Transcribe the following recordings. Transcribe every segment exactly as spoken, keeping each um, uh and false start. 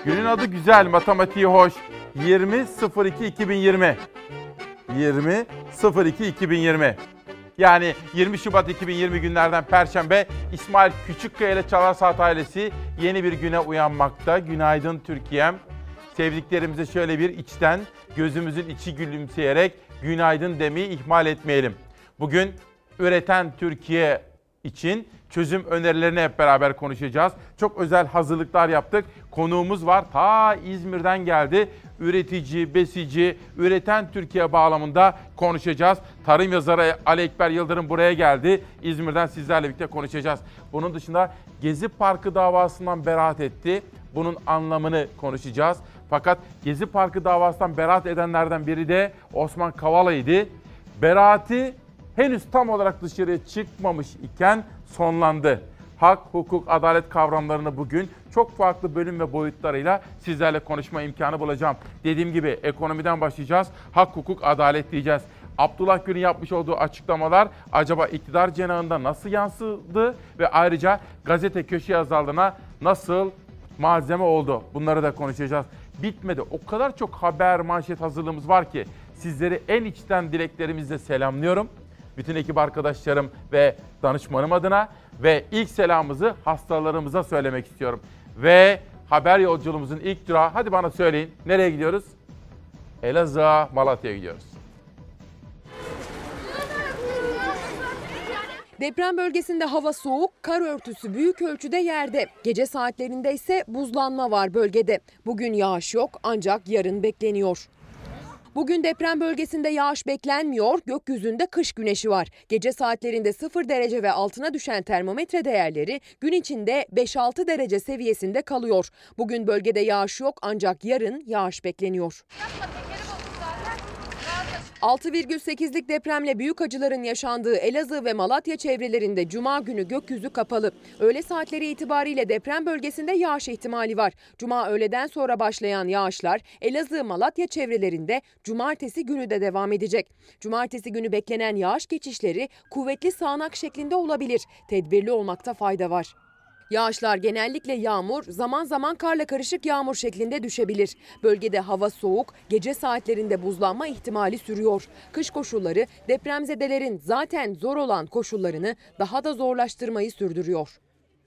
Günün adı güzel, matematiği hoş. yirmi sıfır iki iki bin yirmi. yirmi sıfır iki iki bin yirmi. Yani yirmi Şubat iki bin yirmi günlerden Perşembe, İsmail Küçükkaya ile Çalar Saat ailesi yeni bir güne uyanmakta. Günaydın Türkiye'm. Sevdiklerimize şöyle bir içten, gözümüzün içi gülümseyerek günaydın demeyi ihmal etmeyelim. Bugün üreten Türkiye için çözüm önerilerini hep beraber konuşacağız. Çok özel hazırlıklar yaptık. Konuğumuz var. Ta İzmir'den geldi. Üretici, besici, üreten Türkiye bağlamında konuşacağız. Tarım yazarı Ali Ekber Yıldırım buraya geldi. İzmir'den sizlerle birlikte konuşacağız. Bunun dışında Gezi Parkı davasından beraat etti. Bunun anlamını konuşacağız. Fakat Gezi Parkı davasından beraat edenlerden biri de Osman Kavala'ydı. Beraati henüz tam olarak dışarıya çıkmamış iken sonlandı. Hak, hukuk, adalet kavramlarını bugün çok farklı bölüm ve boyutlarıyla sizlerle konuşma imkanı bulacağım. Dediğim gibi ekonomiden başlayacağız. Hak, hukuk, adalet diyeceğiz. Abdullah Gül'ün yapmış olduğu açıklamalar acaba iktidar cenahında nasıl yansıdı ve ayrıca gazete köşe yazarlarına nasıl malzeme oldu? Bunları da konuşacağız. Bitmedi. O kadar çok haber, manşet hazırlığımız var ki sizleri en içten dileklerimizle selamlıyorum. Bütün ekip arkadaşlarım ve danışmanım adına ve ilk selamımızı hastalarımıza söylemek istiyorum. Ve haber yolculuğumuzun ilk durağı, hadi bana söyleyin, nereye gidiyoruz? Elazığ'a, Malatya'ya gidiyoruz. Deprem bölgesinde hava soğuk, kar örtüsü büyük ölçüde yerde. Gece saatlerinde ise buzlanma var bölgede. Bugün yağış yok ancak yarın bekleniyor. Bugün deprem bölgesinde yağış beklenmiyor, gökyüzünde kış güneşi var. Gece saatlerinde sıfır derece ve altına düşen termometre değerleri gün içinde beş altı derece seviyesinde kalıyor. Bugün bölgede yağış yok ancak yarın yağış bekleniyor. altı virgül sekizlik depremle büyük acıların yaşandığı Elazığ ve Malatya çevrelerinde Cuma günü gökyüzü kapalı. Öğle saatleri itibariyle deprem bölgesinde yağış ihtimali var. Cuma öğleden sonra başlayan yağışlar Elazığ-Malatya çevrelerinde Cumartesi günü de devam edecek. Cumartesi günü beklenen yağış geçişleri kuvvetli sağanak şeklinde olabilir. Tedbirli olmakta fayda var. Yağışlar genellikle yağmur, zaman zaman karla karışık yağmur şeklinde düşebilir. Bölgede hava soğuk, gece saatlerinde buzlanma ihtimali sürüyor. Kış koşulları depremzedelerin zaten zor olan koşullarını daha da zorlaştırmayı sürdürüyor.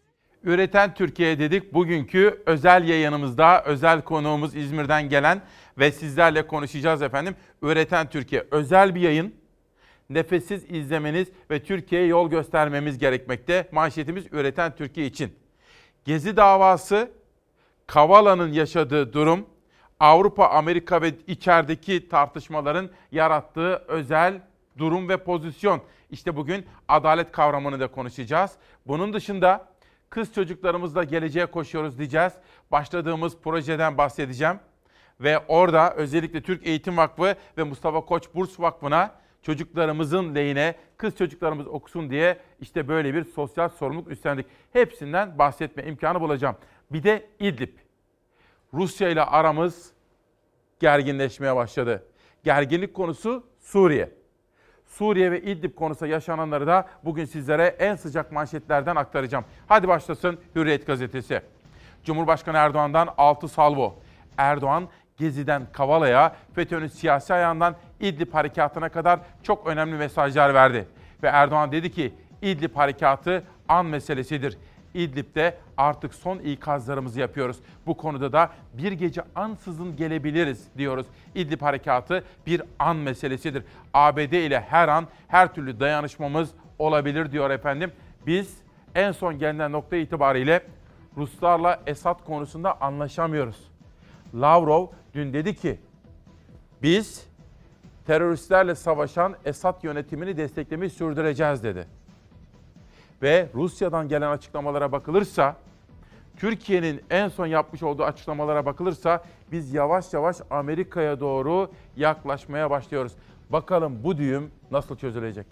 Üreten Türkiye dedik. Bugünkü özel yayınımızda özel konuğumuz İzmir'den gelen ve sizlerle konuşacağız efendim. Üreten Türkiye özel bir yayın. Nefessiz izlemeniz ve Türkiye'ye yol göstermemiz gerekmekte. Manşetimiz Üreten Türkiye için. Gezi davası, Kavala'nın yaşadığı durum, Avrupa, Amerika ve içerideki tartışmaların yarattığı özel durum ve pozisyon. İşte bugün adalet kavramını da konuşacağız. Bunun dışında kız çocuklarımızla geleceğe koşuyoruz diyeceğiz. Başladığımız projeden bahsedeceğim. Ve orada özellikle Türk Eğitim Vakfı ve Mustafa Koç Burs Vakfı'na çocuklarımızın lehine, kız çocuklarımız okusun diye işte böyle bir sosyal sorumluluk üstlendik. Hepsinden bahsetme imkanı bulacağım. Bir de İdlib. Rusya ile aramız gerginleşmeye başladı. Gerginlik konusu Suriye. Suriye ve İdlib konusunda yaşananları da bugün sizlere en sıcak manşetlerden aktaracağım. Hadi başlasın Hürriyet gazetesi. Cumhurbaşkanı Erdoğan'dan altı salvo. Erdoğan, Gezi'den Kavala'ya, FETÖ'nün siyasi ayağından İdlib harekatına kadar çok önemli mesajlar verdi. Ve Erdoğan dedi ki İdlib harekatı an meselesidir. İdlib'de artık son ikazlarımızı yapıyoruz. Bu konuda da bir gece ansızın gelebiliriz diyoruz. İdlib harekatı bir an meselesidir. A B D ile her an her türlü dayanışmamız olabilir diyor efendim. Biz en son gelinen nokta itibariyle Ruslarla Esad konusunda anlaşamıyoruz. Lavrov dün dedi ki biz teröristlerle savaşan Esad yönetimini desteklemeyi sürdüreceğiz dedi. Ve Rusya'dan gelen açıklamalara bakılırsa, Türkiye'nin en son yapmış olduğu açıklamalara bakılırsa biz yavaş yavaş Amerika'ya doğru yaklaşmaya başlıyoruz. Bakalım bu düğüm nasıl çözülecek?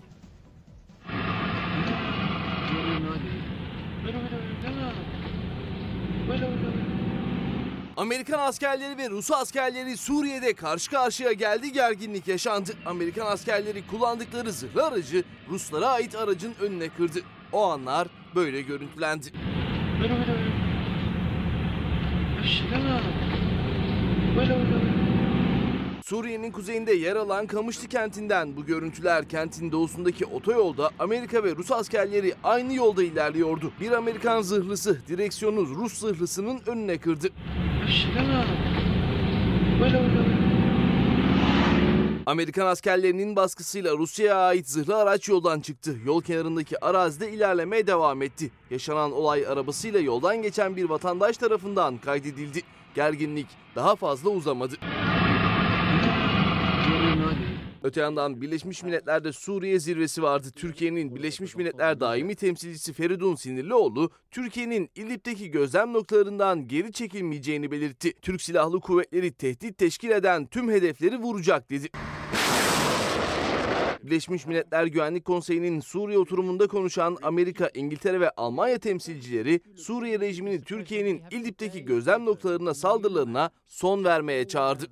Amerikan askerleri ve Rus askerleri Suriye'de karşı karşıya geldi, gerginlik yaşandı. Amerikan askerleri kullandıkları zırhlı aracı Ruslara ait aracın önüne kırdı. O anlar böyle görüntülendi. Suriye'nin kuzeyinde yer alan Kamışlı kentinden bu görüntüler. Kentin doğusundaki otoyolda Amerika ve Rus askerleri aynı yolda ilerliyordu. Bir Amerikan zırhlısı direksiyonu Rus zırhlısının önüne kırdı. Amerikan askerlerinin baskısıyla Rusya'ya ait zırhlı araç yoldan çıktı. Yol kenarındaki arazide ilerlemeye devam etti. Yaşanan olay arabasıyla yoldan geçen bir vatandaş tarafından kaydedildi. Gerginlik daha fazla uzamadı. Öte yandan Birleşmiş Milletler'de Suriye zirvesi vardı. Türkiye'nin Birleşmiş Milletler daimi temsilcisi Feridun Sinirlioğlu, Türkiye'nin İdlib'deki gözlem noktalarından geri çekilmeyeceğini belirtti. Türk Silahlı Kuvvetleri tehdit teşkil eden tüm hedefleri vuracak dedi. Birleşmiş Milletler Güvenlik Konseyi'nin Suriye oturumunda konuşan Amerika, İngiltere ve Almanya temsilcileri Suriye rejimini Türkiye'nin İdlib'deki gözlem noktalarına saldırılarına son vermeye çağırdı.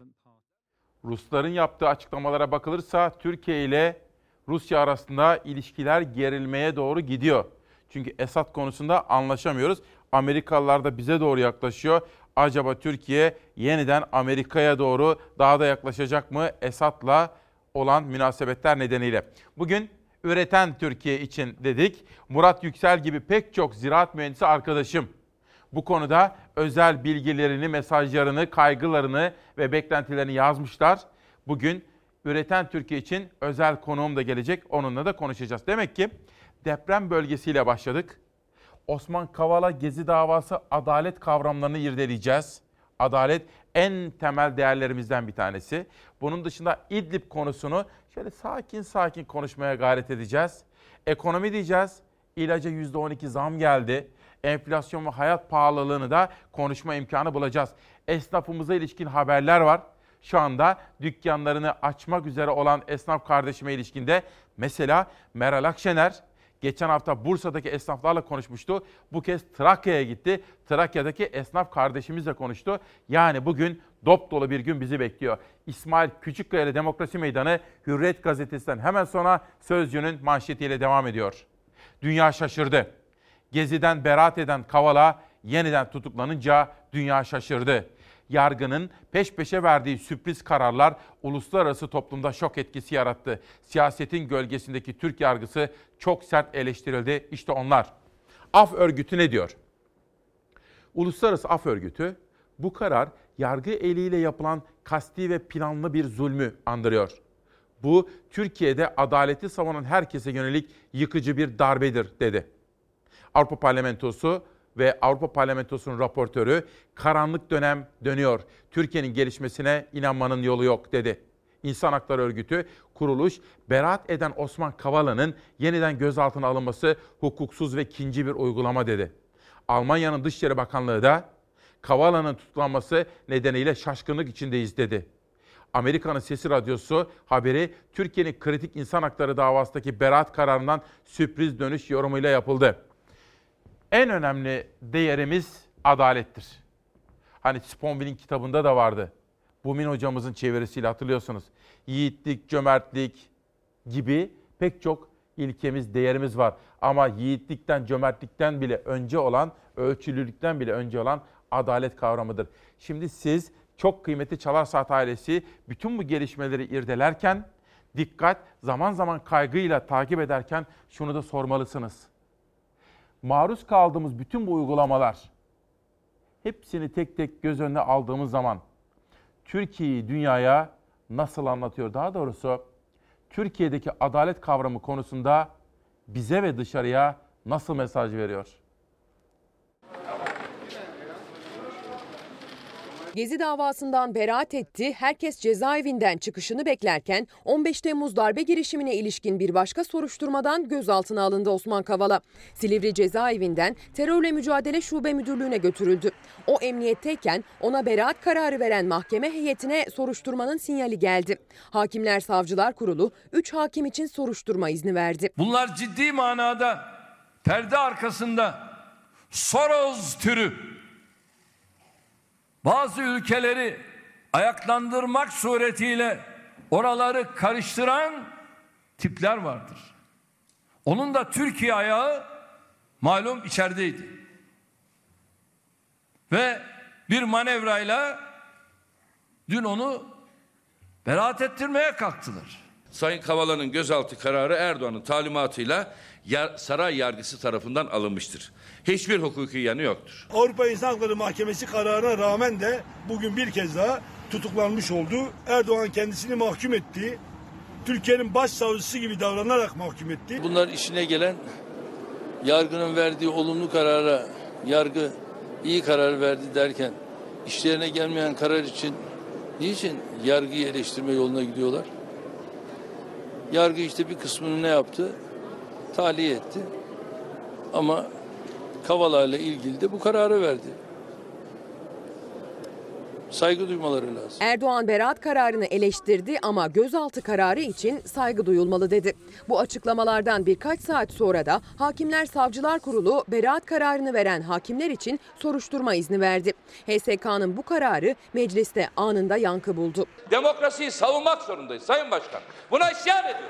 Rusların yaptığı açıklamalara bakılırsa Türkiye ile Rusya arasında ilişkiler gerilmeye doğru gidiyor. Çünkü Esad konusunda anlaşamıyoruz. Amerikalılar da bize doğru yaklaşıyor. Acaba Türkiye yeniden Amerika'ya doğru daha da yaklaşacak mı Esad'la olan münasebetler nedeniyle? Bugün üreten Türkiye için dedik. Murat Yüksel gibi pek çok ziraat mühendisi arkadaşım bu konuda özel bilgilerini, mesajlarını, kaygılarını ve beklentilerini yazmışlar. Bugün üreten Türkiye için özel konuğum da gelecek. Onunla da konuşacağız. Demek ki deprem bölgesiyle başladık. Osman Kavala Gezi davası adalet kavramlarını irdeleyeceğiz. Adalet en temel değerlerimizden bir tanesi. Bunun dışında İdlib konusunu şöyle sakin sakin konuşmaya gayret edeceğiz. Ekonomi diyeceğiz. İlaca yüzde on iki zam geldi. Enflasyon ve hayat pahalılığını da konuşma imkanı bulacağız. Esnafımıza ilişkin haberler var. Şu anda dükkanlarını açmak üzere olan esnaf kardeşime ilişkinde mesela Meral Akşener geçen hafta Bursa'daki esnaflarla konuşmuştu. Bu kez Trakya'ya gitti. Trakya'daki esnaf kardeşimizle konuştu. Yani bugün dop dolu bir gün bizi bekliyor. İsmail Küçükkaya ile Demokrasi Meydanı Hürriyet Gazetesi'nden hemen sonra Sözcü'nün manşetiyle devam ediyor. Dünya şaşırdı. Gezi'den beraat eden Kavala yeniden tutuklanınca dünya şaşırdı. Yargının peş peşe verdiği sürpriz kararlar uluslararası toplumda şok etkisi yarattı. Siyasetin gölgesindeki Türk yargısı çok sert eleştirildi. İşte onlar. Af örgütü ne diyor? Uluslararası Af Örgütü bu karar yargı eliyle yapılan kasti ve planlı bir zulmü andırıyor. Bu Türkiye'de adaleti savunan herkese yönelik yıkıcı bir darbedir dedi. Avrupa Parlamentosu ve Avrupa Parlamentosu'nun raportörü karanlık dönem dönüyor. Türkiye'nin gelişmesine inanmanın yolu yok dedi. İnsan Hakları Örgütü kuruluş beraat eden Osman Kavala'nın yeniden gözaltına alınması hukuksuz ve ikinci bir uygulama dedi. Almanya'nın Dışişleri Bakanlığı da Kavala'nın tutuklanması nedeniyle şaşkınlık içindeyiz dedi. Amerika'nın Sesi Radyosu haberi Türkiye'nin kritik insan hakları davasındaki beraat kararından sürpriz dönüş yorumuyla yapıldı. En önemli değerimiz adalettir. Hani Sponville'in kitabında da vardı. Bumin hocamızın çevirisiyle hatırlıyorsunuz. Yiğitlik, cömertlik gibi pek çok ilkemiz, değerimiz var. Ama yiğitlikten, cömertlikten bile önce olan, ölçülülükten bile önce olan adalet kavramıdır. Şimdi siz çok kıymetli Çalar Saat ailesi bütün bu gelişmeleri irdelerken, dikkat, zaman zaman kaygıyla takip ederken şunu da sormalısınız. Maruz kaldığımız bütün bu uygulamalar, hepsini tek tek göz önüne aldığımız zaman Türkiye'yi dünyaya nasıl anlatıyor? Daha doğrusu Türkiye'deki adalet kavramı konusunda bize ve dışarıya nasıl mesaj veriyor? Gezi davasından beraat etti, herkes cezaevinden çıkışını beklerken on beş Temmuz darbe girişimine ilişkin bir başka soruşturmadan gözaltına alındı Osman Kavala. Silivri cezaevinden Terörle Mücadele Şube Müdürlüğü'ne götürüldü. O emniyetteyken ona beraat kararı veren mahkeme heyetine soruşturmanın sinyali geldi. Hakimler Savcılar Kurulu üç hakim için soruşturma izni verdi. Bunlar ciddi manada perde arkasında Soros türü bazı ülkeleri ayaklandırmak suretiyle oraları karıştıran tipler vardır. Onun da Türkiye ayağı malum içerideydi. Ve bir manevrayla Dün onu beraat ettirmeye kalktılar. Sayın Kavala'nın gözaltı kararı Erdoğan'ın talimatıyla saray yargısı tarafından alınmıştır. Hiçbir hukuki yanı yoktur. Avrupa İnsan Hakları Mahkemesi kararına rağmen de bugün bir kez daha tutuklanmış oldu. Erdoğan kendisini mahkum etti. Türkiye'nin başsavcısı gibi davranarak mahkum etti. Bunlar işine gelen, yargının verdiği olumlu karara, yargı iyi karar verdi derken işlerine gelmeyen karar için niçin yargıyı eleştirme yoluna gidiyorlar? Yargı işte bir kısmını ne yaptı? Tahliye etti. Ama Kavala ile ilgili de bu kararı verdi. Saygı duymaları lazım. Erdoğan beraat kararını eleştirdi ama gözaltı kararı için saygı duyulmalı dedi. Bu açıklamalardan birkaç saat sonra da Hakimler Savcılar Kurulu beraat kararını veren hakimler için soruşturma izni verdi. H S K'nın bu kararı mecliste anında yankı buldu. Demokrasiyi savunmak zorundayız Sayın Başkan. Buna isyan ediyoruz.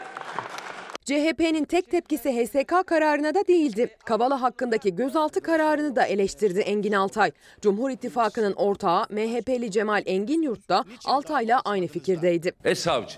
C H P'nin tek tepkisi H S K kararına da değildi. Kavala hakkındaki gözaltı kararını da eleştirdi Engin Altay. Cumhur İttifakı'nın ortağı M H P'li Cemal Enginyurt da Altay'la aynı fikirdeydi. E savcı,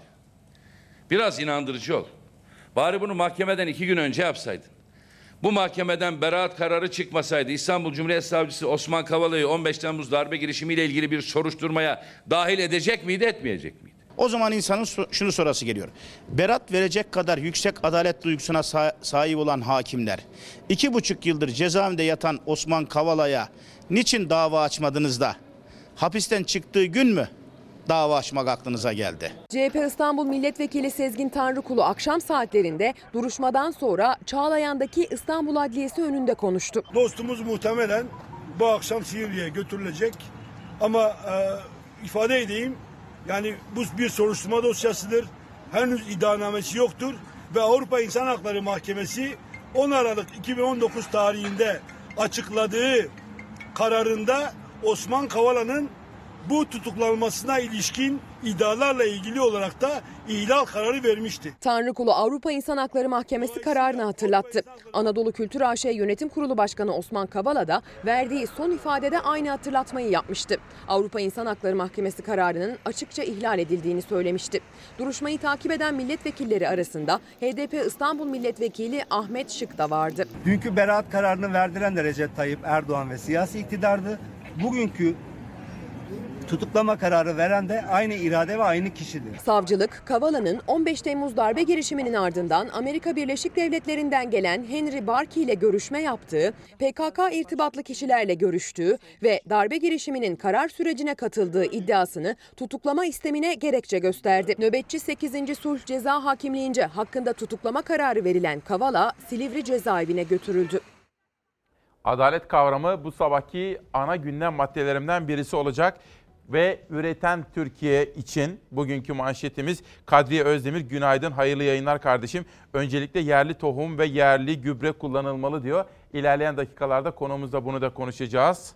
biraz inandırıcı ol. Bari bunu mahkemeden iki gün önce yapsaydın. Bu mahkemeden beraat kararı çıkmasaydı İstanbul Cumhuriyet Savcısı Osman Kavala'yı on beş Temmuz darbe girişimiyle ilgili bir soruşturmaya dahil edecek miydi, etmeyecek miydi? O zaman insanın şunu sorası geliyor. Beraat verecek kadar yüksek adalet duygusuna sahip olan hakimler, iki buçuk yıldır cezaevinde yatan Osman Kavala'ya niçin dava açmadınız da hapisten çıktığı gün mü dava açmak aklınıza geldi? C H P İstanbul Milletvekili Sezgin Tanrıkulu akşam saatlerinde duruşmadan sonra Çağlayan'daki İstanbul Adliyesi önünde konuştu. Dostumuz muhtemelen bu akşam Silivri'ye götürülecek ama e, ifade edeyim. Yani bu bir soruşturma dosyasıdır. Henüz iddianamesi yoktur. Ve Avrupa İnsan Hakları Mahkemesi on Aralık iki bin on dokuz tarihinde açıkladığı kararında Osman Kavala'nın bu tutuklanmasına ilişkin iddialarla ilgili olarak da ihlal kararı vermişti. Tanrıkulu Avrupa İnsan Hakları Mahkemesi kararını hatırlattı. Anadolu Kültür A Ş Yönetim Kurulu Başkanı Osman Kavala da verdiği son ifadede aynı hatırlatmayı yapmıştı. Avrupa İnsan Hakları Mahkemesi kararının açıkça ihlal edildiğini söylemişti. Duruşmayı takip eden milletvekilleri arasında H D P İstanbul Milletvekili Ahmet Şık da vardı. Dünkü beraat kararını verdiren de Recep Tayyip Erdoğan ve siyasi iktidardı. Bugünkü tutuklama kararı veren de aynı irade ve aynı kişidir. Savcılık, Kavala'nın on beş Temmuz darbe girişiminin ardından Amerika Birleşik Devletleri'nden gelen Henry Barkey ile görüşme yaptığı, P K K irtibatlı kişilerle görüştüğü ve darbe girişiminin karar sürecine katıldığı iddiasını tutuklama istemine gerekçe gösterdi. Nöbetçi sekizinci Sulh Ceza Hakimliğince hakkında tutuklama kararı verilen Kavala, Silivri cezaevine götürüldü. Adalet kavramı bu sabahki ana gündem maddelerimden birisi olacak. Ve üreten Türkiye için bugünkü manşetimiz. Kadriye Özdemir, günaydın, hayırlı yayınlar kardeşim. Öncelikle yerli tohum ve yerli gübre kullanılmalı diyor. İlerleyen dakikalarda konuğumuzda bunu da konuşacağız.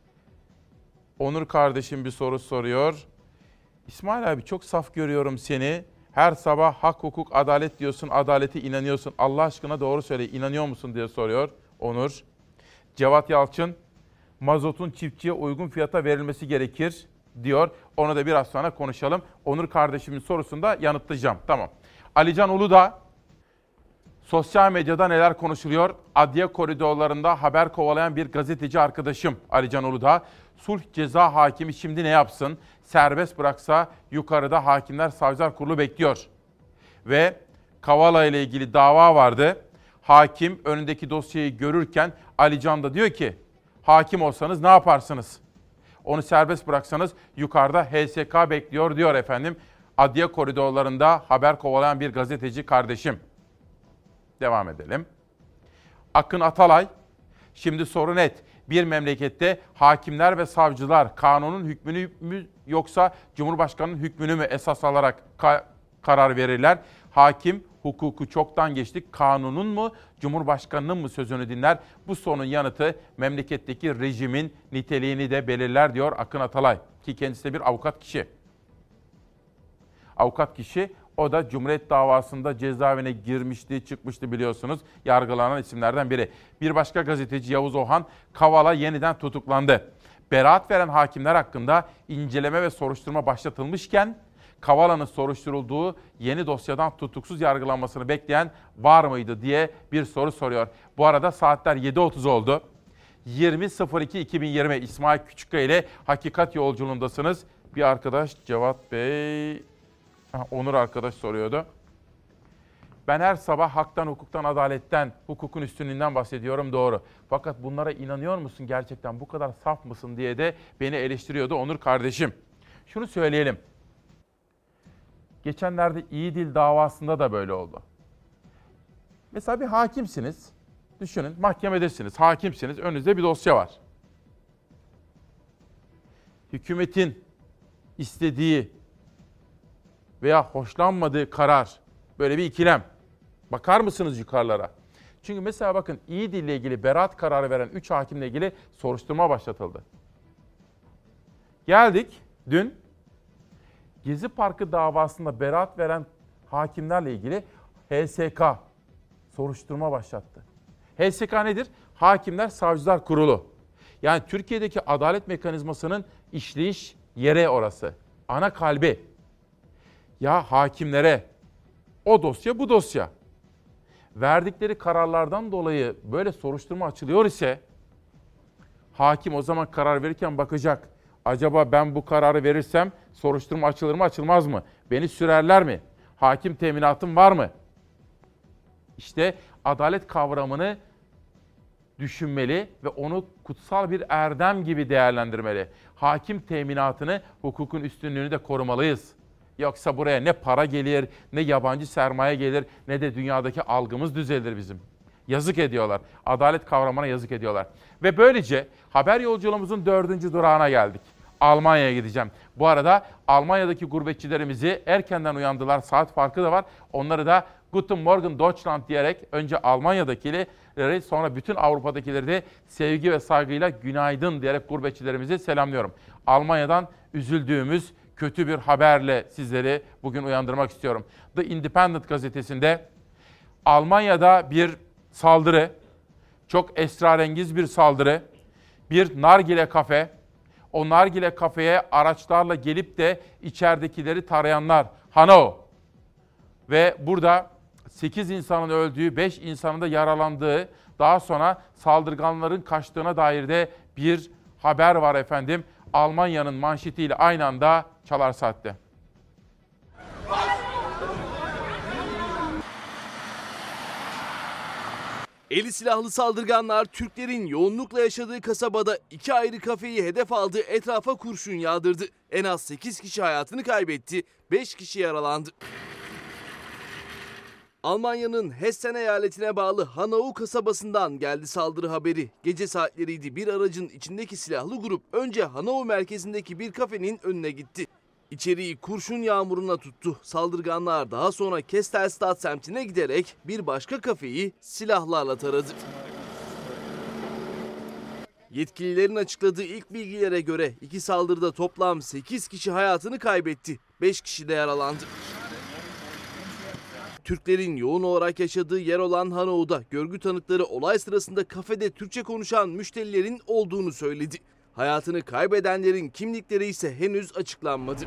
Onur kardeşim bir soru soruyor. İsmail abi çok saf görüyorum seni. Her sabah hak, hukuk, adalet diyorsun, adalete inanıyorsun. Allah aşkına doğru söyle, inanıyor musun diye soruyor Onur. Cevat Yalçın, mazotun çiftçiye uygun fiyata verilmesi gerekir diyor. Onu da biraz sonra konuşalım. Onur kardeşimin sorusunu da yanıtlayacağım. Tamam. Alican Uludağ, sosyal medyada neler konuşuluyor? Adliye koridorlarında haber kovalayan bir gazeteci arkadaşım Alican Uludağ. Sulh Ceza Hakimi şimdi ne yapsın? Serbest bıraksa yukarıda Hakimler Savcılar Kurulu bekliyor. Ve Kavala ile ilgili dava vardı. Hakim önündeki dosyayı görürken Alican da diyor ki, hakim olsanız ne yaparsınız? Onu serbest bıraksanız yukarıda H S K bekliyor diyor efendim. Adliye koridorlarında haber kovalayan bir gazeteci kardeşim. Devam edelim. Akın Atalay, şimdi soru net. Bir memlekette hakimler ve savcılar kanunun hükmünü mü yoksa Cumhurbaşkanı'nın hükmünü mü esas alarak ka- karar verirler? Hakim hukuku çoktan geçtik, kanunun mu, Cumhurbaşkanı'nın mı sözünü dinler? Bu sorunun yanıtı memleketteki rejimin niteliğini de belirler diyor Akın Atalay. Ki kendisi de bir avukat kişi. Avukat kişi, o da Cumhuriyet davasında cezaevine girmişti, çıkmıştı biliyorsunuz. Yargılanan isimlerden biri. Bir başka gazeteci Yavuz Ohan, Kavala yeniden tutuklandı. Beraat veren hakimler hakkında inceleme ve soruşturma başlatılmışken Kavala'nın soruşturulduğu yeni dosyadan tutuksuz yargılanmasını bekleyen var mıydı diye bir soru soruyor. Bu arada saatler yedi otuz oldu. yirmi iki iki bin yirmi İsmail Küçükkaya ile Hakikat Yolculuğundasınız. Bir arkadaş Cevat Bey, Onur arkadaş soruyordu. Ben her sabah haktan, hukuktan, adaletten, hukukun üstünlüğünden bahsediyorum, doğru. Fakat bunlara inanıyor musun gerçekten, bu kadar saf mısın diye de beni eleştiriyordu Onur kardeşim. Şunu söyleyelim. Geçenlerde İyi Dil davasında da böyle oldu. Mesela bir hakimsiniz. Düşünün, mahkemedesiniz, hakimsiniz, önünüzde bir dosya var. Hükümetin istediği veya hoşlanmadığı karar, böyle bir ikilem. Bakar mısınız yukarılara? Çünkü mesela bakın, İyi Dil ile ilgili beraat kararı veren üç hakimle ilgili soruşturma başlatıldı. Geldik dün, Gezi Parkı davasında beraat veren hakimlerle ilgili H S K soruşturma başlattı. H S K nedir? Hakimler Savcılar Kurulu. Yani Türkiye'deki adalet mekanizmasının işleyiş yeri orası. Ana kalbi. Ya hakimlere o dosya bu dosya. Verdikleri kararlardan dolayı böyle soruşturma açılıyor ise hakim o zaman karar verirken bakacak. Acaba ben bu kararı verirsem soruşturma açılır mı açılmaz mı? Beni sürerler mi? Hakim teminatım var mı? İşte adalet kavramını düşünmeli ve onu kutsal bir erdem gibi değerlendirmeli. Hakim teminatını, hukukun üstünlüğünü de korumalıyız. Yoksa buraya ne para gelir, ne yabancı sermaye gelir, ne de dünyadaki algımız düzelir bizim. Yazık ediyorlar. Adalet kavramına yazık ediyorlar. Ve böylece haber yolculuğumuzun dördüncü durağına geldik. Almanya'ya gideceğim. Bu arada Almanya'daki gurbetçilerimizi erkenden uyandılar. Saat farkı da var. Onları da Guten Morgen Deutschland diyerek önce Almanya'dakileri, sonra bütün Avrupa'dakileri de sevgi ve saygıyla günaydın diyerek gurbetçilerimizi selamlıyorum. Almanya'dan üzüldüğümüz kötü bir haberle sizleri bugün uyandırmak istiyorum. The Independent gazetesinde Almanya'da bir saldırı, çok esrarengiz bir saldırı, bir nargile kafe, o nargile kafeye araçlarla gelip de içeridekileri tarayanlar, Hanau. Ve burada sekiz insanın öldüğü, beş insanın da yaralandığı, daha sonra saldırganların kaçtığına dair de bir haber var efendim. Almanya'nın manşetiyle aynı anda Çalar Saat'te. Eli silahlı saldırganlar Türklerin yoğunlukla yaşadığı kasabada iki ayrı kafeyi hedef aldı, etrafa kurşun yağdırdı. En az sekiz kişi hayatını kaybetti, beş kişi yaralandı. Almanya'nın Hessen eyaletine bağlı Hanau kasabasından geldi saldırı haberi. Gece saatleriydi, bir aracın içindeki silahlı grup önce Hanau merkezindeki bir kafenin önüne gitti. İçeriği kurşun yağmuruna tuttu. Saldırganlar daha sonra Kestelstadt semtine giderek bir başka kafeyi silahlarla taradı. Yetkililerin açıkladığı ilk bilgilere göre iki saldırıda toplam sekiz kişi hayatını kaybetti, beş kişi de yaralandı. Türklerin yoğun olarak yaşadığı yer olan Hanau'da görgü tanıkları olay sırasında kafede Türkçe konuşan müşterilerin olduğunu söyledi. Hayatını kaybedenlerin kimlikleri ise henüz açıklanmadı.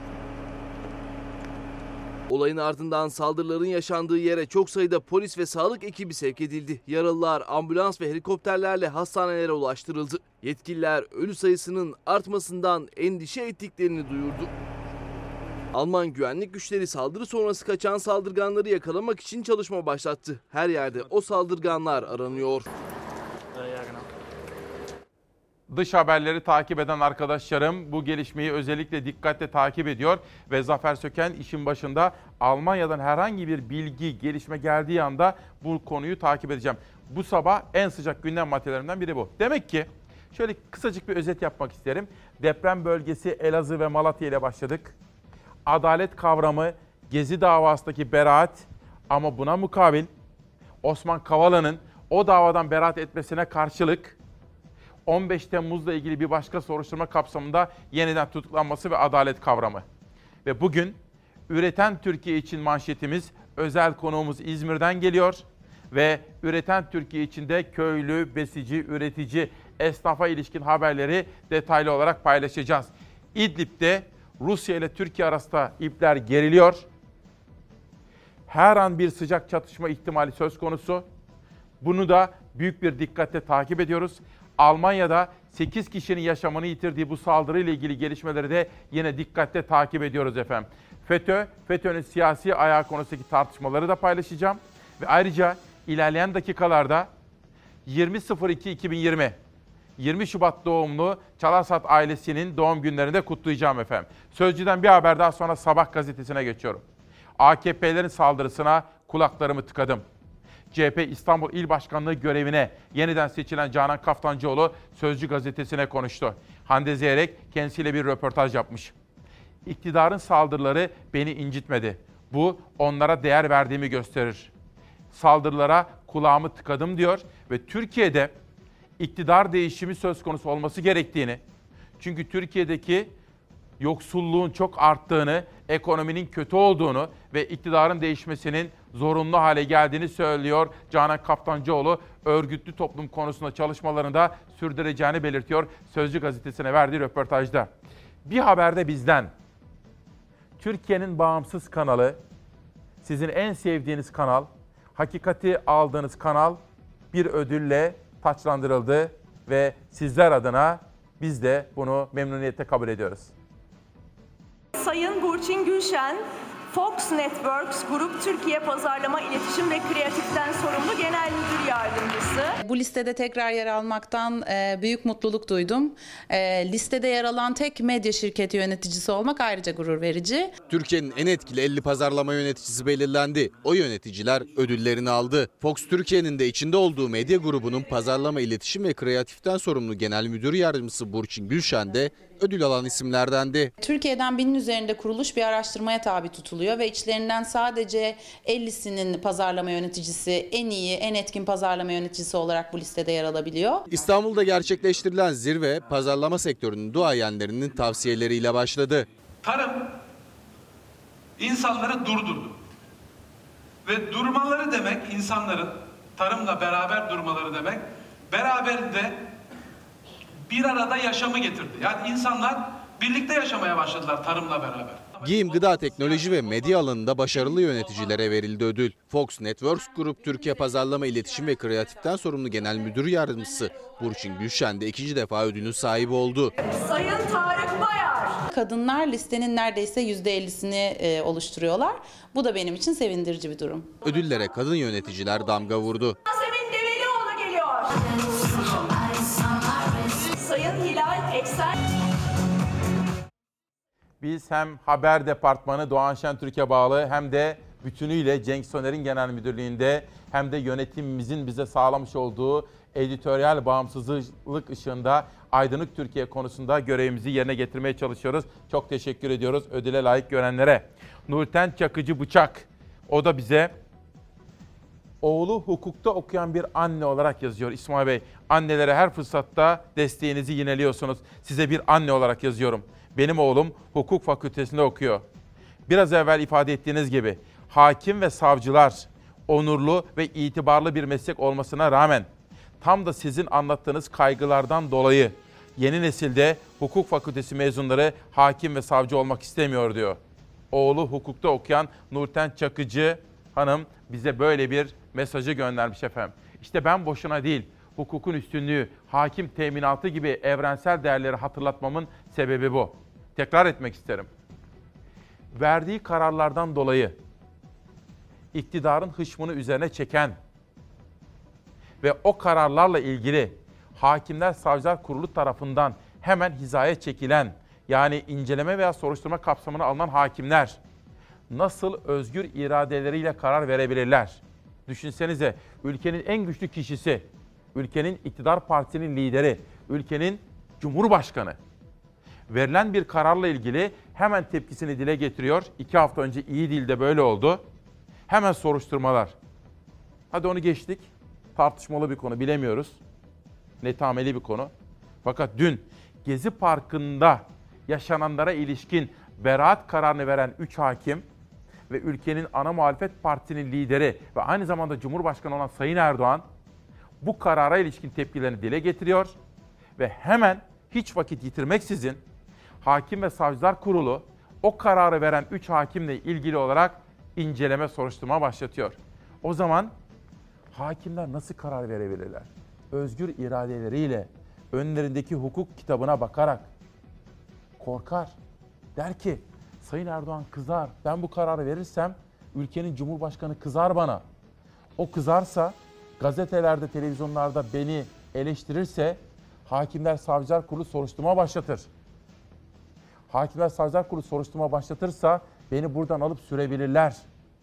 Olayın ardından saldırıların yaşandığı yere çok sayıda polis ve sağlık ekibi sevk edildi. Yaralılar ambulans ve helikopterlerle hastanelere ulaştırıldı. Yetkililer ölü sayısının artmasından endişe ettiklerini duyurdu. Alman güvenlik güçleri saldırı sonrası kaçan saldırganları yakalamak için çalışma başlattı. Her yerde o saldırganlar aranıyor. Dış haberleri takip eden arkadaşlarım bu gelişmeyi özellikle dikkatle takip ediyor ve Zafer Söken işin başında. Almanya'dan herhangi bir bilgi, gelişme geldiği anda bu konuyu takip edeceğim. Bu sabah en sıcak gündem maddelerinden biri bu. Demek ki şöyle kısacık bir özet yapmak isterim. Deprem bölgesi Elazığ ve Malatya ile başladık. Adalet kavramı, Gezi davasındaki beraat, ama buna mukabil Osman Kavala'nın o davadan beraat etmesine karşılık on beş Temmuz'la ilgili bir başka soruşturma kapsamında yeniden tutuklanması ve adalet kavramı. Ve bugün Üreten Türkiye için manşetimiz, özel konuğumuz İzmir'den geliyor ve Üreten Türkiye içinde köylü, besici, üretici, esnafa ilişkin haberleri detaylı olarak paylaşacağız. İdlib'de Rusya ile Türkiye arasında ipler geriliyor. Her an bir sıcak çatışma ihtimali söz konusu. Bunu da büyük bir dikkatle takip ediyoruz. Almanya'da sekiz kişinin yaşamını yitirdiği bu saldırıyla ilgili gelişmeleri de yine dikkatle takip ediyoruz efendim. FETÖ, FETÖ'nün siyasi ayağı konusundaki tartışmaları da paylaşacağım. Ve ayrıca ilerleyen dakikalarda yirmi iki iki bin yirmi, yirmi Şubat doğumlu Çalarsat ailesinin doğum günlerini de kutlayacağım efendim. Sözcü'den bir haber daha sonra Sabah gazetesine geçiyorum. A K P'lerin saldırısına kulaklarımı tıkadım. C H P İstanbul İl Başkanlığı görevine yeniden seçilen Canan Kaftancıoğlu Sözcü gazetesine konuştu. Hande Zeyrek kendisiyle bir röportaj yapmış. İktidarın saldırıları beni incitmedi. Bu onlara değer verdiğimi gösterir. Saldırılara kulağımı tıkadım diyor ve Türkiye'de iktidar değişimi söz konusu olması gerektiğini, çünkü Türkiye'deki yoksulluğun çok arttığını, ekonominin kötü olduğunu ve iktidarın değişmesinin zorunlu hale geldiğini söylüyor Canan Kaftancıoğlu. Örgütlü toplum konusunda çalışmalarını da sürdüreceğini belirtiyor Sözcü gazetesine verdiği röportajda. Bir haber de bizden. Türkiye'nin bağımsız kanalı, sizin en sevdiğiniz kanal, hakikati aldığınız kanal bir ödülle taçlandırıldı ve sizler adına biz de bunu memnuniyetle kabul ediyoruz. Sayın Burçin Gülşen, Fox Networks Grup Türkiye Pazarlama İletişim ve Kreatif'ten sorumlu Genel Müdür Yardımcısı. Bu listede tekrar yer almaktan e, büyük mutluluk duydum. E, listede yer alan tek medya şirketi yöneticisi olmak ayrıca gurur verici. Türkiye'nin en etkili elli pazarlama yöneticisi belirlendi. O yöneticiler ödüllerini aldı. Fox Türkiye'nin de içinde olduğu medya grubunun pazarlama, iletişim ve kreatiften sorumlu Genel Müdür Yardımcısı Burçin Gülşen de ödül alan isimlerdendi. Türkiye'den binin üzerinde kuruluş bir araştırmaya tabi tutuluyor ve içlerinden sadece ellisinin pazarlama yöneticisi en iyi, en etkin pazarlama yöneticisi olarak bu listede yer alabiliyor. İstanbul'da gerçekleştirilen zirve pazarlama sektörünün duayenlerinin tavsiyeleriyle başladı. Tarım insanları durdurdu. Ve durmaları demek insanların tarımla beraber durmaları demek beraberinde bir arada yaşamı getirdi. Yani insanlar birlikte yaşamaya başladılar tarımla beraber. Giyim, gıda, teknoloji ve medya alanında başarılı yöneticilere verildi ödül. Fox Networks Grup Türkiye Pazarlama, İletişim ve Kreatiften sorumlu Genel Müdür Yardımcısı Burçin Gülşen de ikinci defa ödülün sahibi oldu. Sayın Tarık Bayar. Kadınlar listenin neredeyse yüzde ellisini e, oluşturuyorlar. Bu da benim için sevindirici bir durum. Ödüllere kadın yöneticiler damga vurdu. Yasemin Develioğlu geliyor. Sayın Hilal Eksen. Biz hem haber departmanı Doğan Şentürk'e bağlı hem de bütünüyle Cenk Soner'in genel müdürlüğünde hem de yönetimimizin bize sağlamış olduğu editoryal bağımsızlık ışığında aydınlık Türkiye konusunda görevimizi yerine getirmeye çalışıyoruz. Çok teşekkür ediyoruz ödüle layık görenlere. Nurten Çakıcı Bıçak, o da bize oğlu hukukta okuyan bir anne olarak yazıyor İsmail Bey. Annelere her fırsatta desteğinizi yineliyorsunuz. Size bir anne olarak yazıyorum. Benim oğlum hukuk fakültesinde okuyor. Biraz evvel ifade ettiğiniz gibi hakim ve savcılar onurlu ve itibarlı bir meslek olmasına rağmen tam da sizin anlattığınız kaygılardan dolayı yeni nesilde hukuk fakültesi mezunları hakim ve savcı olmak istemiyor diyor. Oğlu hukukta okuyan Nurten Çakıcı Hanım bize böyle bir mesajı göndermiş efendim. İşte ben boşuna değil, hukukun üstünlüğü, hakim teminatı gibi evrensel değerleri hatırlatmamın sebebi bu. Tekrar etmek isterim. Verdiği kararlardan dolayı iktidarın hışmını üzerine çeken ve o kararlarla ilgili Hakimler Savcılar Kurulu tarafından hemen hizaya çekilen, yani inceleme veya soruşturma kapsamına alınan hakimler nasıl özgür iradeleriyle karar verebilirler? Düşünsenize, ülkenin en güçlü kişisi, ülkenin iktidar partisinin lideri, ülkenin cumhurbaşkanı verilen bir kararla ilgili hemen tepkisini dile getiriyor. İki hafta önce iyi dilde böyle oldu. Hemen soruşturmalar. Hadi onu geçtik. Tartışmalı bir konu, bilemiyoruz. Netameli bir konu. Fakat dün Gezi Parkı'nda yaşananlara ilişkin beraat kararını veren üç hakim ve ülkenin ana muhalefet partisinin lideri ve aynı zamanda Cumhurbaşkanı olan Sayın Erdoğan bu karara ilişkin tepkilerini dile getiriyor Ve hemen hiç vakit yitirmeksizin Hakim ve Savcılar Kurulu o kararı veren üç hakimle ilgili olarak inceleme soruşturma başlatıyor. O zaman hakimler nasıl karar verebilirler? Özgür iradeleriyle önlerindeki hukuk kitabına bakarak korkar. Der ki Sayın Erdoğan kızar. Ben bu kararı verirsem ülkenin Cumhurbaşkanı kızar bana. O kızarsa gazetelerde, televizyonlarda beni eleştirirse Hakimler Savcılar Kurulu soruşturma başlatır. Hakimler Savcılar Kurulu soruşturma başlatırsa beni buradan alıp sürebilirler.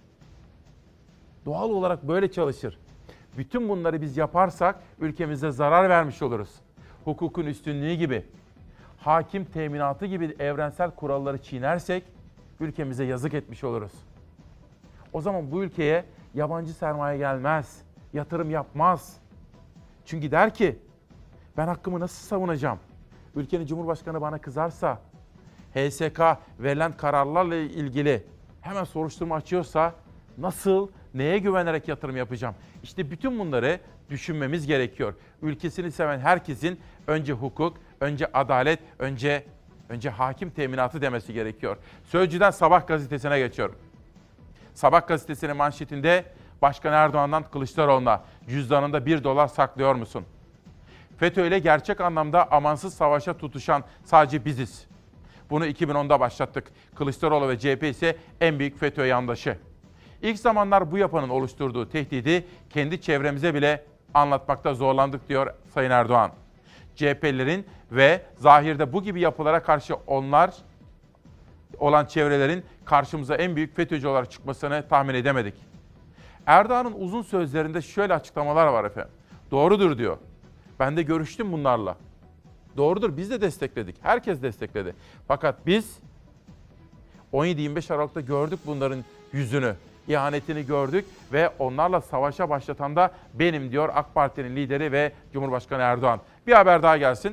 Doğal olarak böyle çalışır. Bütün bunları biz yaparsak ülkemize zarar vermiş oluruz. Hukukun üstünlüğü gibi, hakim teminatı gibi evrensel kuralları çiğnersek ülkemize yazık etmiş oluruz. O zaman bu ülkeye yabancı sermaye gelmez, yatırım yapmaz. Çünkü der ki ben hakkımı nasıl savunacağım? Ülkenin Cumhurbaşkanı bana kızarsa, H S K verilen kararlarla ilgili hemen soruşturma açıyorsa nasıl, neye güvenerek yatırım yapacağım? İşte bütün bunları düşünmemiz gerekiyor. Ülkesini seven herkesin önce hukuk, önce adalet, önce önce hakim teminatı demesi gerekiyor. Sözcü'den Sabah gazetesine geçiyorum. Sabah gazetesinin manşetinde Başkan Erdoğan'dan Kılıçdaroğlu'na cüzdanında bir dolar saklıyor musun? FETÖ ile gerçek anlamda amansız savaşa tutuşan sadece biziz. Bunu iki bin onda başlattık. Kılıçdaroğlu ve C H P ise en büyük FETÖ yandaşı. İlk zamanlar bu yapanın oluşturduğu tehdidi kendi çevremize bile anlatmakta zorlandık diyor Sayın Erdoğan. C H P'lilerin ve zahirde bu gibi yapılara karşı onlar olan çevrelerin karşımıza en büyük FETÖ'cü olarak çıkmasını tahmin edemedik. Erdoğan'ın uzun sözlerinde şöyle açıklamalar var efendim. Doğrudur diyor. Ben de görüştüm bunlarla. Doğrudur, biz de destekledik. Herkes destekledi. Fakat biz on yedi yirmi beş Aralık'ta gördük bunların yüzünü, ihanetini gördük ve onlarla savaşa başlatan da benim diyor AK Parti'nin lideri ve Cumhurbaşkanı Erdoğan. Bir haber daha gelsin.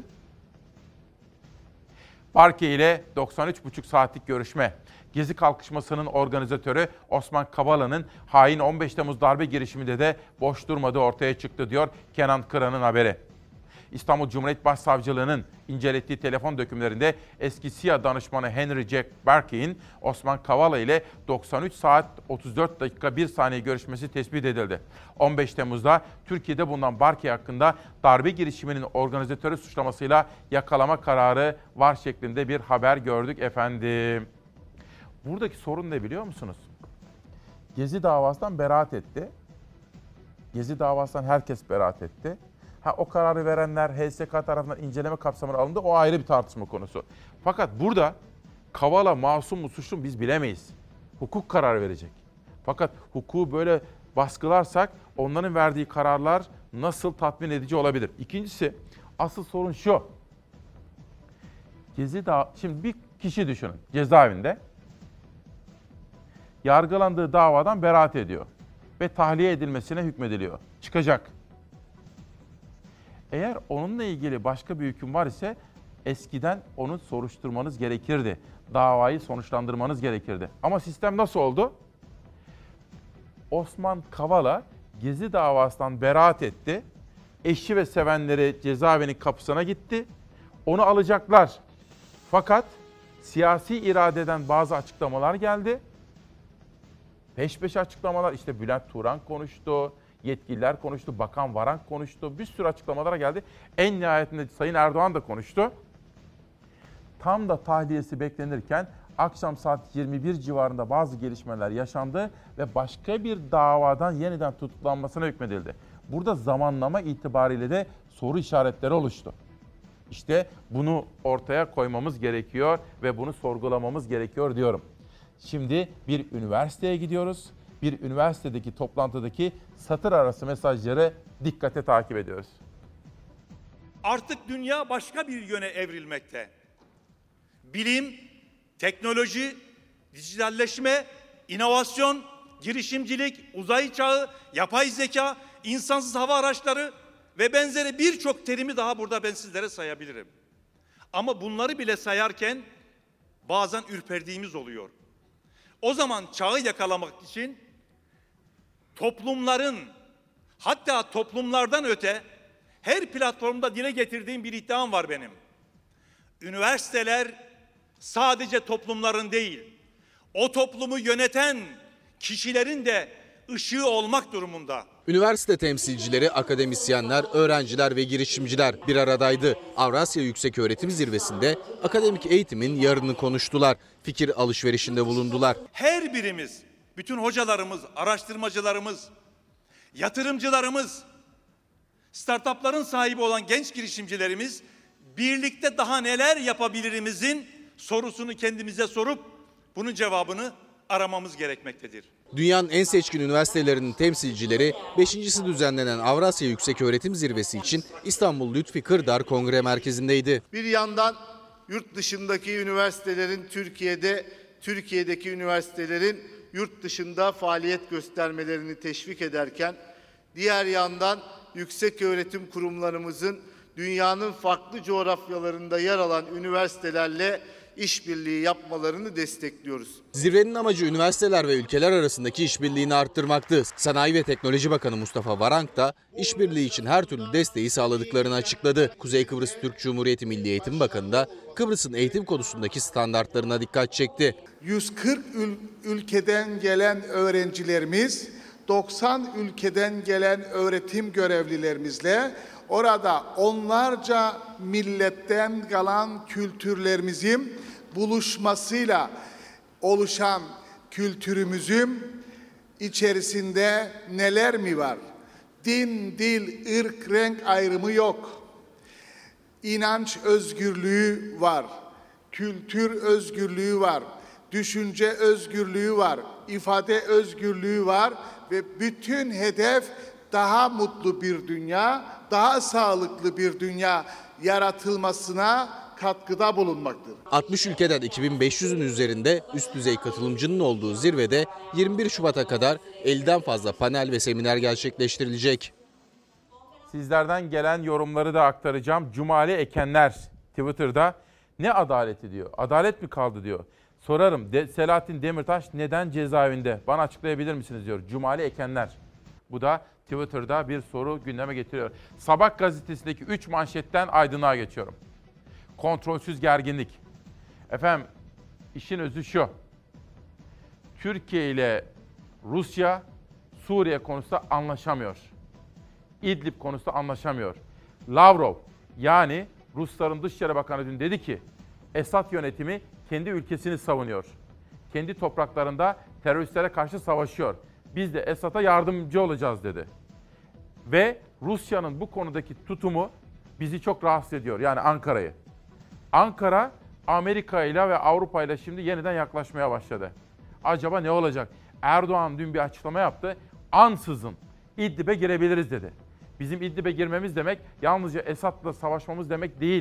Barke ile doksan üç buçuk saatlik görüşme. Gezi kalkışmasının organizatörü Osman Kavala'nın hain on beş Temmuz darbe girişiminde de boş durmadığı ortaya çıktı diyor Kenan Kıran'ın haberi. İstanbul Cumhuriyet Başsavcılığı'nın incelettiği telefon dökümlerinde eski S İ A danışmanı Henry Jack Barke'in Osman Kavala ile doksan üç saat otuz dört dakika bir saniye görüşmesi tespit edildi. on beş Temmuz'da Türkiye'de bulunan Barke hakkında darbe girişiminin organizatörü suçlamasıyla yakalama kararı var şeklinde bir haber gördük efendim. Buradaki sorun ne biliyor musunuz? Gezi davasından beraat etti. Gezi davasından herkes beraat etti. Ha, o kararı verenler H S K tarafından inceleme kapsamına alındı. O ayrı bir tartışma konusu. Fakat burada Kavala masum mu suçlu mu biz bilemeyiz. Hukuk karar verecek. Fakat hukuku böyle baskılarsak onların verdiği kararlar nasıl tatmin edici olabilir? İkincisi asıl sorun şu. Gezi da şimdi bir kişi düşünün cezaevinde. Yargılandığı davadan beraat ediyor ve tahliye edilmesine hükmediliyor. Çıkacak. Eğer onunla ilgili başka bir hüküm var ise eskiden onu soruşturmanız gerekirdi. Davayı sonuçlandırmanız gerekirdi. Ama sistem nasıl oldu? Osman Kavala Gezi davasından beraat etti. Eşi ve sevenleri cezaevinin kapısına gitti. Onu alacaklar. Fakat siyasi iradeden bazı açıklamalar geldi. Peş peşe açıklamalar, işte Bülent Turan konuştu, yetkililer konuştu, Bakan Varank konuştu, bir sürü açıklamalara geldi. En nihayetinde Sayın Erdoğan da konuştu. Tam da tahliyesi beklenirken akşam saat yirmi bir civarında bazı gelişmeler yaşandı ve başka bir davadan yeniden tutuklanmasına hükmedildi. Burada zamanlama itibariyle de soru işaretleri oluştu. İşte bunu ortaya koymamız gerekiyor ve bunu sorgulamamız gerekiyor diyorum. Şimdi bir üniversiteye gidiyoruz. Bir üniversitedeki toplantıdaki satır arası mesajları dikkate takip ediyoruz. Artık dünya başka bir yöne evrilmekte. Bilim, teknoloji, dijitalleşme, inovasyon, girişimcilik, uzay çağı, yapay zeka, insansız hava araçları ve benzeri birçok terimi daha burada ben sizlere sayabilirim. Ama bunları bile sayarken bazen ürperdiğimiz oluyor. O zaman çağı yakalamak için toplumların, hatta toplumlardan öte her platformda dile getirdiğim bir iddiam var benim. Üniversiteler sadece toplumların değil, o toplumu yöneten kişilerin de ışığı olmak durumunda. Üniversite temsilcileri, akademisyenler, öğrenciler ve girişimciler bir aradaydı. Avrasya Yükseköğretim Zirvesi'nde akademik eğitimin yarını konuştular. Fikir alışverişinde bulundular. Her birimiz, bütün hocalarımız, araştırmacılarımız, yatırımcılarımız, startupların sahibi olan genç girişimcilerimiz birlikte daha neler yapabilirimizin sorusunu kendimize sorup bunun cevabını aramamız gerekmektedir. Dünyanın en seçkin üniversitelerinin temsilcileri beşincisi düzenlenen Avrasya Yükseköğretim Zirvesi için İstanbul Lütfi Kırdar Kongre Merkezi'ndeydi. Bir yandan yurt dışındaki üniversitelerin Türkiye'de, Türkiye'deki üniversitelerin yurt dışında faaliyet göstermelerini teşvik ederken, diğer yandan yükseköğretim kurumlarımızın dünyanın farklı coğrafyalarında yer alan üniversitelerle işbirliği yapmalarını destekliyoruz. Zirvenin amacı üniversiteler ve ülkeler arasındaki işbirliğini arttırmaktı. Sanayi ve Teknoloji Bakanı Mustafa Varank da işbirliği için her türlü desteği sağladıklarını açıkladı. Kuzey Kıbrıs Türk Cumhuriyeti Milli Eğitim Bakanı da Kıbrıs'ın eğitim konusundaki standartlarına dikkat çekti. yüz kırk ül- ülkeden gelen öğrencilerimiz, doksan ülkeden gelen öğretim görevlilerimizle orada onlarca milletten kalan kültürlerimizin buluşmasıyla oluşan kültürümüzün içerisinde neler mi var? Din, dil, ırk, renk ayrımı yok. İnanç özgürlüğü var. Kültür özgürlüğü var. Düşünce özgürlüğü var. İfade özgürlüğü var ve bütün hedef daha mutlu bir dünya, daha sağlıklı bir dünya yaratılmasına katkıda bulunmaktır. altmış ülkeden iki bin beş yüzün üzerinde üst düzey katılımcının olduğu zirvede yirmi bir Şubat'a kadar ellinden fazla panel ve seminer gerçekleştirilecek. Sizlerden gelen yorumları da aktaracağım. Cumali Ekenler Twitter'da ne adaleti diyor. Adalet mi kaldı diyor. Sorarım De- Selahattin Demirtaş neden cezaevinde? Bana açıklayabilir misiniz diyor. Cumali Ekenler. Bu da Twitter'da bir soru gündeme getiriyor. Sabah gazetesindeki üç manşetten aydınlığa geçiyorum. Kontrolsüz gerginlik. Efendim işin özü şu. Türkiye ile Rusya Suriye konusunda anlaşamıyor. İdlib konusunda anlaşamıyor. Lavrov yani Rusların Dışişleri Bakanı dün dedi ki Esad yönetimi kendi ülkesini savunuyor. Kendi topraklarında teröristlere karşı savaşıyor. Biz de Esad'a yardımcı olacağız dedi. Ve Rusya'nın bu konudaki tutumu bizi çok rahatsız ediyor. Yani Ankara'yı. Ankara Amerika ile ve Avrupa ile şimdi yeniden yaklaşmaya başladı. Acaba ne olacak? Erdoğan dün bir açıklama yaptı. Ansızın İdlib'e girebiliriz dedi. Bizim İdlib'e girmemiz demek yalnızca Esad'la savaşmamız demek değil.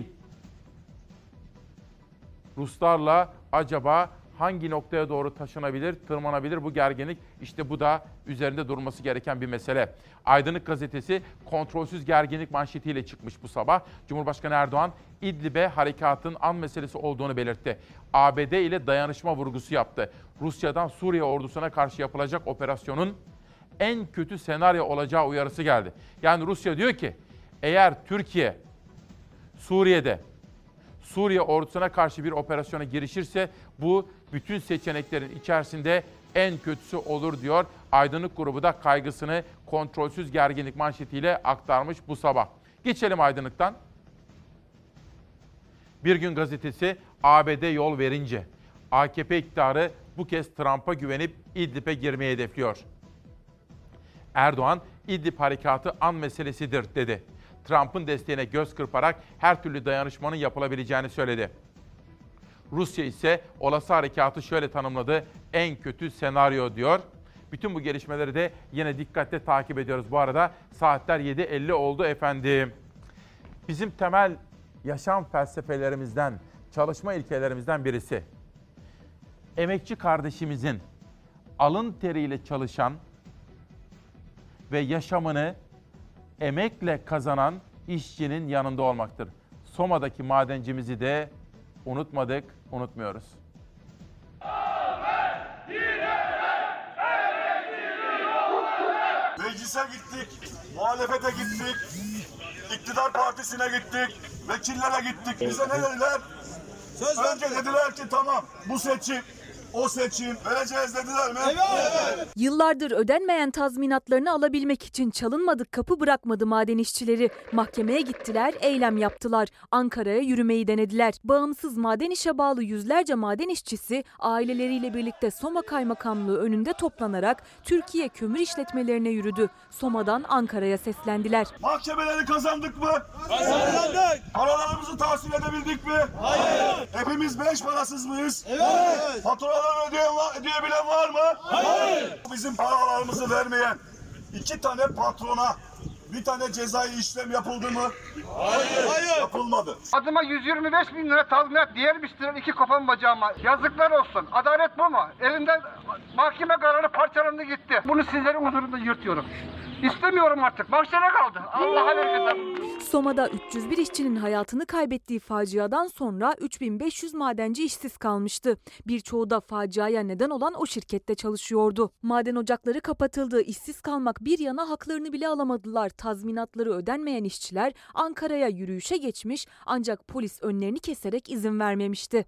Ruslarla acaba hangi noktaya doğru taşınabilir, tırmanabilir bu gerginlik? İşte bu da üzerinde durulması gereken bir mesele. Aydınlık Gazetesi kontrolsüz gerginlik manşetiyle çıkmış bu sabah. Cumhurbaşkanı Erdoğan, İdlib'e harekatın an meselesi olduğunu belirtti. A B D ile dayanışma vurgusu yaptı. Rusya'dan Suriye ordusuna karşı yapılacak operasyonun en kötü senaryo olacağı uyarısı geldi. Yani Rusya diyor ki, eğer Türkiye Suriye'de Suriye ordusuna karşı bir operasyona girişirse bu bütün seçeneklerin içerisinde en kötüsü olur diyor. Aydınlık grubu da kaygısını kontrolsüz gerginlik manşetiyle aktarmış bu sabah. Geçelim Aydınlık'tan. Bir Gün Gazetesi A B D yol verince A K P iktidarı bu kez Trump'a güvenip İdlib'e girmeyi hedefliyor. Erdoğan, İdlib harekatı an meselesidir dedi. Trump'ın desteğine göz kırparak her türlü dayanışmanın yapılabileceğini söyledi. Rusya ise olası harekatı şöyle tanımladı, en kötü senaryo diyor. Bütün bu gelişmeleri de yine dikkatle takip ediyoruz. Bu arada saatler yedi elli oldu efendim. Bizim temel yaşam felsefelerimizden, çalışma ilkelerimizden birisi. Emekçi kardeşimizin alın teriyle çalışan ve yaşamını emekle kazanan işçinin yanında olmaktır. Soma'daki madencimizi de unutmadık, unutmuyoruz. Meclise gittik, muhalefete gittik. iktidar partisine gittik, vekillere gittik. Bize ne dediler? Söz Önce dediler ki tamam bu seçim, o seçim vereceğiz dediler mi? Evet. Yıllardır ödenmeyen tazminatlarını alabilmek için çalınmadık kapı bırakmadı maden işçileri. Mahkemeye gittiler, eylem yaptılar. Ankara'ya yürümeyi denediler. Bağımsız maden işe bağlı yüzlerce maden işçisi aileleriyle birlikte Soma Kaymakamlığı önünde toplanarak Türkiye kömür işletmelerine yürüdü. Soma'dan Ankara'ya seslendiler. Mahkemeleri kazandık mı? Kazandık. Paralarımızı tahsil edebildik mi? Hayır. Hepimiz beş parasız mıyız? Evet. Faturaları ödeyen var, ödeyebilen var mı? Hayır. Bizim paralarımızı vermeyen iki tane patrona bir tane cezai işlem yapıldı mı? Hayır. Hayır. Yapılmadı. Adıma yüz yirmi beş bin lira tazminat diğermiştir iki kafam bacağıma. Yazıklar olsun. Adalet bu mu? Elinden mahkeme kararı parçalandı gitti. Bunu sizlerin huzurunda yırtıyorum. İstemiyorum artık. Mahşere kaldı. Allah'a emanet. Soma'da üç yüz bir işçinin hayatını kaybettiği faciadan sonra üç bin beş yüz madenci işsiz kalmıştı. Birçoğu da faciaya neden olan o şirkette çalışıyordu. Maden ocakları kapatıldı. İşsiz kalmak bir yana haklarını bile alamadılar. Tazminatları ödenmeyen işçiler Ankara'ya yürüyüşe geçmiş ancak polis önlerini keserek izin vermemişti.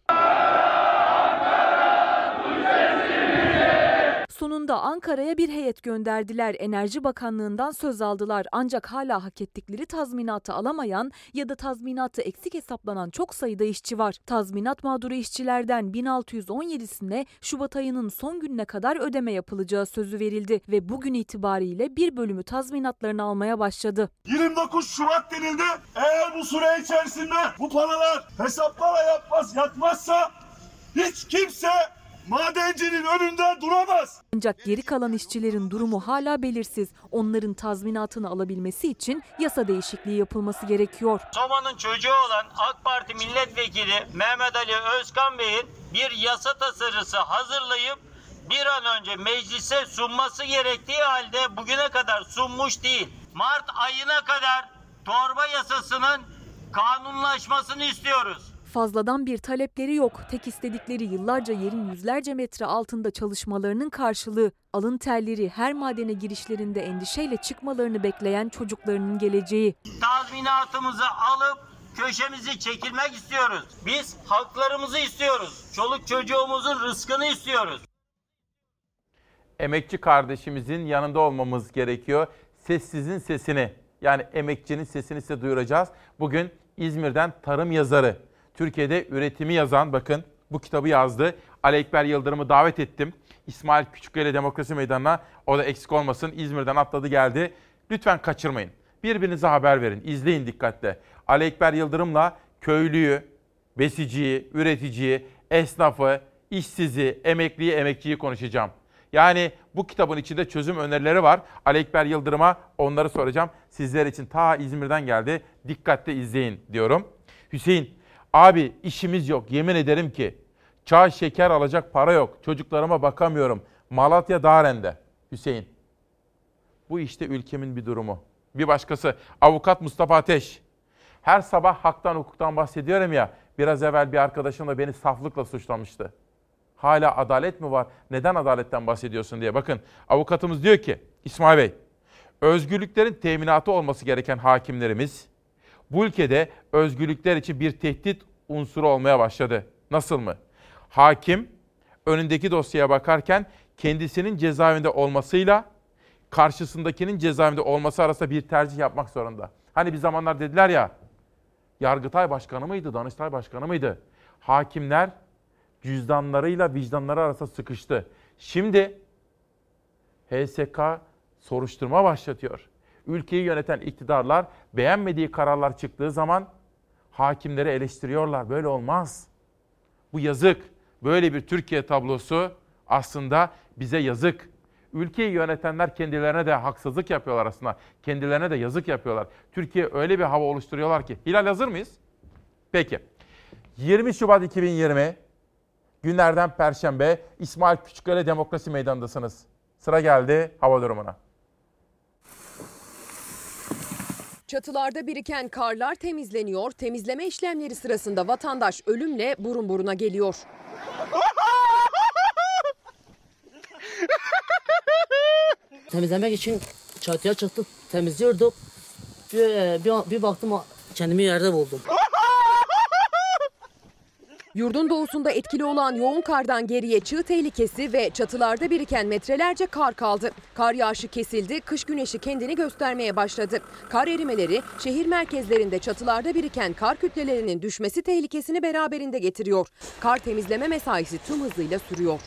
Sonunda Ankara'ya bir heyet gönderdiler. Enerji Bakanlığı'ndan söz aldılar. Ancak hala hak ettikleri tazminatı alamayan ya da tazminatı eksik hesaplanan çok sayıda işçi var. Tazminat mağduru işçilerden bin altı yüz on yedisine Şubat ayının son gününe kadar ödeme yapılacağı sözü verildi ve bugün itibariyle bir bölümü tazminatlarını almaya başladı. yirmi dokuz Şubat denildi. Eğer bu süre içerisinde bu paralar hesaplara yapmaz, yatmazsa hiç kimse madencinin önünde duramaz. Ancak geri kalan işçilerin durumu hala belirsiz. Onların tazminatını alabilmesi için yasa değişikliği yapılması gerekiyor. Soma'nın çocuğu olan AK Parti Milletvekili Mehmet Ali Özkan Bey'in bir yasa tasarısı hazırlayıp bir an önce meclise sunması gerektiği halde bugüne kadar sunmuş değil. Mart ayına kadar torba yasasının kanunlaşmasını istiyoruz. Fazladan bir talepleri yok. Tek istedikleri yıllarca yerin yüzlerce metre altında çalışmalarının karşılığı. Alın terleri her madene girişlerinde endişeyle çıkmalarını bekleyen çocuklarının geleceği. Tazminatımızı alıp köşemizi çekilmek istiyoruz. Biz haklarımızı istiyoruz. Çoluk çocuğumuzun rızkını istiyoruz. Emekçi kardeşimizin yanında olmamız gerekiyor. Sessizin sesini, yani emekçinin sesini size duyuracağız. Bugün İzmir'den tarım yazarı, Türkiye'de üretimi yazan, bakın bu kitabı yazdı. Ali Ekber Yıldırım'ı davet ettim. İsmail Küçükkaya Demokrasi Meydanı'na, o da eksik olmasın, İzmir'den atladı geldi. Lütfen kaçırmayın. Birbirinize haber verin, izleyin dikkatle. Ali Ekber Yıldırım'la köylüyü, besiciyi, üreticiyi, esnafı, işsizi, emekliyi, emekçiyi konuşacağım. Yani bu kitabın içinde çözüm önerileri var. Ali Ekber Yıldırım'a onları soracağım. Sizler için ta İzmir'den geldi. Dikkatle izleyin diyorum. Hüseyin, abi işimiz yok, yemin ederim ki. Çay şeker alacak para yok. Çocuklarıma bakamıyorum. Malatya Daren'de. Hüseyin. Bu işte ülkemin bir durumu. Bir başkası avukat Mustafa Ateş. Her sabah haktan hukuktan bahsediyorum ya. Biraz evvel bir arkadaşım da beni saflıkla suçlamıştı. Hala adalet mi var? Neden adaletten bahsediyorsun diye. Bakın avukatımız diyor ki İsmail Bey, özgürlüklerin teminatı olması gereken hakimlerimiz bu ülkede özgürlükler için bir tehdit unsuru olmaya başladı. Nasıl mı? Hakim önündeki dosyaya bakarken kendisinin cezaevinde olmasıyla karşısındakinin cezaevinde olması arasında bir tercih yapmak zorunda. Hani bir zamanlar dediler ya, Yargıtay Başkanı mıydı, Danıştay Başkanı mıydı? Hakimler cüzdanlarıyla vicdanları arasında sıkıştı. Şimdi H S K soruşturma başlatıyor. Ülkeyi yöneten iktidarlar beğenmediği kararlar çıktığı zaman hakimleri eleştiriyorlar. Böyle olmaz. Bu yazık. Böyle bir Türkiye tablosu aslında bize yazık. Ülkeyi yönetenler kendilerine de haksızlık yapıyorlar aslında. Kendilerine de yazık yapıyorlar. Türkiye öyle bir hava oluşturuyorlar ki. Hilal, hazır mıyız? Peki. yirmi Şubat iki bin yirmi günlerden Perşembe, İsmail Küçükkaya Demokrasi Meydanı'ndasınız. Sıra geldi hava durumuna. Çatılarda biriken karlar temizleniyor. Temizleme işlemleri sırasında vatandaş ölümle burun buruna geliyor. Temizlemek için çatıya çıktık, temizliyorduk. Bir, bir, bir baktım kendimi yerde buldum. Yurdun doğusunda etkili olan yoğun kardan geriye çığ tehlikesi ve çatılarda biriken metrelerce kar kaldı. Kar yağışı kesildi, kış güneşi kendini göstermeye başladı. Kar erimeleri şehir merkezlerinde çatılarda biriken kar kütlelerinin düşmesi tehlikesini beraberinde getiriyor. Kar temizleme mesaisi tüm hızıyla sürüyor.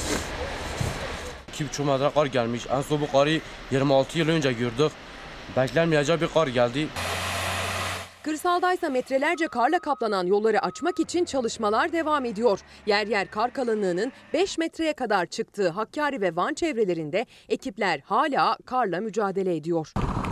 iki buçuk metre kar gelmiş. En son bu karı yirmi altı yıl önce gördük. Beklenmeyecek bir kar geldi. Kırsaldaysa metrelerce karla kaplanan yolları açmak için çalışmalar devam ediyor. Yer yer kar kalınlığının beş metreye kadar çıktığı Hakkari ve Van çevrelerinde ekipler hala karla mücadele ediyor.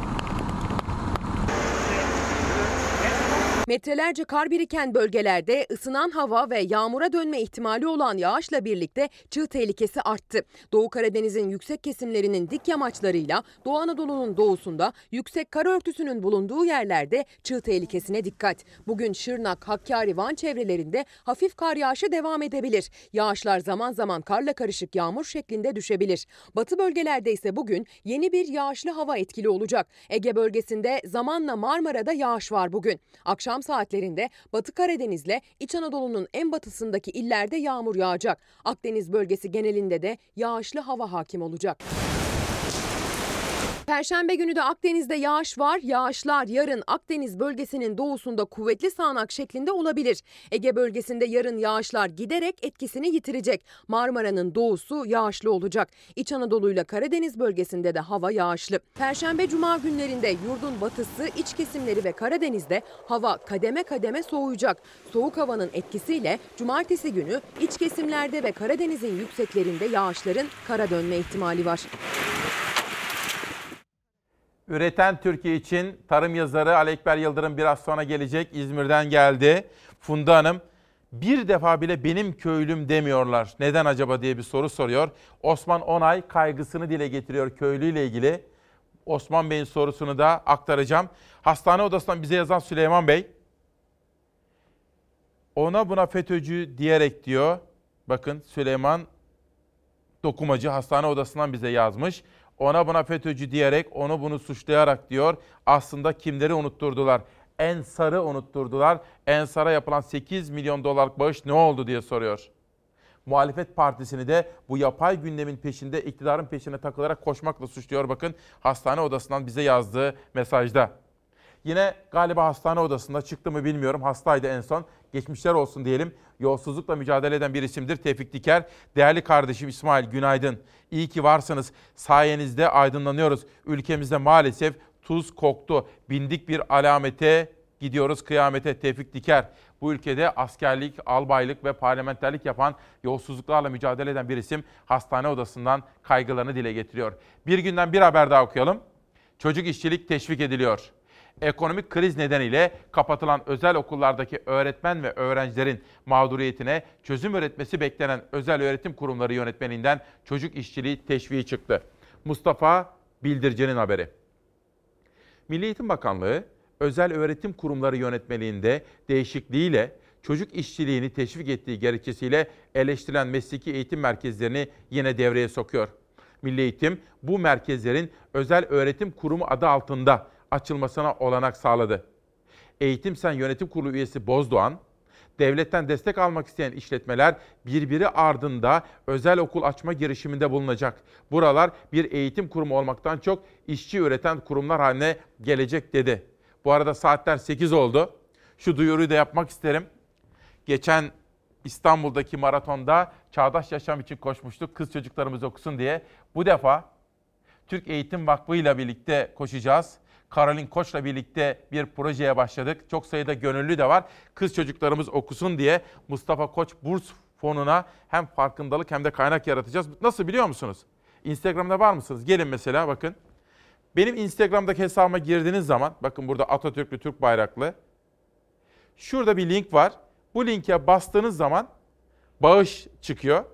Metrelerce kar biriken bölgelerde ısınan hava ve yağmura dönme ihtimali olan yağışla birlikte çığ tehlikesi arttı. Doğu Karadeniz'in yüksek kesimlerinin dik yamaçlarıyla Doğu Anadolu'nun doğusunda yüksek kar örtüsünün bulunduğu yerlerde çığ tehlikesine dikkat. Bugün Şırnak, Hakkari, Van çevrelerinde hafif kar yağışı devam edebilir. Yağışlar zaman zaman karla karışık yağmur şeklinde düşebilir. Batı bölgelerde ise bugün yeni bir yağışlı hava etkili olacak. Ege bölgesinde zamanla Marmara'da yağış var bugün. Akşam saatlerinde Batı Karadeniz'le İç Anadolu'nun en batısındaki illerde yağmur yağacak. Akdeniz bölgesi genelinde de yağışlı hava hakim olacak. Perşembe günü de Akdeniz'de yağış var. Yağışlar yarın Akdeniz bölgesinin doğusunda kuvvetli sağanak şeklinde olabilir. Ege bölgesinde yarın yağışlar giderek etkisini yitirecek. Marmara'nın doğusu yağışlı olacak. İç Anadolu ile Karadeniz bölgesinde de hava yağışlı. Perşembe cuma günlerinde yurdun batısı, iç kesimleri ve Karadeniz'de hava kademe kademe soğuyacak. Soğuk havanın etkisiyle cumartesi günü iç kesimlerde ve Karadeniz'in yükseklerinde yağışların kara dönme ihtimali var. Üreten Türkiye için tarım yazarı Ali Ekber Yıldırım biraz sonra gelecek. İzmir'den geldi. Funda Hanım, bir defa bile benim köylüm demiyorlar. Neden acaba diye bir soru soruyor. Osman Onay kaygısını dile getiriyor köylüyle ilgili. Osman Bey'in sorusunu da aktaracağım. Hastane odasından bize yazan Süleyman Bey, ona buna FETÖ'cü diyerek diyor. Bakın Süleyman Dokumacı hastane odasından bize yazmış. Ona buna FETÖ'cü diyerek, onu bunu suçlayarak diyor. Aslında kimleri unutturdular? Ensar'ı unutturdular. Ensar'a yapılan sekiz milyon dolarlık bağış ne oldu diye soruyor. Muhalefet partisini de bu yapay gündemin peşinde, iktidarın peşine takılarak koşmakla suçluyor. Bakın hastane odasından bize yazdığı mesajda. Yine galiba hastane odasında çıktı mı bilmiyorum. Hastaydı en son. Geçmişler olsun diyelim. Yolsuzlukla mücadele eden bir isimdir Tevfik Diker. Değerli kardeşim İsmail günaydın. İyi ki varsınız. Sayenizde aydınlanıyoruz. Ülkemizde maalesef tuz koktu. Bindik bir alamete gidiyoruz kıyamete. Tevfik Diker. Bu ülkede askerlik, albaylık ve parlamenterlik yapan, yolsuzluklarla mücadele eden bir isim hastane odasından kaygılarını dile getiriyor. Bir günden bir haber daha okuyalım. Çocuk işçilik teşvik ediliyor. Ekonomik kriz nedeniyle kapatılan özel okullardaki öğretmen ve öğrencilerin mağduriyetine çözüm üretmesi beklenen özel öğretim kurumları yönetmeliğinden çocuk işçiliği teşviği çıktı. Mustafa Bildirici'nin haberi. Milli Eğitim Bakanlığı, özel öğretim kurumları yönetmeliğinde değişikliğiyle çocuk işçiliğini teşvik ettiği gerekçesiyle eleştirilen mesleki eğitim merkezlerini yine devreye sokuyor. Milli Eğitim, bu merkezlerin özel öğretim kurumu adı altında açılmasına olanak sağladı. Eğitim Sen Yönetim Kurulu üyesi Bozdoğan, devletten destek almak isteyen işletmeler birbiri ardında özel okul açma girişiminde bulunacak. Buralar bir eğitim kurumu olmaktan çok işçi üreten kurumlar haline gelecek dedi. Bu arada saatler sekiz oldu. Şu duyuruyu da yapmak isterim. Geçen İstanbul'daki maratonda çağdaş yaşam için koşmuştuk. Kız çocuklarımız okusun diye. Bu defa Türk Eğitim Vakfı ile birlikte koşacağız. Karolin Koç'la birlikte bir projeye başladık. Çok sayıda gönüllü de var. Kız çocuklarımız okusun diye Mustafa Koç Burs Fonu'na hem farkındalık hem de kaynak yaratacağız. Nasıl biliyor musunuz? Instagram'da var mısınız? Gelin mesela bakın. Benim Instagram'daki hesabıma girdiğiniz zaman, bakın burada Atatürk'lü, Türk bayraklı. Şurada bir link var. Bu linke bastığınız zaman bağış çıkıyor.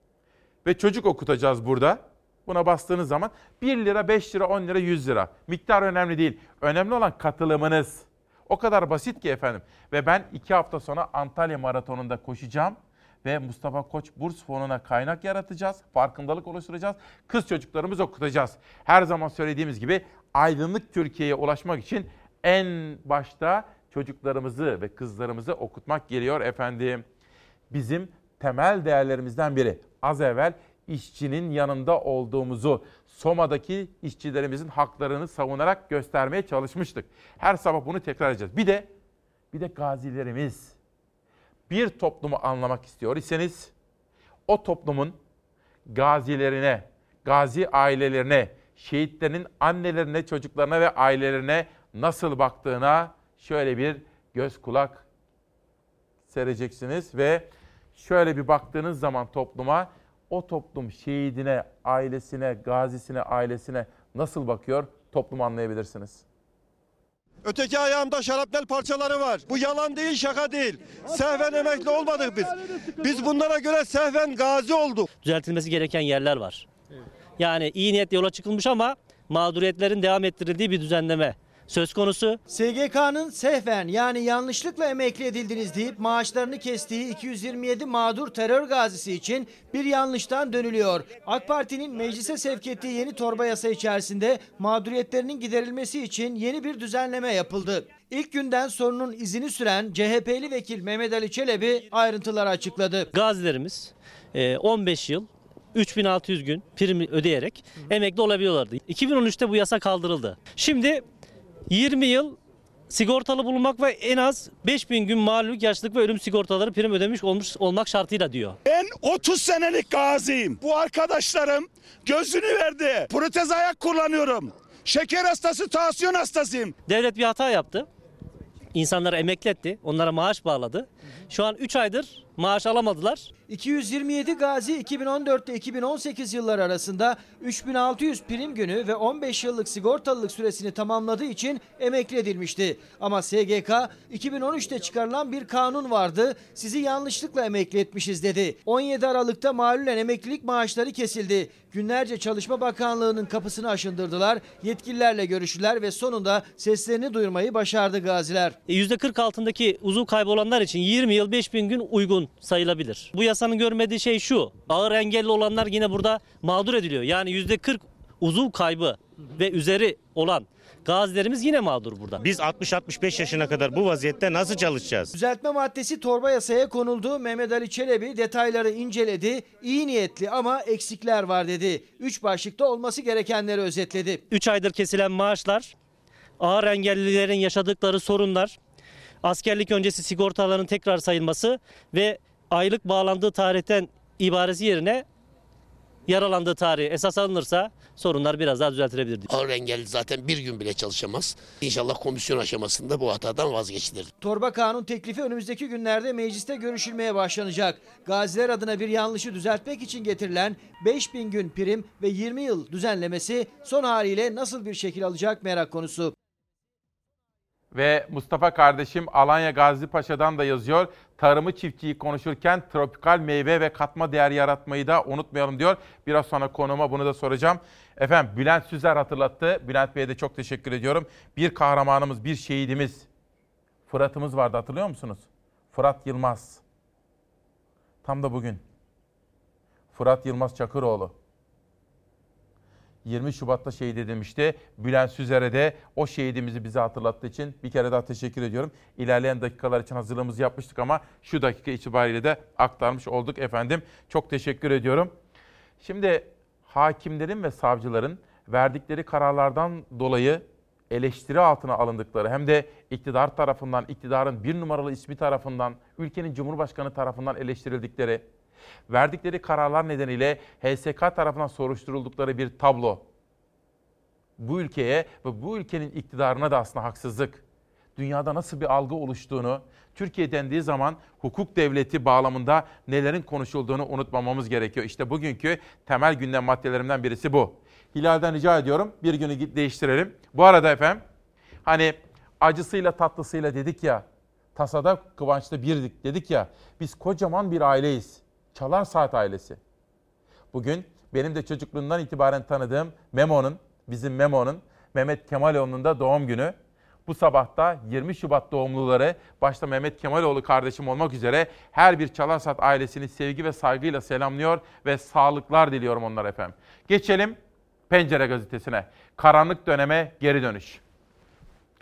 Ve çocuk okutacağız burada. Buna bastığınız zaman bir lira, beş lira, on lira, yüz lira. Miktar önemli değil. Önemli olan katılımınız. O kadar basit ki efendim. Ve ben iki hafta sonra Antalya Maratonu'nda koşacağım. Ve Mustafa Koç Burs Fonu'na kaynak yaratacağız. Farkındalık oluşturacağız. Kız çocuklarımızı okutacağız. Her zaman söylediğimiz gibi aydınlık Türkiye'ye ulaşmak için En başta çocuklarımızı ve kızlarımızı okutmak geliyor efendim. Bizim temel değerlerimizden biri. Az evvel işçinin yanında olduğumuzu, Soma'daki işçilerimizin haklarını savunarak göstermeye çalışmıştık. Her sabah bunu tekrar edeceğiz. Bir de bir de gazilerimiz. Bir toplumu anlamak istiyor iseniz o toplumun gazilerine, gazi ailelerine, şehitlerin annelerine, çocuklarına ve ailelerine nasıl baktığına şöyle bir göz kulak sereceksiniz ve şöyle bir baktığınız zaman topluma, o toplum şehidine, ailesine, gazisine, ailesine nasıl bakıyor, toplumu anlayabilirsiniz. Öteki ayağımda şarapnel parçaları var. Bu yalan değil, şaka değil. Sehven emekli olmadık biz. Biz bunlara göre sehven gazi olduk. Düzeltilmesi gereken yerler var. Yani iyi niyetle yola çıkılmış ama mağduriyetlerin devam ettirildiği bir düzenleme söz konusu. S G K'nın sehven yani yanlışlıkla emekli edildiniz deyip maaşlarını kestiği iki yüz yirmi yedi mağdur terör gazisi için bir yanlıştan dönülüyor. AK Parti'nin meclise sevk ettiği yeni torba yasa içerisinde mağduriyetlerinin giderilmesi için yeni bir düzenleme yapıldı. İlk günden sorunun izini süren C H P'li vekil Mehmet Ali Çelebi ayrıntıları açıkladı. Gazilerimiz on beş yıl üç bin altı yüz gün prim ödeyerek emekli olabiliyorlardı. iki bin on üçte bu yasa kaldırıldı. Şimdi yirmi yıl sigortalı bulunmak ve en az beş bin gün mağlup yaşlılık ve ölüm sigortaları prim ödemiş olmuş olmak şartıyla diyor. Ben otuz senelik gaziyim. Bu arkadaşlarım gözünü verdi. Protez ayak kullanıyorum. Şeker hastası, tansiyon hastasıyım. Devlet bir hata yaptı. İnsanları emekli etti. Onlara maaş bağladı. Şu an üç aydır maaş alamadılar. iki yüz yirmi yedi gazi iki bin on dört ile iki bin on sekiz yılları arasında üç bin altı yüz prim günü ve on beş yıllık sigortalılık süresini tamamladığı için emekli edilmişti. Ama S G K iki bin on üçte çıkarılan bir kanun vardı. Sizi yanlışlıkla emekli etmişiz dedi. on yedi Aralık'ta malulen emeklilik maaşları kesildi. Günlerce Çalışma Bakanlığı'nın kapısını aşındırdılar. Yetkililerle görüştüler ve sonunda seslerini duyurmayı başardı gaziler. yüzde kırk altındaki uzuv kaybı olanlar için yirmi yıl beş bin gün uygun sayılabilir. Bu yasanın görmediği şey şu: ağır engelli olanlar yine burada mağdur ediliyor. Yani yüzde kırk uzuv kaybı ve üzeri olan gazilerimiz yine mağdur burada. Biz altmış altmış beş yaşına kadar bu vaziyette nasıl çalışacağız? Düzeltme maddesi torba yasaya konuldu. Mehmet Ali Çelebi detayları inceledi. İyi niyetli ama eksikler var dedi. Üç başlıkta olması gerekenleri özetledi. üç aydır kesilen maaşlar, ağır engellilerin yaşadıkları sorunlar, askerlik öncesi sigortaların tekrar sayılması ve aylık bağlandığı tarihten ibaresi yerine yaralandığı tarih esas alınırsa sorunlar biraz daha düzeltilebilir. Ağır engelli zaten bir gün bile çalışamaz. İnşallah komisyon aşamasında bu hatadan vazgeçilir. Torba kanun teklifi önümüzdeki günlerde mecliste görüşülmeye başlanacak. Gaziler adına bir yanlışı düzeltmek için getirilen beş bin gün prim ve yirmi yıl düzenlemesi son haliyle nasıl bir şekil alacak merak konusu. Ve Mustafa kardeşim Alanya Gazipaşa'dan da yazıyor. Tarımı, çiftçiyi konuşurken tropikal meyve ve katma değer yaratmayı da unutmayalım diyor. Biraz sonra konuğuma bunu da soracağım. Efendim Bülent Süzer hatırlattı. Bülent Bey'e de çok teşekkür ediyorum. Bir kahramanımız, bir şehidimiz, Fırat'ımız vardı, hatırlıyor musunuz? Fırat Yılmaz. Tam da bugün. Fırat Yılmaz Çakıroğlu. yirmi Şubat'ta şehit edilmişti. Bülent Süzer'e de o şehidimizi bize hatırlattığı için bir kere daha teşekkür ediyorum. İlerleyen dakikalar için hazırlığımızı yapmıştık ama şu dakika itibariyle de aktarmış olduk efendim. Çok teşekkür ediyorum. Şimdi hakimlerin ve savcıların verdikleri kararlardan dolayı eleştiri altına alındıkları hem de iktidar tarafından, iktidarın bir numaralı ismi tarafından, ülkenin Cumhurbaşkanı tarafından eleştirildikleri, verdikleri kararlar nedeniyle H S K tarafından soruşturuldukları bir tablo. Bu ülkeye ve bu ülkenin iktidarına da aslında haksızlık. Dünyada nasıl bir algı oluştuğunu, Türkiye dendiği zaman hukuk devleti bağlamında nelerin konuşulduğunu unutmamamız gerekiyor. İşte bugünkü temel gündem maddelerimden birisi bu. Hilal'den rica ediyorum bir günü değiştirelim. Bu arada efendim hani acısıyla tatlısıyla dedik ya, tasada kıvançta birdik dedik ya, biz kocaman bir aileyiz. Çalar Saat ailesi. Bugün benim de çocukluğundan itibaren tanıdığım Memo'nun, bizim Memo'nun, Mehmet Kemaloğlu'nun da doğum günü. Bu sabahta yirmi Şubat doğumluları, başta Mehmet Kemaloğlu kardeşim olmak üzere her bir Çalar Saat ailesini sevgi ve saygıyla selamlıyor ve sağlıklar diliyorum onlara efendim. Geçelim Pencere gazetesine. Karanlık döneme geri dönüş.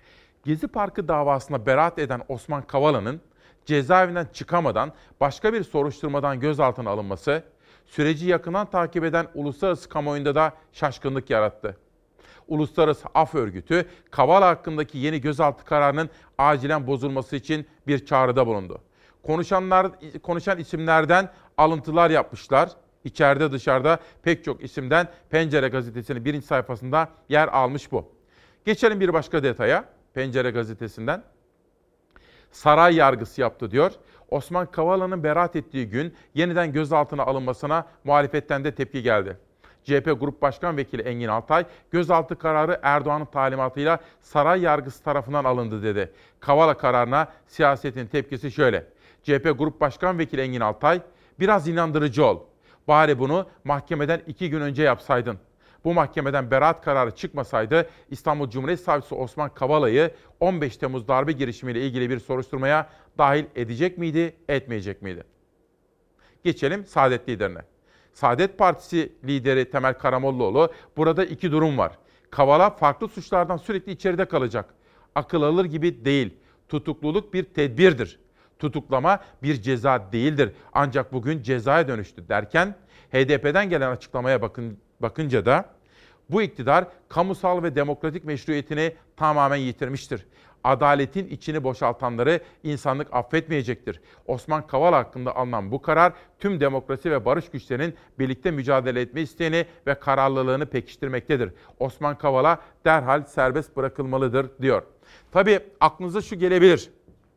Gezi Parkı davasına beraat eden Osman Kavala'nın cezaevinden çıkamadan başka bir soruşturmadan gözaltına alınması, süreci yakından takip eden uluslararası kamuoyunda da şaşkınlık yarattı. Uluslararası Af Örgütü, Kavala hakkındaki yeni gözaltı kararının acilen bozulması için bir çağrıda bulundu. Konuşanlar, konuşan isimlerden alıntılar yapmışlar. İçeride dışarıda pek çok isimden Pencere Gazetesi'nin birinci sayfasında yer almış bu. Geçelim bir başka detaya. Pencere Gazetesi'nden. Saray yargısı yaptı diyor. Osman Kavala'nın beraat ettiği gün yeniden gözaltına alınmasına muhalefetten de tepki geldi. C H P Grup Başkan Vekili Engin Altay, gözaltı kararı Erdoğan'ın talimatıyla saray yargısı tarafından alındı dedi. Kavala kararına siyasetin tepkisi şöyle. C H P Grup Başkan Vekili Engin Altay, biraz inandırıcı ol. Bari bunu mahkemeden iki gün önce yapsaydın. Bu mahkemeden beraat kararı çıkmasaydı İstanbul Cumhuriyet Savcısı Osman Kavala'yı on beş Temmuz darbe girişimiyle ilgili bir soruşturmaya dahil edecek miydi, etmeyecek miydi? Geçelim Saadet liderine. Saadet Partisi lideri Temel Karamollaoğlu, burada iki durum var. Kavala farklı suçlardan sürekli içeride kalacak. Akıl alır gibi değil. Tutukluluk bir tedbirdir. Tutuklama bir ceza değildir. Ancak bugün cezaya dönüştü derken H D P'den gelen açıklamaya bakın, bakınca da bu iktidar kamusal ve demokratik meşruiyetini tamamen yitirmiştir. Adaletin içini boşaltanları insanlık affetmeyecektir. Osman Kavala hakkında alınan bu karar tüm demokrasi ve barış güçlerinin birlikte mücadele etme isteğini ve kararlılığını pekiştirmektedir. Osman Kavala derhal serbest bırakılmalıdır diyor. Tabii aklınıza şu gelebilir.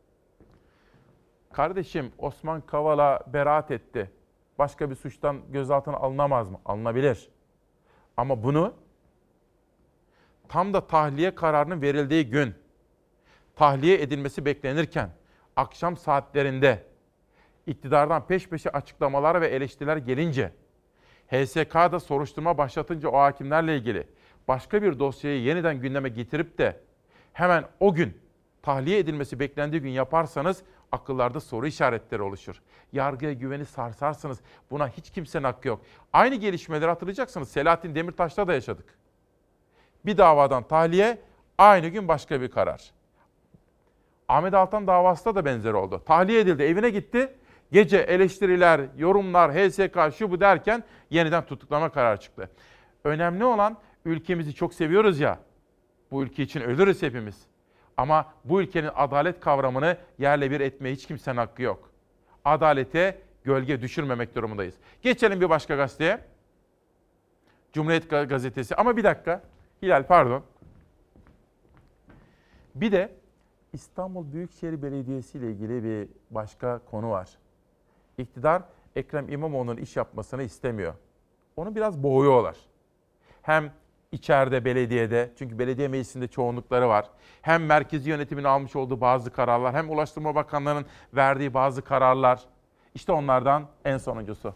Kardeşim Osman Kavala beraat etti. Başka bir suçtan gözaltına alınamaz mı? Alınabilir. Ama bunu tam da tahliye kararının verildiği gün, tahliye edilmesi beklenirken, akşam saatlerinde iktidardan peş peşe açıklamalar ve eleştiriler gelince, H S K'da soruşturma başlatınca o hakimlerle ilgili başka bir dosyayı yeniden gündeme getirip de hemen o gün tahliye edilmesi beklendiği gün yaparsanız akıllarda soru işaretleri oluşur. Yargıya güveni sarsarsınız. Buna hiç kimsenin hakkı yok. Aynı gelişmeleri hatırlayacaksınız. Selahattin Demirtaş'ta da yaşadık. Bir davadan tahliye, aynı gün başka bir karar. Ahmet Altan davasında da benzer oldu. Tahliye edildi, evine gitti. Gece eleştiriler, yorumlar, H S K şu bu derken yeniden tutuklama kararı çıktı. Önemli olan ülkemizi çok seviyoruz ya. Bu ülke için ölürüz hepimiz. Ama bu ülkenin adalet kavramını yerle bir etmeye hiç kimsenin hakkı yok. Adalete gölge düşürmemek durumundayız. Geçelim bir başka gazeteye. Cumhuriyet Gazetesi. Ama bir dakika. Hilal pardon. Bir de İstanbul Büyükşehir Belediyesi ile ilgili bir başka konu var. İktidar Ekrem İmamoğlu'nun iş yapmasını istemiyor. Onu biraz boğuyorlar. Hem içeride belediyede, çünkü belediye meclisinde çoğunlukları var. Hem merkezi yönetimin almış olduğu bazı kararlar, hem Ulaştırma Bakanlığı'nın verdiği bazı kararlar. İşte onlardan en sonuncusu.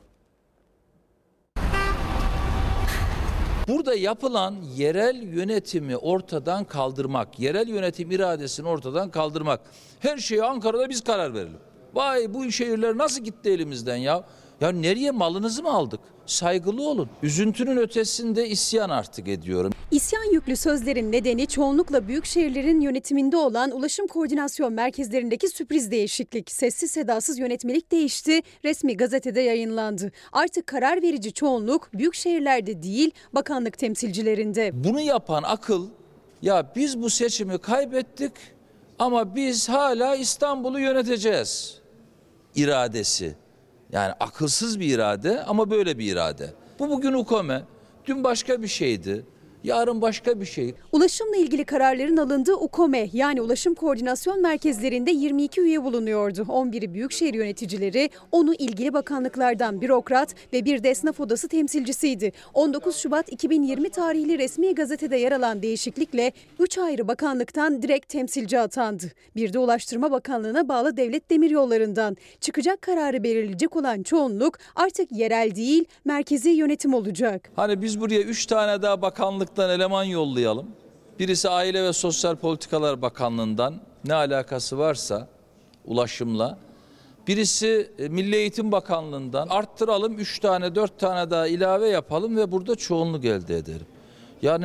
Burada yapılan yerel yönetimi ortadan kaldırmak, yerel yönetim iradesini ortadan kaldırmak. Her şeye Ankara'da biz karar verelim. Vay bu şehirler nasıl gitti elimizden ya? Ya nereye, malınızı mı aldık? Saygılı olun. Üzüntünün ötesinde isyan artık ediyorum. İsyan yüklü sözlerin nedeni çoğunlukla büyük şehirlerin yönetiminde olan ulaşım koordinasyon merkezlerindeki sürpriz değişiklik. Sessiz sedasız yönetmelik değişti, resmi gazetede yayınlandı. Artık karar verici çoğunluk büyük şehirlerde değil, bakanlık temsilcilerinde. Bunu yapan akıl, ya biz bu seçimi kaybettik ama biz hala İstanbul'u yöneteceğiz iradesi. Yani akılsız bir irade ama böyle bir irade. Bu bugün UKOME, dün başka bir şeydi, yarın başka bir şey. Ulaşımla ilgili kararların alındığı UKOME yani Ulaşım Koordinasyon Merkezlerinde yirmi iki üye bulunuyordu. on biri büyükşehir yöneticileri, onu ilgili bakanlıklardan bürokrat ve bir de esnaf odası temsilcisiydi. on dokuz Şubat iki bin yirmi tarihli resmi gazetede yer alan değişiklikle üç ayrı bakanlıktan direkt temsilci atandı. Bir de Ulaştırma Bakanlığı'na bağlı Devlet Demiryolları'ndan. Çıkacak kararı belirleyecek olan çoğunluk artık yerel değil, merkezi yönetim olacak. Hani biz buraya üç tane daha bakanlık eleman yollayalım. Birisi Aile ve Sosyal Politikalar Bakanlığı'ndan, ne alakası varsa ulaşımla. Birisi Milli Eğitim Bakanlığı'ndan, arttıralım, üç tane dört tane daha ilave yapalım ve burada çoğunluk elde edelim. Yani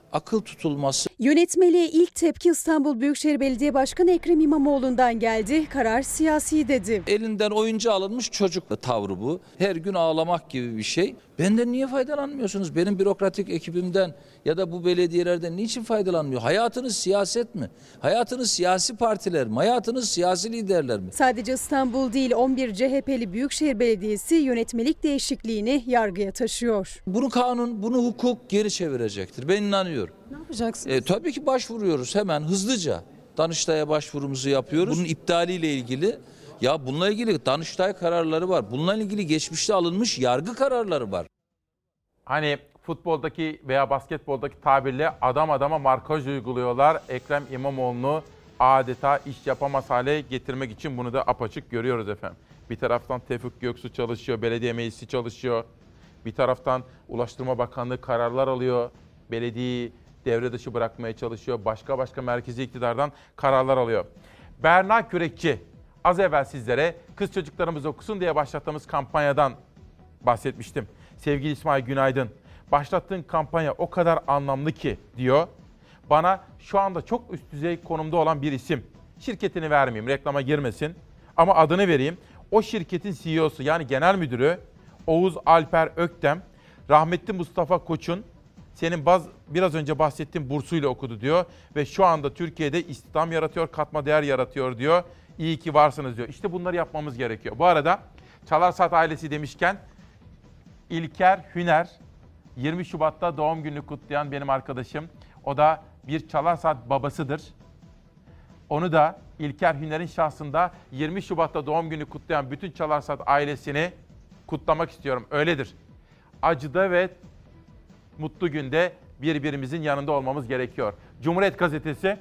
akıl tutulması. Yönetmeliğe ilk tepki İstanbul Büyükşehir Belediye Başkanı Ekrem İmamoğlu'ndan geldi. Karar siyasi dedi. Elinden oyuncu alınmış çocuk tavrı bu. Her gün ağlamak gibi bir şey. Benden niye faydalanmıyorsunuz? Benim bürokratik ekibimden ya da bu belediyelerden niçin faydalanmıyor? Hayatınız siyaset mi? Hayatınız siyasi partiler mi? Hayatınız siyasi liderler mi? Sadece İstanbul değil, on bir C H P'li Büyükşehir Belediyesi yönetmelik değişikliğini yargıya taşıyor. Bunu kanun, bunu hukuk geri çevirecektir. Ben inanıyorum. Ne yapacaksınız? E, tabii ki başvuruyoruz hemen hızlıca. Danıştay'a başvurumuzu yapıyoruz. Bunun iptaliyle ilgili, ya bununla ilgili Danıştay kararları var. Bununla ilgili geçmişte alınmış yargı kararları var. Hani futboldaki veya basketboldaki tabirle adam adama markaj uyguluyorlar. Ekrem İmamoğlu'nu adeta iş yapamaz hale getirmek için bunu da apaçık görüyoruz efendim. Bir taraftan Tevfik Göksu çalışıyor, belediye meclisi çalışıyor. Bir taraftan Ulaştırma Bakanlığı kararlar alıyor. Belediyeyi devre dışı bırakmaya çalışıyor. Başka başka merkezi iktidardan kararlar alıyor. Berna Kürekçi, az evvel sizlere kız çocuklarımız okusun diye başlattığımız kampanyadan bahsetmiştim. Sevgili İsmail günaydın. Başlattığın kampanya o kadar anlamlı ki diyor. Bana şu anda çok üst düzey konumda olan bir isim. Şirketini vermeyeyim, reklama girmesin. Ama adını vereyim. O şirketin C E O'su yani genel müdürü Oğuz Alper Öktem, rahmetli Mustafa Koç'un senin baz, biraz önce bahsettiğim bursuyla okudu diyor. Ve şu anda Türkiye'de istihdam yaratıyor, katma değer yaratıyor diyor. İyi ki varsınız diyor. İşte bunları yapmamız gerekiyor. Bu arada Çalarsat ailesi demişken İlker Hüner, yirmi Şubat'ta doğum gününü kutlayan benim arkadaşım. O da bir Çalarsat babasıdır. Onu da İlker Hüner'in şahsında yirmi Şubat'ta doğum günü kutlayan bütün Çalarsat ailesini kutlamak istiyorum. Öyledir. Acıda ve mutlu günde birbirimizin yanında olmamız gerekiyor. Cumhuriyet Gazetesi,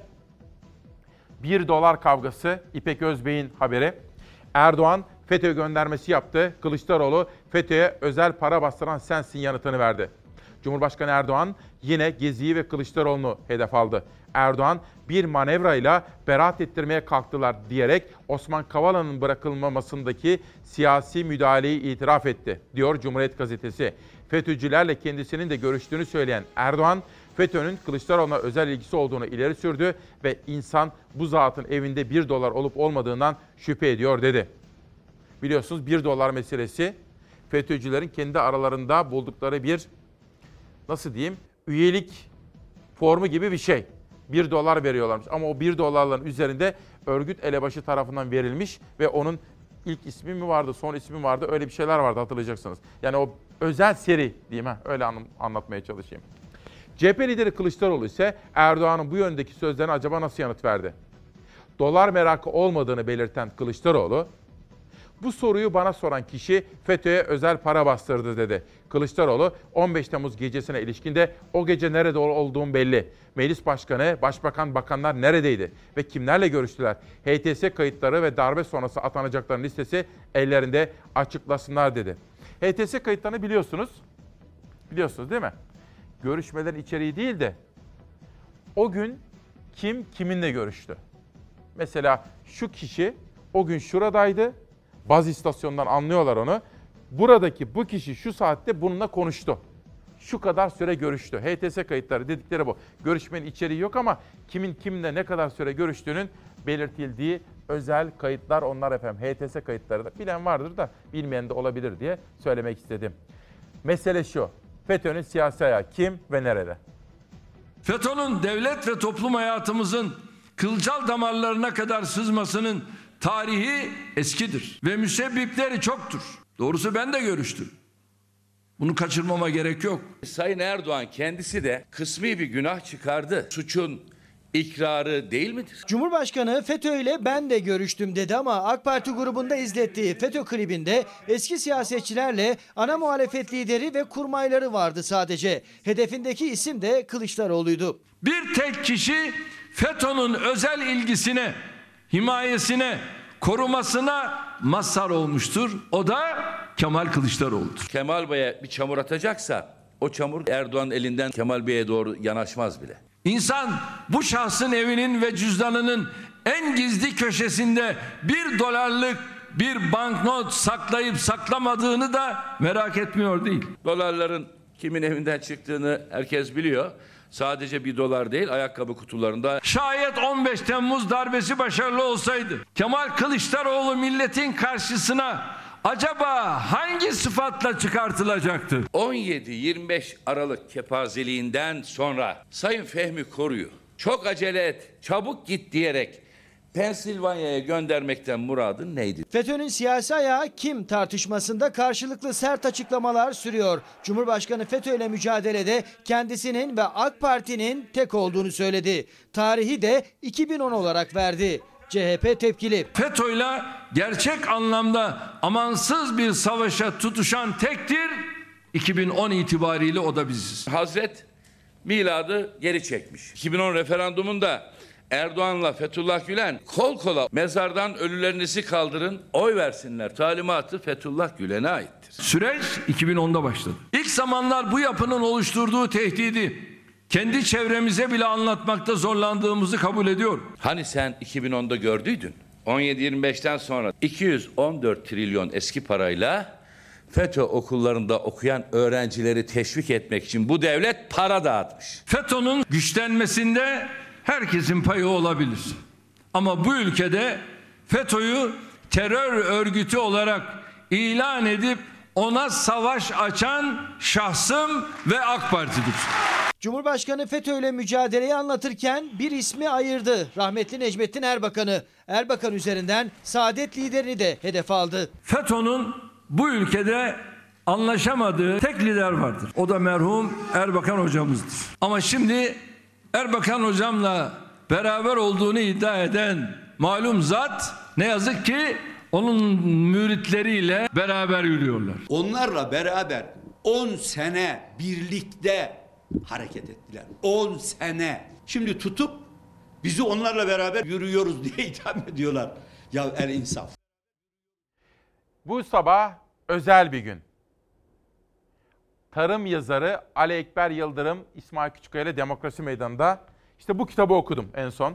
bir dolar kavgası, İpek Özbey'in haberi. Erdoğan FETÖ göndermesi yaptı. Kılıçdaroğlu FETÖ'ye özel para bastıran sensin yanıtını verdi. Cumhurbaşkanı Erdoğan yine Gezi'yi ve Kılıçdaroğlu'nu hedef aldı. Erdoğan bir manevrayla beraat ettirmeye kalktılar diyerek Osman Kavala'nın bırakılmamasındaki siyasi müdahaleyi itiraf etti, diyor Cumhuriyet Gazetesi. FETÖ'cülerle kendisinin de görüştüğünü söyleyen Erdoğan, FETÖ'nün Kılıçdaroğlu'na özel ilgisi olduğunu ileri sürdü ve insan bu zatın evinde bir dolar olup olmadığından şüphe ediyor dedi. Biliyorsunuz bir dolar meselesi FETÖ'cülerin kendi aralarında buldukları bir, nasıl diyeyim, üyelik formu gibi bir şey. Bir dolar veriyorlarmış ama o bir dolarların üzerinde örgüt elebaşı tarafından verilmiş ve onun ilk ismi mi vardı, son ismi mi vardı, öyle bir şeyler vardı hatırlayacaksınız. Yani o özel seri diyeyim, ha, öyle anlatmaya çalışayım. C H P lideri Kılıçdaroğlu ise Erdoğan'ın bu yöndeki sözlerine acaba nasıl yanıt verdi? Dolar merakı olmadığını belirten Kılıçdaroğlu, bu soruyu bana soran kişi FETÖ'ye özel para bastırdı dedi. Kılıçdaroğlu on beş Temmuz gecesine ilişkinde o gece nerede olduğum belli. Meclis Başkanı, Başbakan, bakanlar neredeydi ve kimlerle görüştüler? H T S kayıtları ve darbe sonrası atanacakların listesi ellerinde, açıklasınlar dedi. H T S kayıtlarını biliyorsunuz. Biliyorsunuz değil mi? Görüşmelerin içeriği değil de o gün kim kiminle görüştü? Mesela şu kişi o gün şuradaydı. Baz istasyonundan anlıyorlar onu. Buradaki bu kişi şu saatte bununla konuştu. Şu kadar süre görüştü. H T S kayıtları dedikleri bu. Görüşmenin içeriği yok ama kimin kimle ne kadar süre görüştüğünün belirtildiği özel kayıtlar onlar efendim. H T S kayıtları da bilen vardır da bilmeyen de olabilir diye söylemek istedim. Mesele şu. FETÖ'nün siyasi ayağı kim ve nerede? FETÖ'nün devlet ve toplum hayatımızın kılcal damarlarına kadar sızmasının tarihi eskidir ve müsebbipleri çoktur. Doğrusu ben de görüştüm. Bunu kaçırmama gerek yok. Sayın Erdoğan kendisi de kısmi bir günah çıkardı. Suçun ikrarı değil midir? Cumhurbaşkanı FETÖ ile ben de görüştüm dedi ama AK Parti grubunda izlettiği FETÖ klibinde eski siyasetçilerle ana muhalefet lideri ve kurmayları vardı sadece. Hedefindeki isim de Kılıçdaroğlu'ydu. Bir tek kişi FETÖ'nün özel ilgisine, himayesine, korumasına mazhar olmuştur. O da Kemal Kılıçdaroğlu'dur. Kemal Bey'e bir çamur atacaksa o çamur Erdoğan elinden Kemal Bey'e doğru yanaşmaz bile. İnsan bu şahsın evinin ve cüzdanının en gizli köşesinde bir dolarlık bir banknot saklayıp saklamadığını da merak etmiyor değil. Dolarların kimin evinden çıktığını herkes biliyor. Sadece bir dolar değil, ayakkabı kutularında. Şayet on beş Temmuz darbesi başarılı olsaydı, Kemal Kılıçdaroğlu milletin karşısına acaba hangi sıfatla çıkartılacaktı? on yedi yirmi beş Aralık kepazeliğinden sonra Sayın Fehmi Koru'yu çok acele et, çabuk git diyerek Pensilvanya'ya göndermekten muradın neydi? FETÖ'nün siyasi ayağı kim tartışmasında karşılıklı sert açıklamalar sürüyor. Cumhurbaşkanı FETÖ ile mücadelede kendisinin ve AK Parti'nin tek olduğunu söyledi. Tarihi de iki bin on olarak verdi. C H P tepkili. FETÖ'yle gerçek anlamda amansız bir savaşa tutuşan tektir. iki bin on itibariyle o da biziz. Hazret miladı geri çekmiş. iki bin on referandumunda Erdoğan'la Fethullah Gülen kol kola mezardan ölülerinizi kaldırın, oy versinler talimatı Fethullah Gülen'e aittir. Süreç iki bin onda başladı. İlk zamanlar bu yapının oluşturduğu tehdidi kendi çevremize bile anlatmakta zorlandığımızı kabul ediyorum. Hani sen iki bin onda gördüydün? on yedi yirmi beşten sonra iki yüz on dört trilyon eski parayla FETÖ okullarında okuyan öğrencileri teşvik etmek için bu devlet para dağıtmış. FETÖ'nün güçlenmesinde herkesin payı olabilir. Ama bu ülkede FETÖ'yü terör örgütü olarak ilan edip ona savaş açan şahsım ve AK Parti'dir. Cumhurbaşkanı FETÖ ile mücadeleyi anlatırken bir ismi ayırdı. Rahmetli Necmettin Erbakan'ı. Erbakan üzerinden Saadet liderini de hedef aldı. FETÖ'nün bu ülkede anlaşamadığı tek lider vardır. O da merhum Erbakan hocamızdır. Ama şimdi Erbakan hocamla beraber olduğunu iddia eden malum zat ne yazık ki onun müritleriyle beraber yürüyorlar. Onlarla beraber on sene birlikte hareket ettiler. on sene. Şimdi tutup bizi onlarla beraber yürüyoruz diye itham ediyorlar. Ya el insaf. Bu sabah özel bir gün. Tarım yazarı Ali Ekber Yıldırım, İsmail Küçükkaya ile Demokrasi Meydanı'nda işte bu kitabı okudum en son.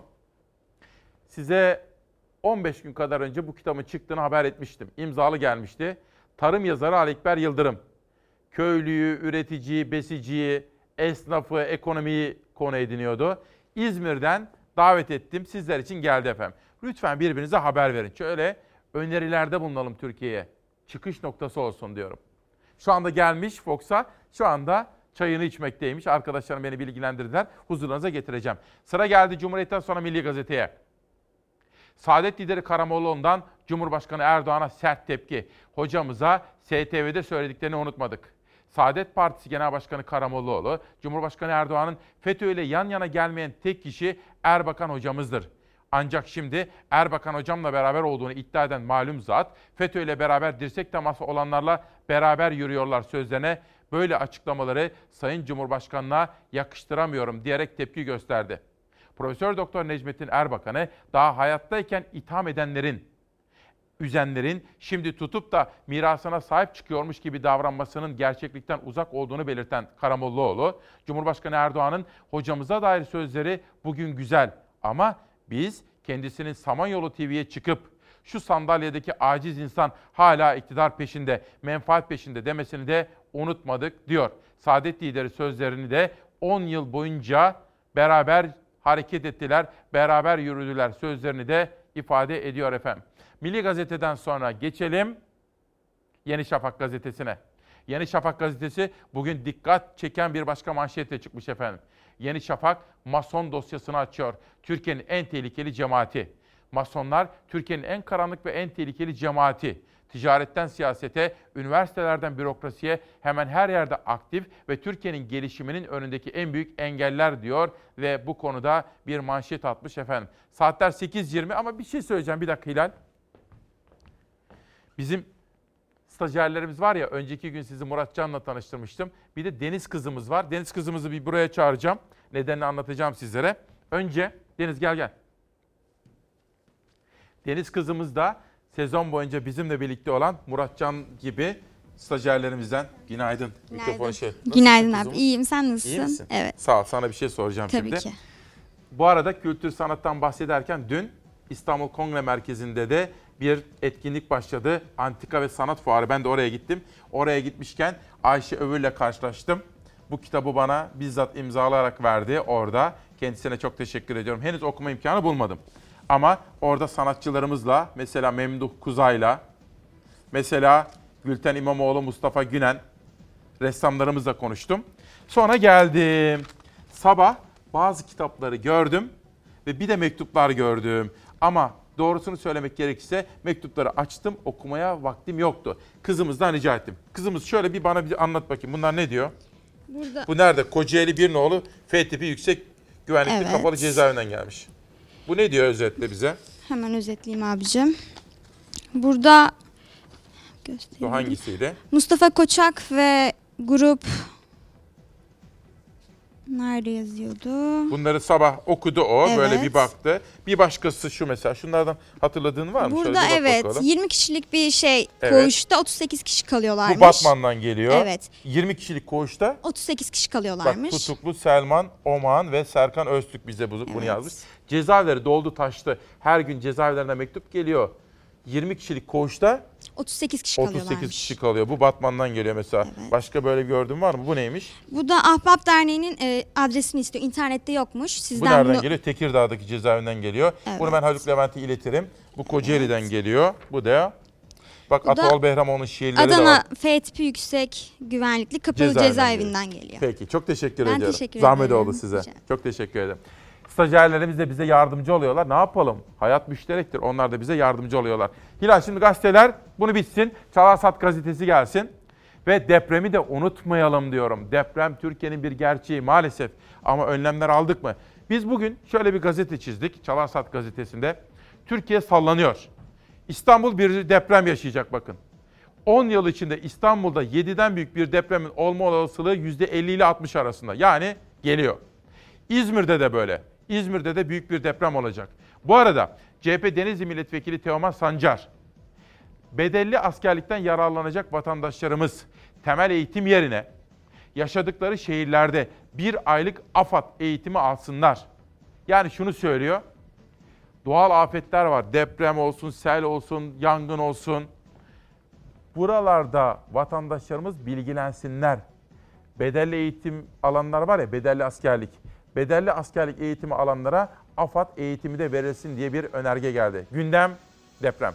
Size on beş gün kadar önce bu kitabın çıktığını haber etmiştim. İmzalı gelmişti. Tarım yazarı Ali Ekber Yıldırım. Köylüyü, üreticiyi, besiciyi, esnafı, ekonomiyi konu ediniyordu. İzmir'den davet ettim. Sizler için geldi efendim. Lütfen birbirinize haber verin. Şöyle önerilerde bulunalım Türkiye'ye. Çıkış noktası olsun diyorum. Şu anda gelmiş Fox'a, şu anda çayını içmekteymiş. Arkadaşlarım beni bilgilendirdiler. Huzurlarınıza getireceğim. Sıra geldi Cumhuriyet'ten sonra Milli Gazete'ye. Saadet lideri Karamollaoğlu'ndan Cumhurbaşkanı Erdoğan'a sert tepki. Hocamıza S T V'de söylediklerini unutmadık. Saadet Partisi Genel Başkanı Karamollaoğlu, Cumhurbaşkanı Erdoğan'ın FETÖ ile yan yana gelmeyen tek kişi Erbakan hocamızdır. Ancak şimdi Erbakan hocamla beraber olduğunu iddia eden malum zat, FETÖ ile beraber dirsek teması olanlarla beraber yürüyorlar sözlerine böyle açıklamaları Sayın Cumhurbaşkanı'na yakıştıramıyorum diyerek tepki gösterdi. Profesör Doktor Necmettin Erbakan'ı daha hayattayken itham edenlerin, üzenlerin şimdi tutup da mirasına sahip çıkıyormuş gibi davranmasının gerçeklikten uzak olduğunu belirten Karamollaoğlu, Cumhurbaşkanı Erdoğan'ın hocamıza dair sözleri bugün güzel ama biz kendisinin Samanyolu T V'ye çıkıp şu sandalyedeki aciz insan hala iktidar peşinde, menfaat peşinde demesini de unutmadık diyor. Saadet lideri sözlerini de on yıl boyunca beraber hareket ettiler, beraber yürüdüler sözlerini de ifade ediyor efendim. Milli Gazete'den sonra geçelim Yeni Şafak gazetesine. Yeni Şafak gazetesi bugün dikkat çeken bir başka manşetle çıkmış efendim. Yeni Şafak Mason dosyasını açıyor. Türkiye'nin en tehlikeli cemaati. Masonlar Türkiye'nin en karanlık ve en tehlikeli cemaati. Ticaretten siyasete, üniversitelerden bürokrasiye hemen her yerde aktif ve Türkiye'nin gelişiminin önündeki en büyük engeller diyor ve bu konuda bir manşet atmış efendim. Saatler sekiz yirmi ama bir şey söyleyeceğim bir dakika Hilal. Bizim stajyerlerimiz var ya, önceki gün sizi Murat Can'la tanıştırmıştım. Bir de Deniz kızımız var. Deniz kızımızı bir buraya çağıracağım. Nedenini anlatacağım sizlere. Önce Deniz gel gel. Deniz kızımız da sezon boyunca bizimle birlikte olan Murat Can gibi stajyerlerimizden. Günaydın. Günaydın. Mikrofon şey. Günaydın abi. İyiyim. Sen nasılsın? İyi misin? Evet. Sağ ol. Sana bir şey soracağım Tabii şimdi. ki. Bu arada kültür sanattan bahsederken dün İstanbul Kongre Merkezi'nde de bir etkinlik başladı. Antika ve Sanat Fuarı. Ben de oraya gittim. Oraya gitmişken Ayşe Övür'le karşılaştım. bu kitabı bana bizzat imzalayarak verdi orada. Kendisine çok teşekkür ediyorum. Henüz okuma imkanı bulmadım. Ama orada sanatçılarımızla, mesela Memduh Kuzay'la, mesela Gülten İmamoğlu, Mustafa Günen, ressamlarımızla konuştum. Sonra geldim. Sabah bazı kitapları gördüm ve bir de mektuplar gördüm. Ama doğrusunu söylemek gerekirse mektupları açtım, okumaya vaktim yoktu. Kızımızdan rica ettim. Kızımız şöyle bir bana bir anlat bakayım. Bunlar ne diyor? Burada. Bu nerede? Kocaeli bir nolu F tipi yüksek güvenlikli Evet. kapalı cezaevinden gelmiş. Bu ne diyor özetle bize? Hemen özetleyeyim abicim. Burada Bu hangisiydi? Mustafa Koçak ve grup nerede yazıyordu? Bunları sabah okudu o, Evet. böyle bir baktı. Bir başkası şu mesela. Şunlardan hatırladığın var mı? Burada Şöyle bir bak evet bakalım. yirmi kişilik bir şey Evet. koğuşta otuz sekiz kişi kalıyorlarmış. Bu Batman'dan geliyor. Evet. yirmi kişilik koğuşta. otuz sekiz kişi Bak kalıyorlarmış. tutuklu Selman Oman ve Serkan Öztürk bize bu- bunu yazmış. Cezaevleri doldu taştı. Her gün cezaevlerine mektup geliyor. yirmi kişilik koğuşta otuz sekiz kişi otuz kalıyorlarmış. sekiz kişi kalıyor. Bu Batman'dan geliyor mesela. Başka böyle bir gördüğün var mı? Bu neymiş? Bu da Ahbap Derneği'nin e, adresini istiyor. İnternette yokmuş. Bu Sizden nereden bunu... geliyor? Tekirdağ'daki cezaevinden geliyor. Evet. Bunu ben Haluk Levent'e iletirim. Bu Kocaeli'den geliyor. Bu da bak Bu da Ataol Behramoğlu'nun şiirleri de Adana var. F tipi yüksek güvenlikli kapalı Cezaevinden cezaevinden geliyor. Peki çok teşekkür Ben ediyorum. teşekkür Zahmet ederim. oldu size. Rica ederim. Çok teşekkür ederim. Stajyerlerimiz de bize yardımcı oluyorlar. Ne yapalım? Hayat müşterektir. Onlar da bize yardımcı oluyorlar. Hilal şimdi gazeteler bunu bitsin. Çalarsat gazetesi gelsin. Ve depremi de unutmayalım diyorum. Deprem Türkiye'nin bir gerçeği maalesef. Ama önlemler aldık mı? Biz bugün şöyle bir gazete çizdik. Çalarsat gazetesinde. Türkiye sallanıyor. İstanbul bir deprem yaşayacak bakın. on yıl içinde İstanbul'da yediden büyük bir depremin olma olasılığı yüzde elli ile altmış arasında. Yani geliyor. İzmir'de de böyle. İzmir'de de büyük bir deprem olacak. Bu arada C H P Denizli Milletvekili Teoman Sancar, bedelli askerlikten yararlanacak vatandaşlarımız temel eğitim yerine yaşadıkları şehirlerde bir aylık AFAD eğitimi alsınlar. Yani şunu söylüyor, doğal afetler var, deprem olsun, sel olsun, yangın olsun. Buralarda vatandaşlarımız bilgilensinler. Bedelli eğitim alanlar var ya, bedelli askerlik. Bedelli askerlik eğitimi alanlara AFAD eğitimi de verilsin diye bir önerge geldi. Gündem deprem.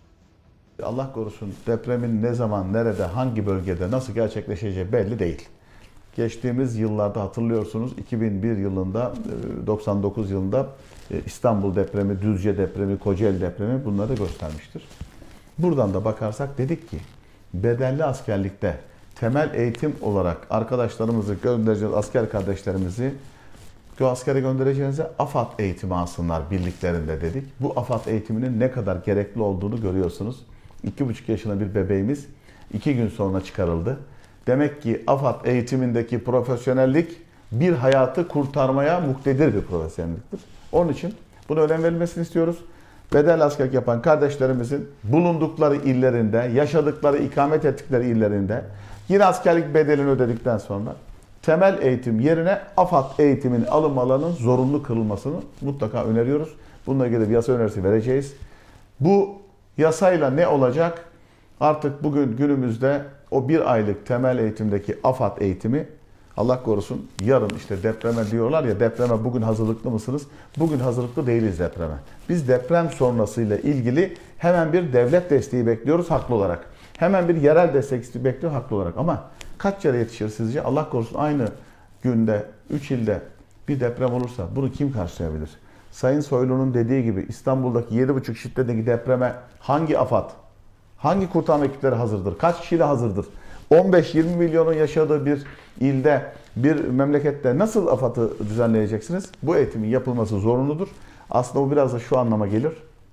Allah korusun depremin ne zaman, nerede, hangi bölgede, nasıl gerçekleşeceği belli değil. Geçtiğimiz yıllarda hatırlıyorsunuz iki bin bir yılında, doksan dokuz yılında İstanbul depremi, Düzce depremi, Kocaeli depremi bunları göstermiştir. Buradan da bakarsak dedik ki bedelli askerlikte temel eğitim olarak arkadaşlarımızı göndereceğiz, asker kardeşlerimizi o askere göndereceğinize AFAD eğitimi alsınlar birliklerinde dedik. Bu AFAD eğitiminin ne kadar gerekli olduğunu görüyorsunuz. İki buçuk yaşında bir bebeğimiz iki gün sonra çıkarıldı. Demek ki AFAD eğitimindeki profesyonellik bir hayatı kurtarmaya muktedir bir profesyonelliktir. Onun için buna önem verilmesini istiyoruz. Bedelli askerlik yapan kardeşlerimizin bulundukları illerinde, yaşadıkları, ikamet ettikleri illerinde yine askerlik bedelini ödedikten sonra temel eğitim yerine AFAD eğitiminin alınmalarının zorunlu kılınmasını mutlaka öneriyoruz. Bununla ilgili bir yasa önerisi vereceğiz. Bu yasayla ne olacak? Artık bugün günümüzde o bir aylık temel eğitimdeki AFAD eğitimi, Allah korusun yarın işte depreme diyorlar ya, depreme bugün hazırlıklı mısınız? Bugün hazırlıklı değiliz depreme. Biz deprem sonrasıyla ilgili hemen bir devlet desteği bekliyoruz haklı olarak. Hemen bir yerel destek bekliyor haklı olarak. Ama kaç yere yetişir sizce? Allah korusun aynı günde, üç ilde bir deprem olursa bunu kim karşılayabilir? Sayın Soylu'nun dediği gibi İstanbul'daki yedi buçuk şiddetteki depreme hangi AFAD, hangi kurtarma ekipleri hazırdır? Kaç kişiyle hazırdır? on beş yirmi milyonun yaşadığı bir ilde, bir memlekette nasıl AFAD'ı düzenleyeceksiniz? Bu eğitimin yapılması zorunludur. Aslında bu biraz da şu anlama gelir.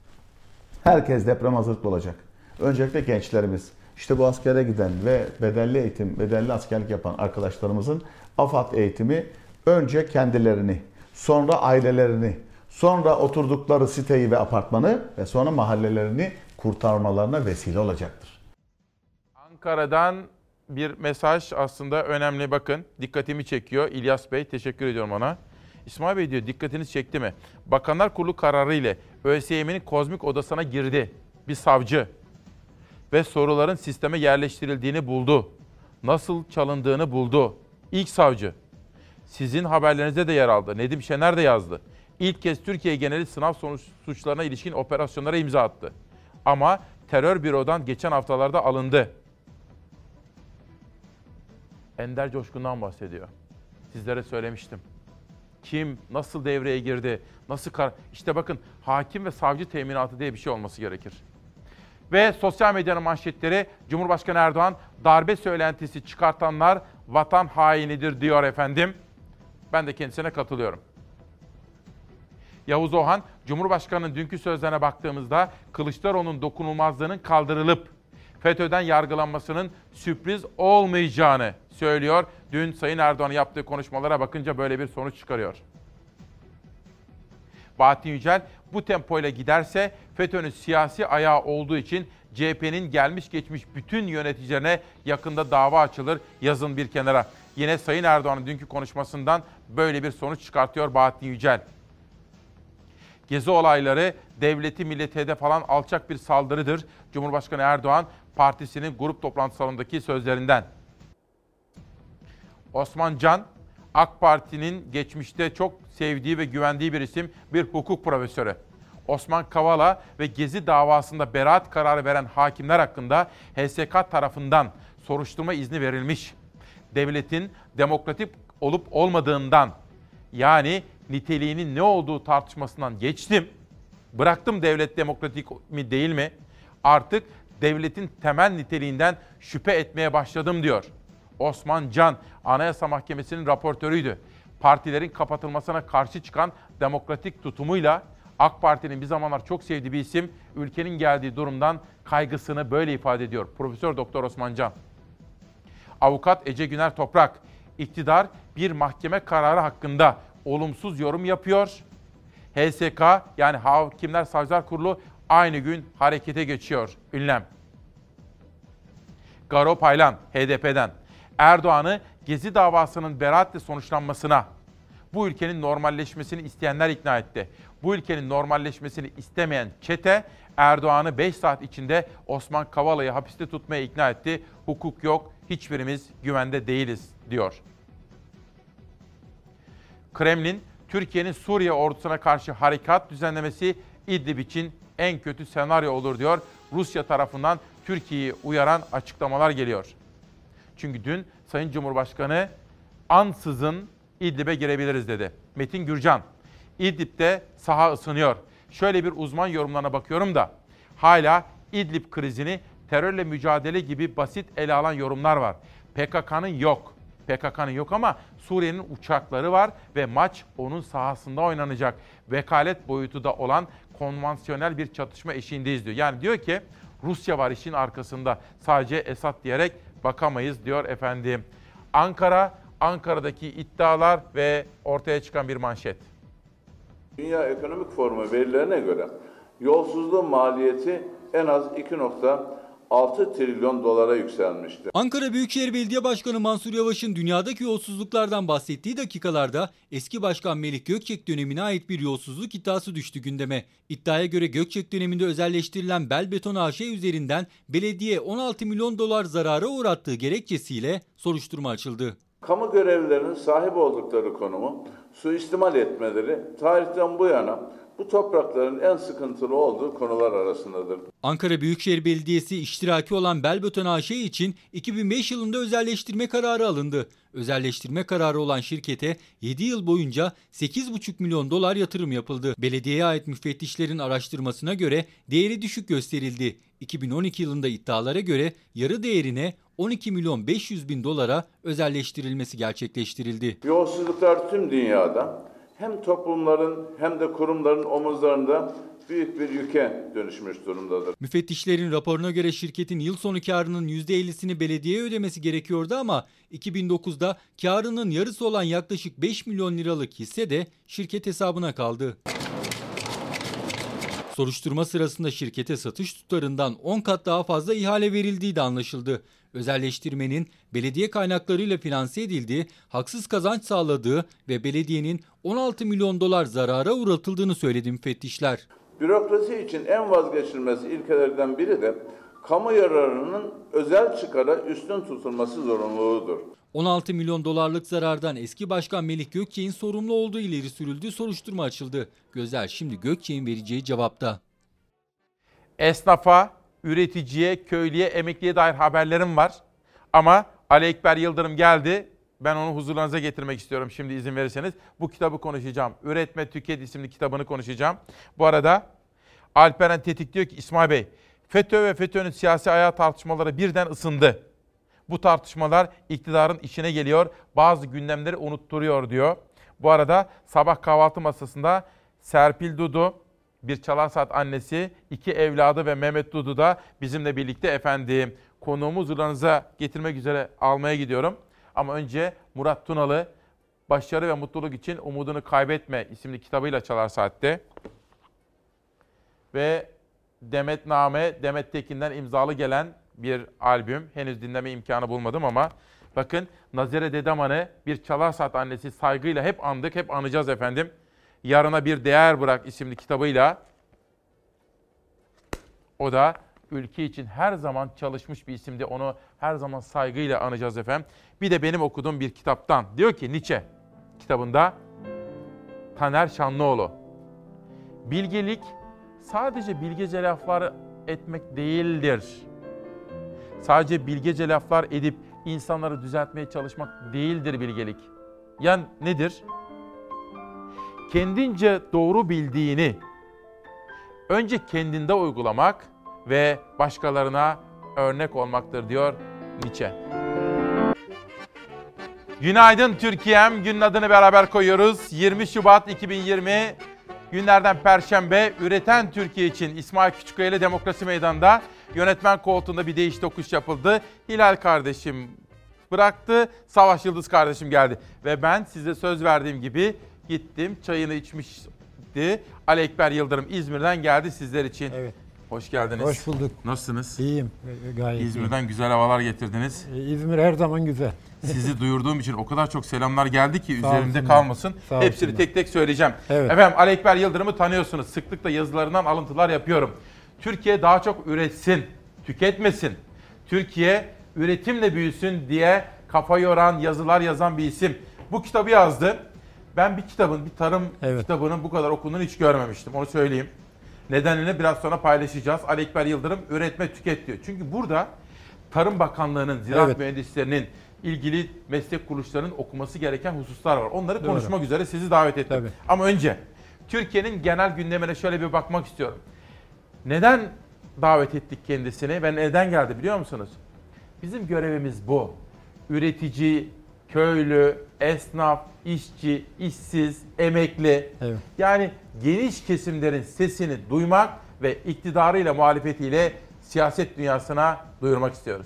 Herkes deprem hazırlıklı olacak. Öncelikle gençlerimiz, işte bu askere giden ve bedelli eğitim, bedelli askerlik yapan arkadaşlarımızın AFAD eğitimi önce kendilerini, sonra ailelerini, sonra oturdukları siteyi ve apartmanı ve sonra mahallelerini kurtarmalarına vesile olacaktır. Ankara'dan bir mesaj aslında önemli, bakın dikkatimi çekiyor. İlyas Bey, teşekkür ediyorum ona. İsmail Bey diyor, dikkatiniz çekti mi? Bakanlar Kurulu kararı ile ÖSYM'nin kozmik odasına girdi bir savcı ve soruların sisteme yerleştirildiğini buldu. Nasıl çalındığını buldu. İlk savcı. Sizin haberlerinizde de yer aldı. Nedim Şener de yazdı. İlk kez Türkiye geneli sınav sonuç suçlarına ilişkin operasyonlara imza attı. Ama terör bürodan geçen haftalarda alındı. Ender Coşkun'dan bahsediyor. Sizlere söylemiştim. Kim, nasıl devreye girdi, nasıl kar... İşte bakın, hakim ve savcı teminatı diye bir şey olması gerekir. Ve sosyal medyanın manşetleri, Cumhurbaşkanı Erdoğan darbe söylentisi çıkartanlar vatan hainidir diyor efendim. Ben de kendisine katılıyorum. Yavuz Ohan, Cumhurbaşkanı'nın dünkü sözlerine baktığımızda Kılıçdaroğlu'nun dokunulmazlığının kaldırılıp FETÖ'den yargılanmasının sürpriz olmayacağını söylüyor. Dün Sayın Erdoğan'ın yaptığı konuşmalara bakınca böyle bir sonuç çıkarıyor. Bahattin Yücel, bu tempoyla giderse FETÖ'nün siyasi ayağı olduğu için C H P'nin gelmiş geçmiş bütün yöneticilerine yakında dava açılır, yazın bir kenara. Yine Sayın Erdoğan'ın dünkü konuşmasından böyle bir sonuç çıkartıyor Bahattin Yücel. Gezi olayları devleti milleti hedef alan alçak bir saldırıdır. Cumhurbaşkanı Erdoğan partisinin grup toplantı salonundaki sözlerinden. Osman Can, AK Parti'nin geçmişte çok sevdiği ve güvendiği bir isim, bir hukuk profesörü. Osman Kavala ve Gezi davasında beraat kararı veren hakimler hakkında H S K tarafından soruşturma izni verilmiş. Devletin demokratik olup olmadığından, yani niteliğinin ne olduğu tartışmasından geçtim. Bıraktım devlet demokratik mi değil mi? Artık devletin temel niteliğinden şüphe etmeye başladım diyor. Osman Can, Anayasa Mahkemesi'nin raportörüydü. Partilerin kapatılmasına karşı çıkan demokratik tutumuyla AK Parti'nin bir zamanlar çok sevdiği bir isim, ülkenin geldiği durumdan kaygısını böyle ifade ediyor. Profesör Doktor Osman Can. Avukat Ece Güner Toprak, iktidar bir mahkeme kararı hakkında olumsuz yorum yapıyor. H S K, yani Hakimler Savcılar Kurulu aynı gün harekete geçiyor. Ünlem. Garo Paylan, H D P'den. Erdoğan'ı Gezi davasının beraatle sonuçlanmasına, bu ülkenin normalleşmesini isteyenler ikna etti. Bu ülkenin normalleşmesini istemeyen çete, Erdoğan'ı beş saat içinde Osman Kavala'yı hapiste tutmaya ikna etti. Hukuk yok, hiçbirimiz güvende değiliz, diyor. Kremlin, Türkiye'nin Suriye ordusuna karşı harekat düzenlemesi İdlib için en kötü senaryo olur, diyor. Rusya tarafından Türkiye'yi uyaran açıklamalar geliyor. Çünkü dün Sayın Cumhurbaşkanı ansızın İdlib'e girebiliriz dedi. Metin Gürcan, İdlib'de saha ısınıyor. Şöyle bir uzman yorumlarına bakıyorum da hala İdlib krizini terörle mücadele gibi basit ele alan yorumlar var. P K K'nın yok. P K K'nın yok ama Suriye'nin uçakları var ve maç onun sahasında oynanacak. Vekalet boyutu da olan konvansiyonel bir çatışma eşiğindeyiz diyor. Yani diyor ki Rusya var işin arkasında, sadece Esad diyerek bakamayız diyor efendim. Ankara, Ankara'daki iddialar ve ortaya çıkan bir manşet. Dünya Ekonomik Forumu verilerine göre yolsuzluğun maliyeti en az iki nokta altı trilyon dolara yükselmişti. Ankara Büyükşehir Belediye Başkanı Mansur Yavaş'ın dünyadaki yolsuzluklardan bahsettiği dakikalarda eski başkan Melik Gökçek dönemine ait bir yolsuzluk iddiası düştü gündeme. İddiaya göre Gökçek döneminde özelleştirilen Belbeton A Ş üzerinden belediye on altı milyon dolar zarara uğrattığı gerekçesiyle soruşturma açıldı. Kamu görevlilerinin sahip oldukları konumu suistimal etmeleri tarihten bu yana bu toprakların en sıkıntılı olduğu konular arasındadır. Ankara Büyükşehir Belediyesi iştiraki olan Belbeton A Ş için iki bin beş yılında özelleştirme kararı alındı. Özelleştirme kararı olan şirkete yedi yıl boyunca sekiz buçuk milyon dolar yatırım yapıldı. Belediyeye ait müfettişlerin araştırmasına göre değeri düşük gösterildi. iki bin on iki yılında iddialara göre yarı değerine on iki milyon beş yüz bin dolara özelleştirilmesi gerçekleştirildi. Yolsuzluklar tüm dünyada hem toplumların hem de kurumların omuzlarında büyük bir yüke dönüşmüş durumdadır. Müfettişlerin raporuna göre şirketin yıl sonu karının yüzde ellisini belediyeye ödemesi gerekiyordu ama iki bin dokuzda karının yarısı olan yaklaşık beş milyon liralık hisse de şirket hesabına kaldı. Soruşturma sırasında şirkete satış tutarından on kat daha fazla ihale verildiği de anlaşıldı. Özelleştirmenin belediye kaynaklarıyla finanse edildiği, haksız kazanç sağladığı ve belediyenin on altı milyon dolar zarara uğratıldığını söyledi müfettişler. Bürokrasi için en vazgeçilmez ilkelerden biri de kamu yararının özel çıkara üstün tutulması zorunluluğudur. on altı milyon dolarlık zarardan eski başkan Melih Gökçek'in sorumlu olduğu ileri sürüldü, soruşturma açıldı. Gözler şimdi Gökçek'in vereceği cevapta. Esnafa, üreticiye, köylüye, emekliye dair haberlerim var. Ama Ali Ekber Yıldırım geldi. Ben onu huzurlarınıza getirmek istiyorum şimdi izin verirseniz. Bu kitabı konuşacağım. Üretme Tüket isimli kitabını konuşacağım. Bu arada Alperen Tetik diyor ki İsmail Bey, FETÖ ve FETÖ'nün siyasi ayağı tartışmaları birden ısındı. Bu tartışmalar iktidarın işine geliyor, bazı gündemleri unutturuyor diyor. Bu arada sabah kahvaltı masasında Serpil Dudu, bir Çalar Saat annesi, iki evladı ve Mehmet Dudu da bizimle birlikte efendim. Konuğumu huzurlarınıza getirmek üzere almaya gidiyorum. Ama önce Murat Tunalı, Başarı ve Mutluluk için Umudunu Kaybetme isimli kitabıyla Çalar Saat'te. Ve Demetname, Demet Tekin'den imzalı gelen bir albüm. Henüz dinleme imkanı bulmadım ama bakın Nazire Dedeman'ı bir Çalar Saat annesi saygıyla hep andık, hep anacağız efendim. Yarına Bir Değer Bırak isimli kitabıyla. O da ülke için her zaman çalışmış bir isimdi. Onu her zaman saygıyla anacağız efendim. Bir de benim okuduğum bir kitaptan. Diyor ki Nietzsche kitabında, Taner Şanlıoğlu, bilgelik sadece bilgece laflar etmek değildir. Sadece bilgece laflar edip insanları düzeltmeye çalışmak değildir bilgelik. Ya nedir? Kendince doğru bildiğini önce kendinde uygulamak ve başkalarına örnek olmaktır diyor Nietzsche. Günaydın Türkiye'm, günün adını beraber koyuyoruz. yirmi Şubat iki bin yirmi günlerden Perşembe. Üreten Türkiye için İsmail Küçükkaya ile Demokrasi Meydanı'nda yönetmen koltuğunda bir değiş tokuş yapıldı. Hilal kardeşim bıraktı, Savaş Yıldız kardeşim geldi. Ve ben size söz verdiğim gibi gittim, çayını içmişti. Ali Ekber Yıldırım İzmir'den geldi sizler için. Evet. Hoş geldiniz. Hoş bulduk. Nasılsınız? İyiyim. Gayet İzmir'den iyiyim. güzel havalar getirdiniz. İzmir her zaman güzel. Sizi duyurduğum için o kadar çok selamlar geldi ki Sağ üzerimde olsunlar. kalmasın. Sağ Hepsini olsunlar. tek tek söyleyeceğim. Evet. Efendim Ali Ekber Yıldırım'ı tanıyorsunuz. Sıklıkla yazılarından alıntılar yapıyorum. Türkiye daha çok üretsin, tüketmesin. Türkiye üretimle büyüsün diye kafa yoran, yazılar yazan bir isim. Bu kitabı yazdı. Ben bir kitabın, bir tarım Evet. kitabının bu kadar okunduğunu hiç görmemiştim. Onu söyleyeyim. Nedenini biraz sonra paylaşacağız. Ali Ekber Yıldırım üretme tüket diyor. Çünkü burada Tarım Bakanlığı'nın, ziraat Evet. mühendislerinin, ilgili meslek kuruluşlarının okuması gereken hususlar var. Onları Doğru. konuşmak üzere sizi davet ettim. Tabii. Ama önce Türkiye'nin genel gündemine şöyle bir bakmak istiyorum. Neden davet ettik kendisini ve neden geldi biliyor musunuz? Bizim görevimiz bu. Üretici, köylü, esnaf, işçi, işsiz, emekli. Evet. Yani geniş kesimlerin sesini duymak ve iktidarıyla, muhalefetiyle siyaset dünyasına duyurmak istiyoruz.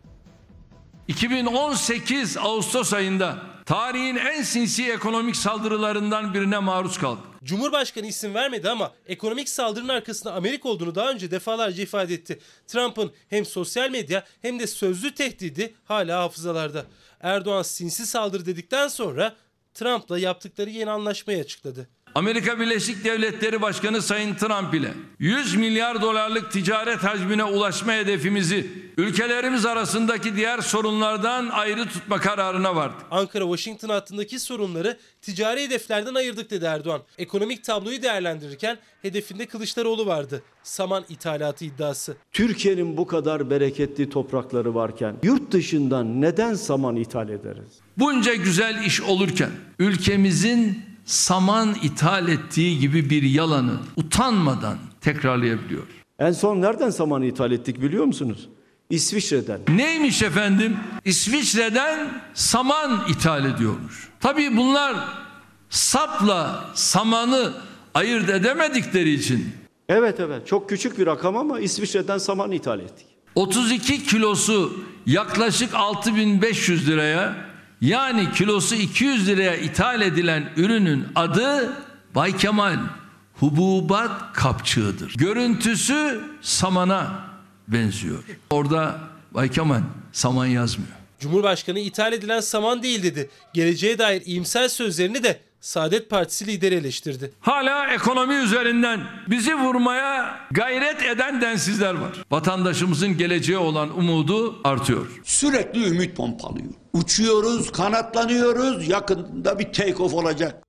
iki bin on sekiz Ağustos ayında tarihin en sinsi ekonomik saldırılarından birine maruz kaldık. Cumhurbaşkanı isim vermedi ama ekonomik saldırının arkasında Amerika olduğunu daha önce defalarca ifade etti. Trump'ın hem sosyal medya hem de sözlü tehdidi hala hafızalarda. Erdoğan sinsi saldırı dedikten sonra Trump'la yaptıkları yeni anlaşmayı açıkladı. Amerika Birleşik Devletleri Başkanı Sayın Trump ile yüz milyar dolarlık ticaret hacmine ulaşma hedefimizi ülkelerimiz arasındaki diğer sorunlardan ayrı tutma kararına vardık. Ankara-Washington hattındaki sorunları ticari hedeflerden ayırdık dedi Erdoğan. Ekonomik tabloyu değerlendirirken hedefinde Kılıçdaroğlu vardı. Saman ithalatı iddiası. Türkiye'nin bu kadar bereketli toprakları varken yurt dışından neden saman ithal ederiz? Bunca güzel iş olurken ülkemizin saman ithal ettiği gibi bir yalanı utanmadan tekrarlayabiliyor. En son nereden saman ithal ettik biliyor musunuz? İsviçre'den. Neymiş efendim? İsviçre'den saman ithal ediyormuş. Tabii bunlar sapla samanı ayırt edemedikleri için. Evet evet çok küçük bir rakam ama İsviçre'den saman ithal ettik. otuz iki kilosu yaklaşık altı bin beş yüz liraya, yani kilosu iki yüz liraya ithal edilen ürünün adı Bay Kemal hububat kapçığıdır. Görüntüsü samana benziyor. Orada Bay Kemal saman yazmıyor. Cumhurbaşkanı ithal edilen saman değil dedi. Geleceğe dair iyimser sözlerini de Saadet Partisi lideri eleştirdi. Hala ekonomi üzerinden bizi vurmaya gayret eden densizler var. Vatandaşımızın geleceğe olan umudu artıyor. Sürekli ümit pompalıyor. Uçuyoruz, kanatlanıyoruz. Yakında bir take off olacak.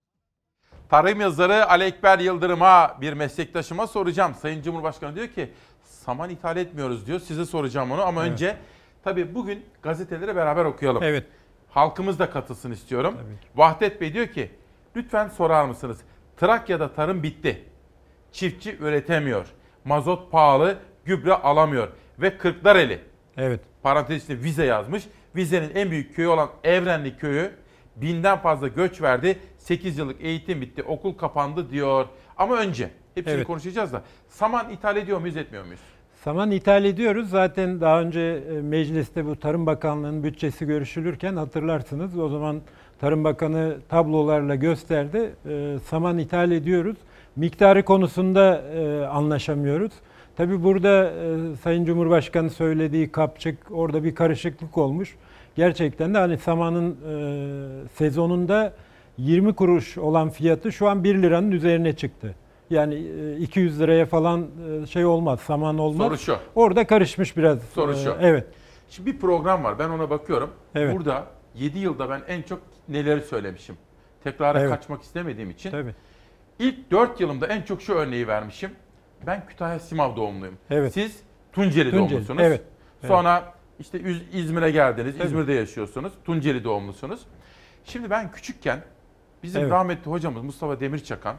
Tarım yazarı Ali Ekber Yıldırım'a, bir meslektaşıma soracağım. Sayın Cumhurbaşkanı diyor ki saman ithal etmiyoruz diyor. Size soracağım onu ama evet. önce tabii bugün gazeteleri beraber okuyalım. Evet. Halkımız da katılsın istiyorum. Vahdet Bey diyor ki lütfen sorar mısınız? Trakya'da tarım bitti. Çiftçi üretemiyor. Mazot pahalı, gübre alamıyor. Ve Kırklareli. Evet. Parantez içinde Vize yazmış. Vize'nin en büyük köyü olan Evrenli köyü binden fazla göç verdi. sekiz yıllık eğitim bitti, okul kapandı diyor. Ama önce hepsini evet. konuşacağız da saman ithal ediyor muyuz, etmiyor muyuz? Saman ithal ediyoruz. Zaten daha önce mecliste bu Tarım Bakanlığı'nın bütçesi görüşülürken hatırlarsınız. O zaman Tarım Bakanı tablolarla gösterdi. E, saman ithal ediyoruz. Miktarı konusunda e, anlaşamıyoruz. Tabii burada e, Sayın Cumhurbaşkanı söylediği kapçık, orada bir karışıklık olmuş. Gerçekten de hani samanın e, sezonunda yirmi kuruş olan fiyatı şu an bir liranın üzerine çıktı. Yani iki yüz liraya falan şey olmaz, saman olmaz. Soru şu. Orada karışmış biraz. Soru şu. Evet. Şimdi bir program var, ben ona bakıyorum. Evet. Burada yedi yılda ben en çok neleri söylemişim. Tekrara evet. kaçmak istemediğim için. Tabii. İlk dört yılımda en çok şu örneği vermişim. Ben Kütahya Simav doğumluyum. Evet. Siz Tunceli, Tunceli. doğumlusunuz. Evet. Sonra işte İzmir'e geldiniz. Tabii. İzmir'de yaşıyorsunuz. Tunceli doğumlusunuz. Şimdi ben küçükken bizim evet. rahmetli hocamız Mustafa Demirçakan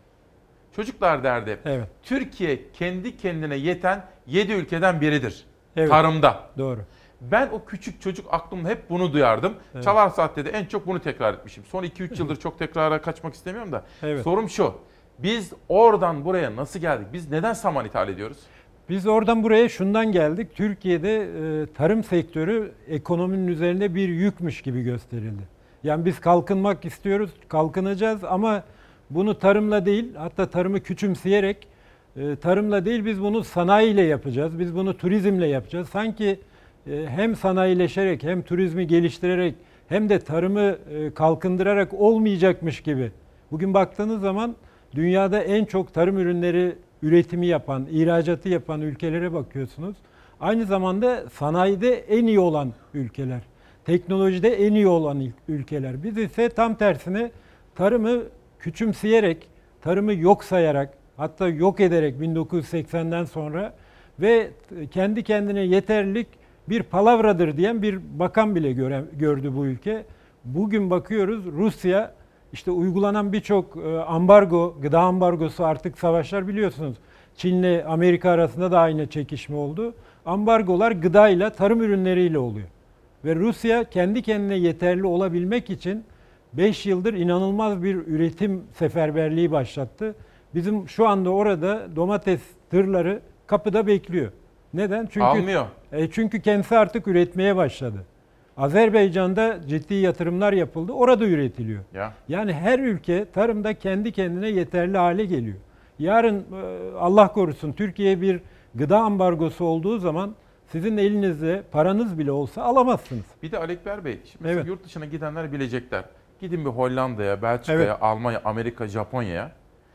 çocuklar derdi. Evet. Türkiye kendi kendine yeten yedi ülkeden biridir. Evet. Tarımda. Doğru. Ben o küçük çocuk aklımda hep bunu duyardım. Evet. Çalar Saat'te de en çok bunu tekrar etmişim. Son iki üç yıldır çok tekrara kaçmak istemiyorum da. Evet. Sorum şu. Biz oradan buraya nasıl geldik? Biz neden saman ithal ediyoruz? Biz oradan buraya şundan geldik. Türkiye'de e, tarım sektörü ekonominin üzerinde bir yükmüş gibi gösterildi. Yani biz kalkınmak istiyoruz, kalkınacağız ama bunu tarımla değil, hatta tarımı küçümseyerek e, tarımla değil biz bunu sanayiyle yapacağız. Biz bunu turizmle yapacağız. Sanki e, hem sanayileşerek hem turizmi geliştirerek hem de tarımı e, kalkındırarak olmayacakmış gibi. Bugün baktığınız zaman dünyada en çok tarım ürünleri üretimi yapan, ihracatı yapan ülkelere bakıyorsunuz. Aynı zamanda sanayide en iyi olan ülkeler, teknolojide en iyi olan ülkeler. Biz ise tam tersine tarımı küçümseyerek, tarımı yok sayarak, hatta yok ederek bin dokuz yüz seksenden sonra ve kendi kendine yeterlilik bir palavradır diyen bir bakan bile göre, gördü bu ülke. Bugün bakıyoruz Rusya, işte uygulanan birçok ambargo, gıda ambargosu, artık savaşlar biliyorsunuz. Çin'le Amerika arasında da aynı çekişme oldu. Ambargolar gıdayla, tarım ürünleriyle oluyor. Ve Rusya kendi kendine yeterli olabilmek için beş yıldır inanılmaz bir üretim seferberliği başlattı. Bizim şu anda orada domates tırları kapıda bekliyor. Neden? Çünkü almıyor. E, çünkü kendisi artık üretmeye başladı. Azerbaycan'da ciddi yatırımlar yapıldı. Orada üretiliyor. Ya. Yani her ülke tarımda kendi kendine yeterli hale geliyor. Yarın Allah korusun Türkiye bir gıda ambargosu olduğu zaman sizin elinizde paranız bile olsa alamazsınız. Bir de Ali Ekber Bey, şimdi evet. yurt dışına gidenler bilecekler. Gidin bir Hollanda'ya, Belçika'ya, evet. Almanya, Amerika, Japonya'ya.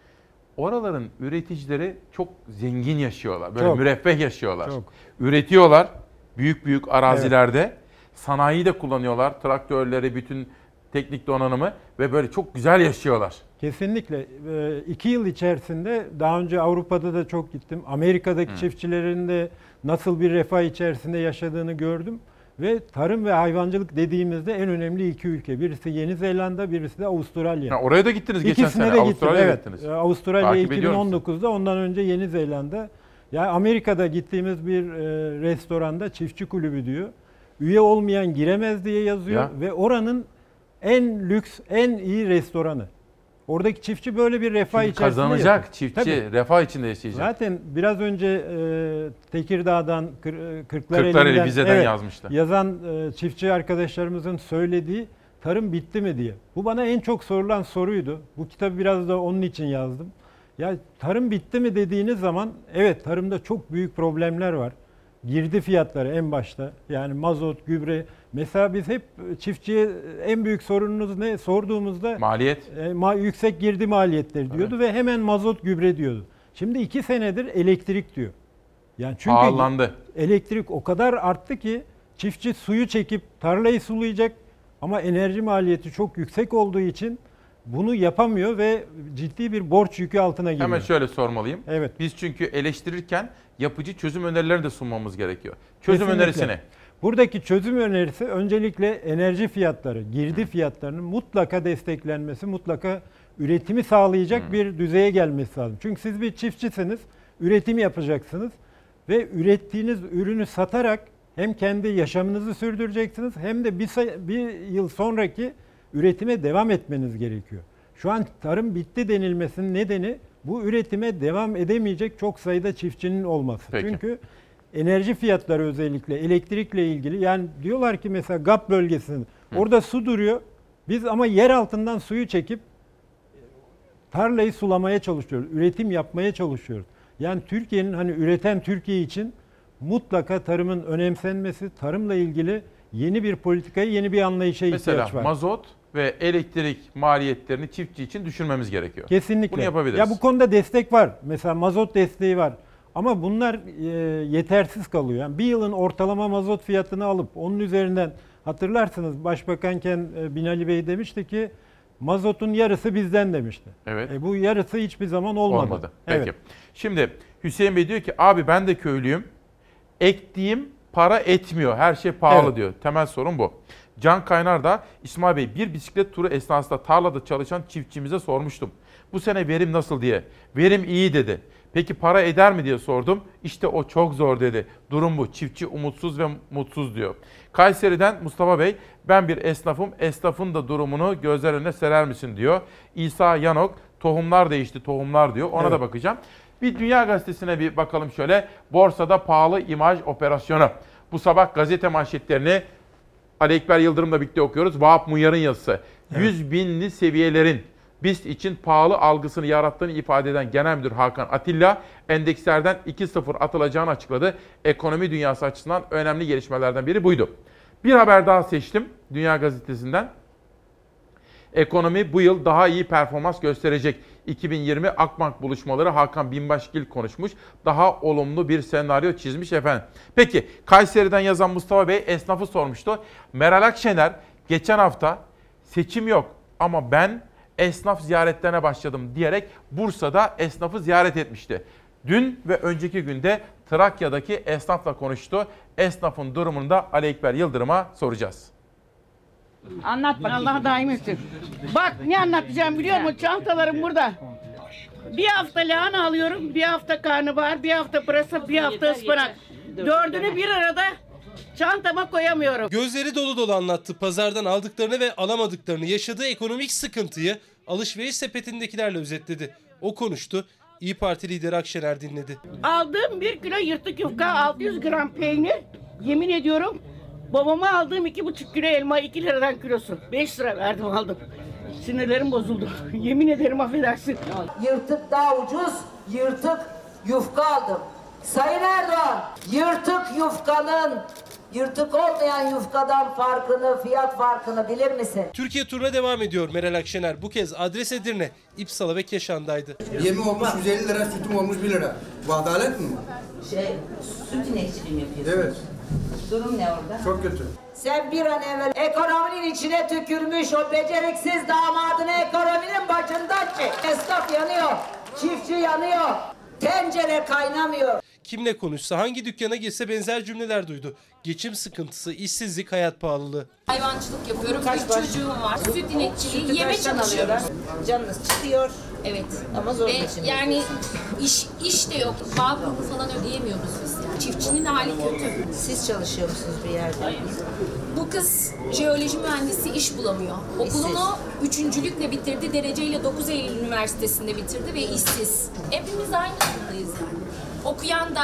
Oraların üreticileri çok zengin yaşıyorlar. Böyle çok. müreffeh yaşıyorlar. Çok. Üretiyorlar büyük büyük arazilerde. Evet. Sanayiyi de kullanıyorlar. Traktörleri, bütün teknik donanımı ve böyle çok güzel yaşıyorlar. Kesinlikle. İki yıl içerisinde daha önce Avrupa'da da çok gittim. Amerika'daki hmm. çiftçilerin de nasıl bir refah içerisinde yaşadığını gördüm. Ve tarım ve hayvancılık dediğimizde en önemli iki ülke. Birisi Yeni Zelanda, birisi de Avustralya. Ha, oraya da gittiniz geçen İkisine sene. De Avustralya'ya evet. gittiniz. Avustralya iki bin on dokuzda, ondan önce Yeni Zelanda. Yani Amerika'da gittiğimiz bir e, restoranda çiftçi kulübü diyor. Üye olmayan giremez diye yazıyor ya. Ve oranın en lüks, en iyi restoranı. Oradaki çiftçi böyle bir refah Çünkü içerisinde kazanacak yapıyor. çiftçi, Tabii. refah içinde yaşayacak. Zaten biraz önce e, Tekirdağ'dan, Kır, Kırklareli'den Kırklareli Vize'den evet, yazmışlar. Yazan e, çiftçi arkadaşlarımızın söylediği tarım bitti mi diye. Bu bana en çok sorulan soruydu. Bu kitabı biraz da onun için yazdım. Ya tarım bitti mi dediğiniz zaman evet, tarımda çok büyük problemler var. Girdi fiyatları en başta, yani mazot, gübre, Mesela biz hep çiftçiye en büyük sorununuz ne sorduğumuzda maliyet, e, ma, yüksek girdi maliyetleri diyordu, evet, ve hemen mazot, gübre diyordu. Şimdi iki senedir elektrik diyor. Yani çünkü pahalandı. Elektrik o kadar arttı ki çiftçi suyu çekip tarlayı sulayacak ama enerji maliyeti çok yüksek olduğu için bunu yapamıyor ve ciddi bir borç yükü altına giriyor. Hemen şöyle sormalıyım. Evet. Biz çünkü eleştirirken yapıcı çözüm önerilerini de sunmamız gerekiyor. Çözüm Kesinlikle. önerisi ne? Buradaki çözüm önerisi öncelikle enerji fiyatları, girdi fiyatlarının mutlaka desteklenmesi, mutlaka üretimi sağlayacak Hı. bir düzeye gelmesi lazım. Çünkü siz bir çiftçisiniz, üretim yapacaksınız ve ürettiğiniz ürünü satarak hem kendi yaşamınızı sürdüreceksiniz hem de bir, bir yıl sonraki üretime devam etmeniz gerekiyor. Şu an tarım bitti denilmesinin nedeni bu üretime devam edemeyecek çok sayıda çiftçinin olması. Peki. Çünkü enerji fiyatları özellikle elektrikle ilgili, yani diyorlar ki mesela G A P bölgesinde orada su duruyor. Biz ama yer altından suyu çekip tarlayı sulamaya çalışıyoruz. Üretim yapmaya çalışıyoruz. Yani Türkiye'nin hani üreten Türkiye için mutlaka tarımın önemsenmesi, tarımla ilgili yeni bir politikaya, yeni bir anlayışa ihtiyaç var. Mesela mazot ve elektrik maliyetlerini çiftçi için düşürmemiz gerekiyor. Kesinlikle. Bunu yapabiliriz. Ya bu konuda destek var. Mesela mazot desteği var. Ama bunlar e, yetersiz kalıyor. Yani bir yılın ortalama mazot fiyatını alıp onun üzerinden, hatırlarsınız Başbakanken e, Binali Bey demişti ki mazotun yarısı bizden demişti. Evet. E, bu yarısı hiçbir zaman olmadı. Olmadı. Peki. Evet. Şimdi Hüseyin Bey diyor ki abi ben de köylüyüm. Ektiğim para etmiyor. Her şey pahalı Evet. diyor. Temel sorun bu. Can Kaynar da İsmail Bey bir bisiklet turu esnasında tarlada çalışan çiftçimize sormuştum. Bu sene verim nasıl diye. Verim iyi dedi. Peki para eder mi diye sordum. İşte o çok zor dedi. Durum bu. Çiftçi umutsuz ve mutsuz diyor. Kayseri'den Mustafa Bey, ben bir esnafım. Esnafın da durumunu gözler önüne serer misin diyor. İsa Yanok, tohumlar değişti, tohumlar diyor. Ona Evet. da bakacağım. Bir Dünya Gazetesi'ne bir bakalım şöyle. Borsada pahalı imaj operasyonu. Bu sabah gazete manşetlerini Ali Ekber Yıldırım'la birlikte okuyoruz. Vahap Munyar'ın yazısı. Evet. yüz binli seviyelerin BIST için pahalı algısını yarattığını ifade eden Genel Müdür Hakan Atilla, endekslerden iki sıfır atılacağını açıkladı. Ekonomi dünyası açısından önemli gelişmelerden biri buydu. Bir haber daha seçtim Dünya Gazetesi'nden. Ekonomi bu yıl daha iyi performans gösterecek. iki bin yirmi Akbank buluşmaları Hakan Binbaşgil konuşmuş. Daha olumlu bir senaryo çizmiş efendim. Peki Kayseri'den yazan Mustafa Bey esnafı sormuştu. Meral Akşener geçen hafta seçim yok ama ben esnaf ziyaretlerine başladım diyerek Bursa'da esnafı ziyaret etmişti. Dün ve önceki günde Trakya'daki esnafla konuştu. Esnafın durumunu da Ali Ekber Yıldırım'a soracağız. Anlat bakayım. Allah daim etsin. Bak ne anlatacağım biliyor musun? Çantalarım burada. Bir hafta lahana alıyorum, bir hafta karnabahar, bir hafta pırasa, bir hafta ıspanak. Dördünü bir arada çantama koyamıyorum. Gözleri dolu dolu anlattı pazardan aldıklarını ve alamadıklarını, yaşadığı ekonomik sıkıntıyı alışveriş sepetindekilerle özetledi. O konuştu, İYİ Parti lideri Akşener dinledi. Aldığım bir kilo yırtık yufka, altı yüz gram peynir, yemin ediyorum babama aldığım iki buçuk kilo elma iki liradan kilosu. Beş lira verdim aldım. Sinirlerim bozuldu. Yemin ederim affedersin. Yırtık daha ucuz, yırtık yufka aldım. Sayın Erdoğan, yırtık yufkanın yırtık olmayan yufkadan farkını, fiyat farkını bilir misin? Türkiye turuna devam ediyor Meral Akşener. Bu kez adres Edirne, İpsala ve Keşan'daydı. Yemi olmuş yüz elli lira, sütüm olmuş bir lira. Bu adalet mi? Şey, süt inekçiliği mi yapıyorsun? Evet. Durum ne orada? Çok kötü. Sen bir an evvel ekonominin içine tükürmüş o beceriksiz damadını ekonominin başından çek. Esnaf yanıyor, çiftçi yanıyor, tencere kaynamıyor. Kimle konuşsa, hangi dükkana girse benzer cümleler duydu. Geçim sıkıntısı, işsizlik, hayat pahalılığı. Hayvancılık yapıyorum, Kaç üç var? çocuğum var. Süt inekçiliği, Sütü yeme kaçtan çalışıyoruz. alıyorlar? Canınız çıkıyor. Evet. Ama zor Ve geçim yani yapıyorsunuz. iş iş de yok. Bağ kurulu falan ödeyemiyoruz biz. Yani. Çiftçinin hali kötü. Siz çalışıyor musunuz bir yerde? Hayır. Bu kız jeoloji mühendisi iş bulamıyor. Okulunu üçüncülükle bitirdi. Dereceyle dokuz Eylül Üniversitesi'nde bitirdi ve işsiz. Hepimiz aynı durumdayız yani. Okuyan da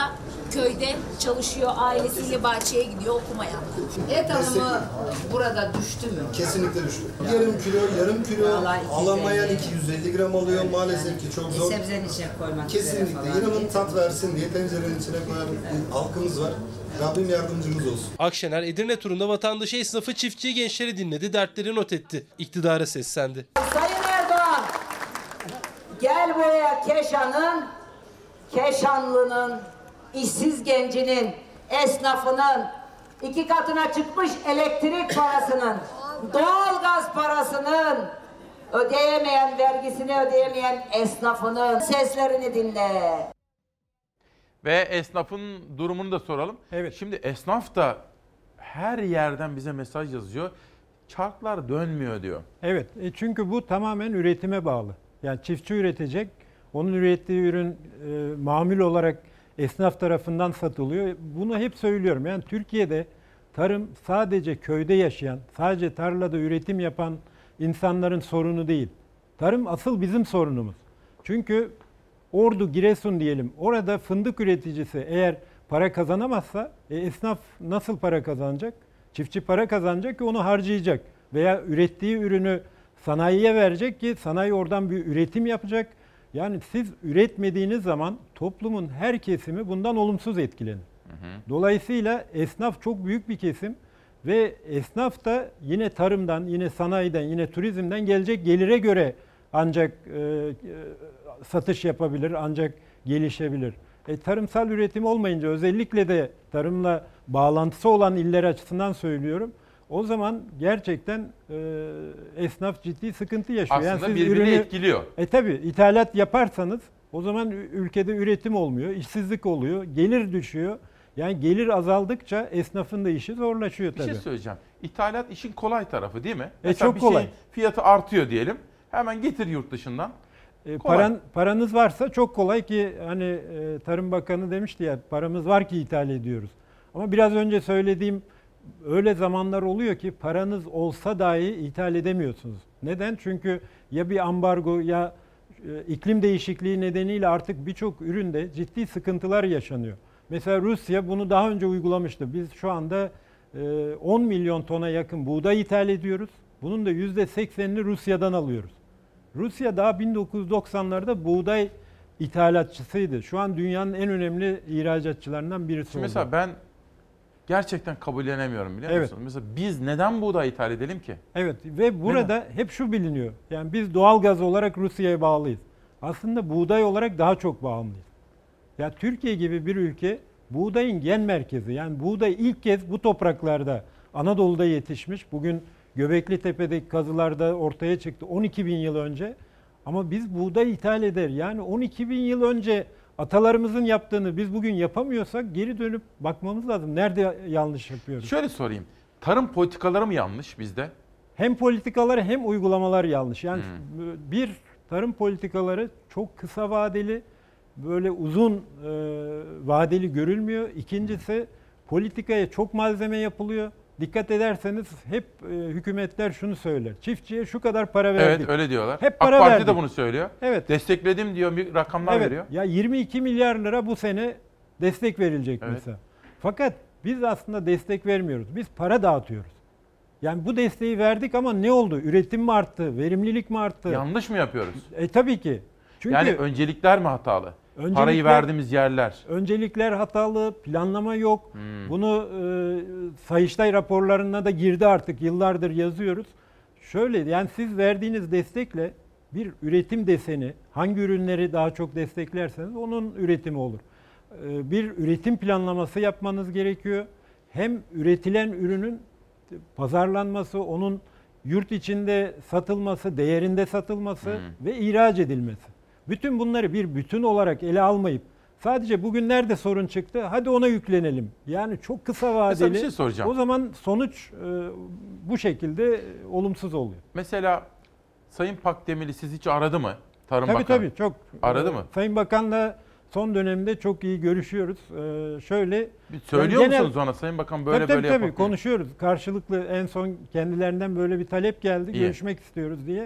köyde çalışıyor, ailesiyle bahçeye gidiyor okumaya. Et alımı burada düştü mü? Kesinlikle düştü. Yarım kilo, yarım kilo alamayan iki yüz elli gram alıyor. Maalesef ki çok zor. Sebzenin içine koymak Kesinlikle. İnanın tat versin diye tencerenin içine koyan halkımız var. Rabbim yardımcımız olsun. Akşener Edirne turunda vatandaşı, esnafı, çiftçiyi, gençleri dinledi, dertleri not etti. İktidara seslendi. Sayın Erdoğan, gel buraya Keşan'ın, Keşanlı'nın, işsiz gencinin, esnafının, iki katına çıkmış elektrik parasının, doğalgaz parasının, ödeyemeyen, vergisini ödeyemeyen esnafının seslerini dinle. Ve esnafın durumunu da soralım. Evet. Şimdi esnaf da her yerden bize mesaj yazıyor. Çarklar dönmüyor diyor. Evet, e çünkü bu tamamen üretime bağlı. Yani çiftçi üretecek, onun ürettiği ürün e, mamul olarak esnaf tarafından satılıyor. Bunu hep söylüyorum. Yani Türkiye'de tarım sadece köyde yaşayan, sadece tarlada üretim yapan insanların sorunu değil. Tarım asıl bizim sorunumuz. Çünkü Ordu, Giresun diyelim, orada fındık üreticisi eğer para kazanamazsa e, esnaf nasıl para kazanacak? Çiftçi para kazanacak ki onu harcayacak veya ürettiği ürünü sanayiye verecek ki sanayi oradan bir üretim yapacak. Yani siz üretmediğiniz zaman toplumun her kesimi bundan olumsuz etkilenir. Hı hı. Dolayısıyla esnaf çok büyük bir kesim ve esnaf da yine tarımdan, yine sanayiden, yine turizmden gelecek gelire göre ancak e, satış yapabilir, ancak gelişebilir. E, tarımsal üretim olmayınca, özellikle de tarımla bağlantısı olan iller açısından söylüyorum, o zaman gerçekten e, esnaf ciddi sıkıntı yaşıyor. Aslında yani birbirini ürünü, etkiliyor. E tabi ithalat yaparsanız o zaman ülkede üretim olmuyor, işsizlik oluyor, gelir düşüyor. Yani gelir azaldıkça esnafın da işi zorlaşıyor tabii. Bir şey söyleyeceğim. İthalat işin kolay tarafı değil mi? E, Mesela çok bir kolay. şeyin fiyatı artıyor diyelim. Hemen getir yurt dışından. E, paran, paranız varsa çok kolay ki hani e, Tarım Bakanı demişti ya, paramız var ki ithal ediyoruz. Ama biraz önce söylediğim öyle zamanlar oluyor ki paranız olsa dahi ithal edemiyorsunuz. Neden? Çünkü ya bir ambargo ya e, iklim değişikliği nedeniyle artık birçok üründe ciddi sıkıntılar yaşanıyor. Mesela Rusya bunu daha önce uygulamıştı. Biz şu anda e, on milyon tona yakın buğday ithal ediyoruz. Bunun da yüzde seksenini Rusya'dan alıyoruz. Rusya daha bin dokuz yüz doksanlarda buğday ithalatçısıydı. Şu an dünyanın en önemli ihracatçılarından birisi oldu. Mesela ben gerçekten kabullenemiyorum biliyor Evet. musunuz? Mesela biz neden buğday ithal edelim ki? Evet ve burada neden? Hep şu biliniyor. Yani biz doğal gaz olarak Rusya'ya bağlıyız. Aslında buğday olarak daha çok bağımlıyız. Ya Türkiye gibi bir ülke buğdayın gen merkezi. Yani buğday ilk kez bu topraklarda, Anadolu'da yetişmiş. Bugün Göbekli Tepe'deki kazılarda ortaya çıktı on iki bin yıl önce. Ama biz buğday ithal eder. Yani on iki bin yıl önce atalarımızın yaptığını biz bugün yapamıyorsak geri dönüp bakmamız lazım. Nerede yanlış yapıyoruz? Şöyle sorayım. Tarım politikaları mı yanlış bizde? Hem politikalar hem uygulamalar yanlış. Yani hmm. bir, tarım politikaları çok kısa vadeli, böyle uzun e, vadeli görülmüyor. İkincisi politikaya çok malzeme yapılıyor. Dikkat ederseniz hep e, hükümetler şunu söyler. Çiftçiye şu kadar para verdik. Evet öyle diyorlar. Hep para AK Parti verdik. de bunu söylüyor. Evet. Destekledim diyor, bir rakamlar evet. veriyor. Ya yirmi iki milyar lira bu sene destek verilecek evet. mesela. Fakat biz aslında destek vermiyoruz. Biz para dağıtıyoruz. Yani bu desteği verdik ama ne oldu? Üretim mi arttı? Verimlilik mi arttı? Yanlış mı yapıyoruz? E tabii ki. Çünkü yani öncelikler mi hatalı? Öncelikler, parayı verdiğimiz yerler. Öncelikler hatalı, planlama yok. Hmm. Bunu e, Sayıştay raporlarına da girdi artık, yıllardır yazıyoruz. Şöyle, yani siz verdiğiniz destekle bir üretim deseni, hangi ürünleri daha çok desteklerseniz onun üretimi olur. E, bir üretim planlaması yapmanız gerekiyor. Hem üretilen ürünün pazarlanması, onun yurt içinde satılması, değerinde satılması hmm. ve ihraç edilmesi. Bütün bunları bir bütün olarak ele almayıp sadece bugün nerede sorun çıktı, hadi ona yüklenelim. Yani çok kısa vadeli. Mesela bir şey soracağım. O zaman sonuç e, bu şekilde e, olumsuz oluyor. Mesela Sayın Pakdemirli siz hiç aradı mı? Tarım tabii Bakanı. tabii çok. Aradı mı? Sayın Bakan'la son dönemde çok iyi görüşüyoruz. Ee, şöyle. Bir söylüyor yani musunuz genel, ona Sayın Bakan böyle tabii, böyle tabii, yapalım? Konuşuyoruz. Karşılıklı en son kendilerinden böyle bir talep geldi. İyi. Görüşmek istiyoruz diye.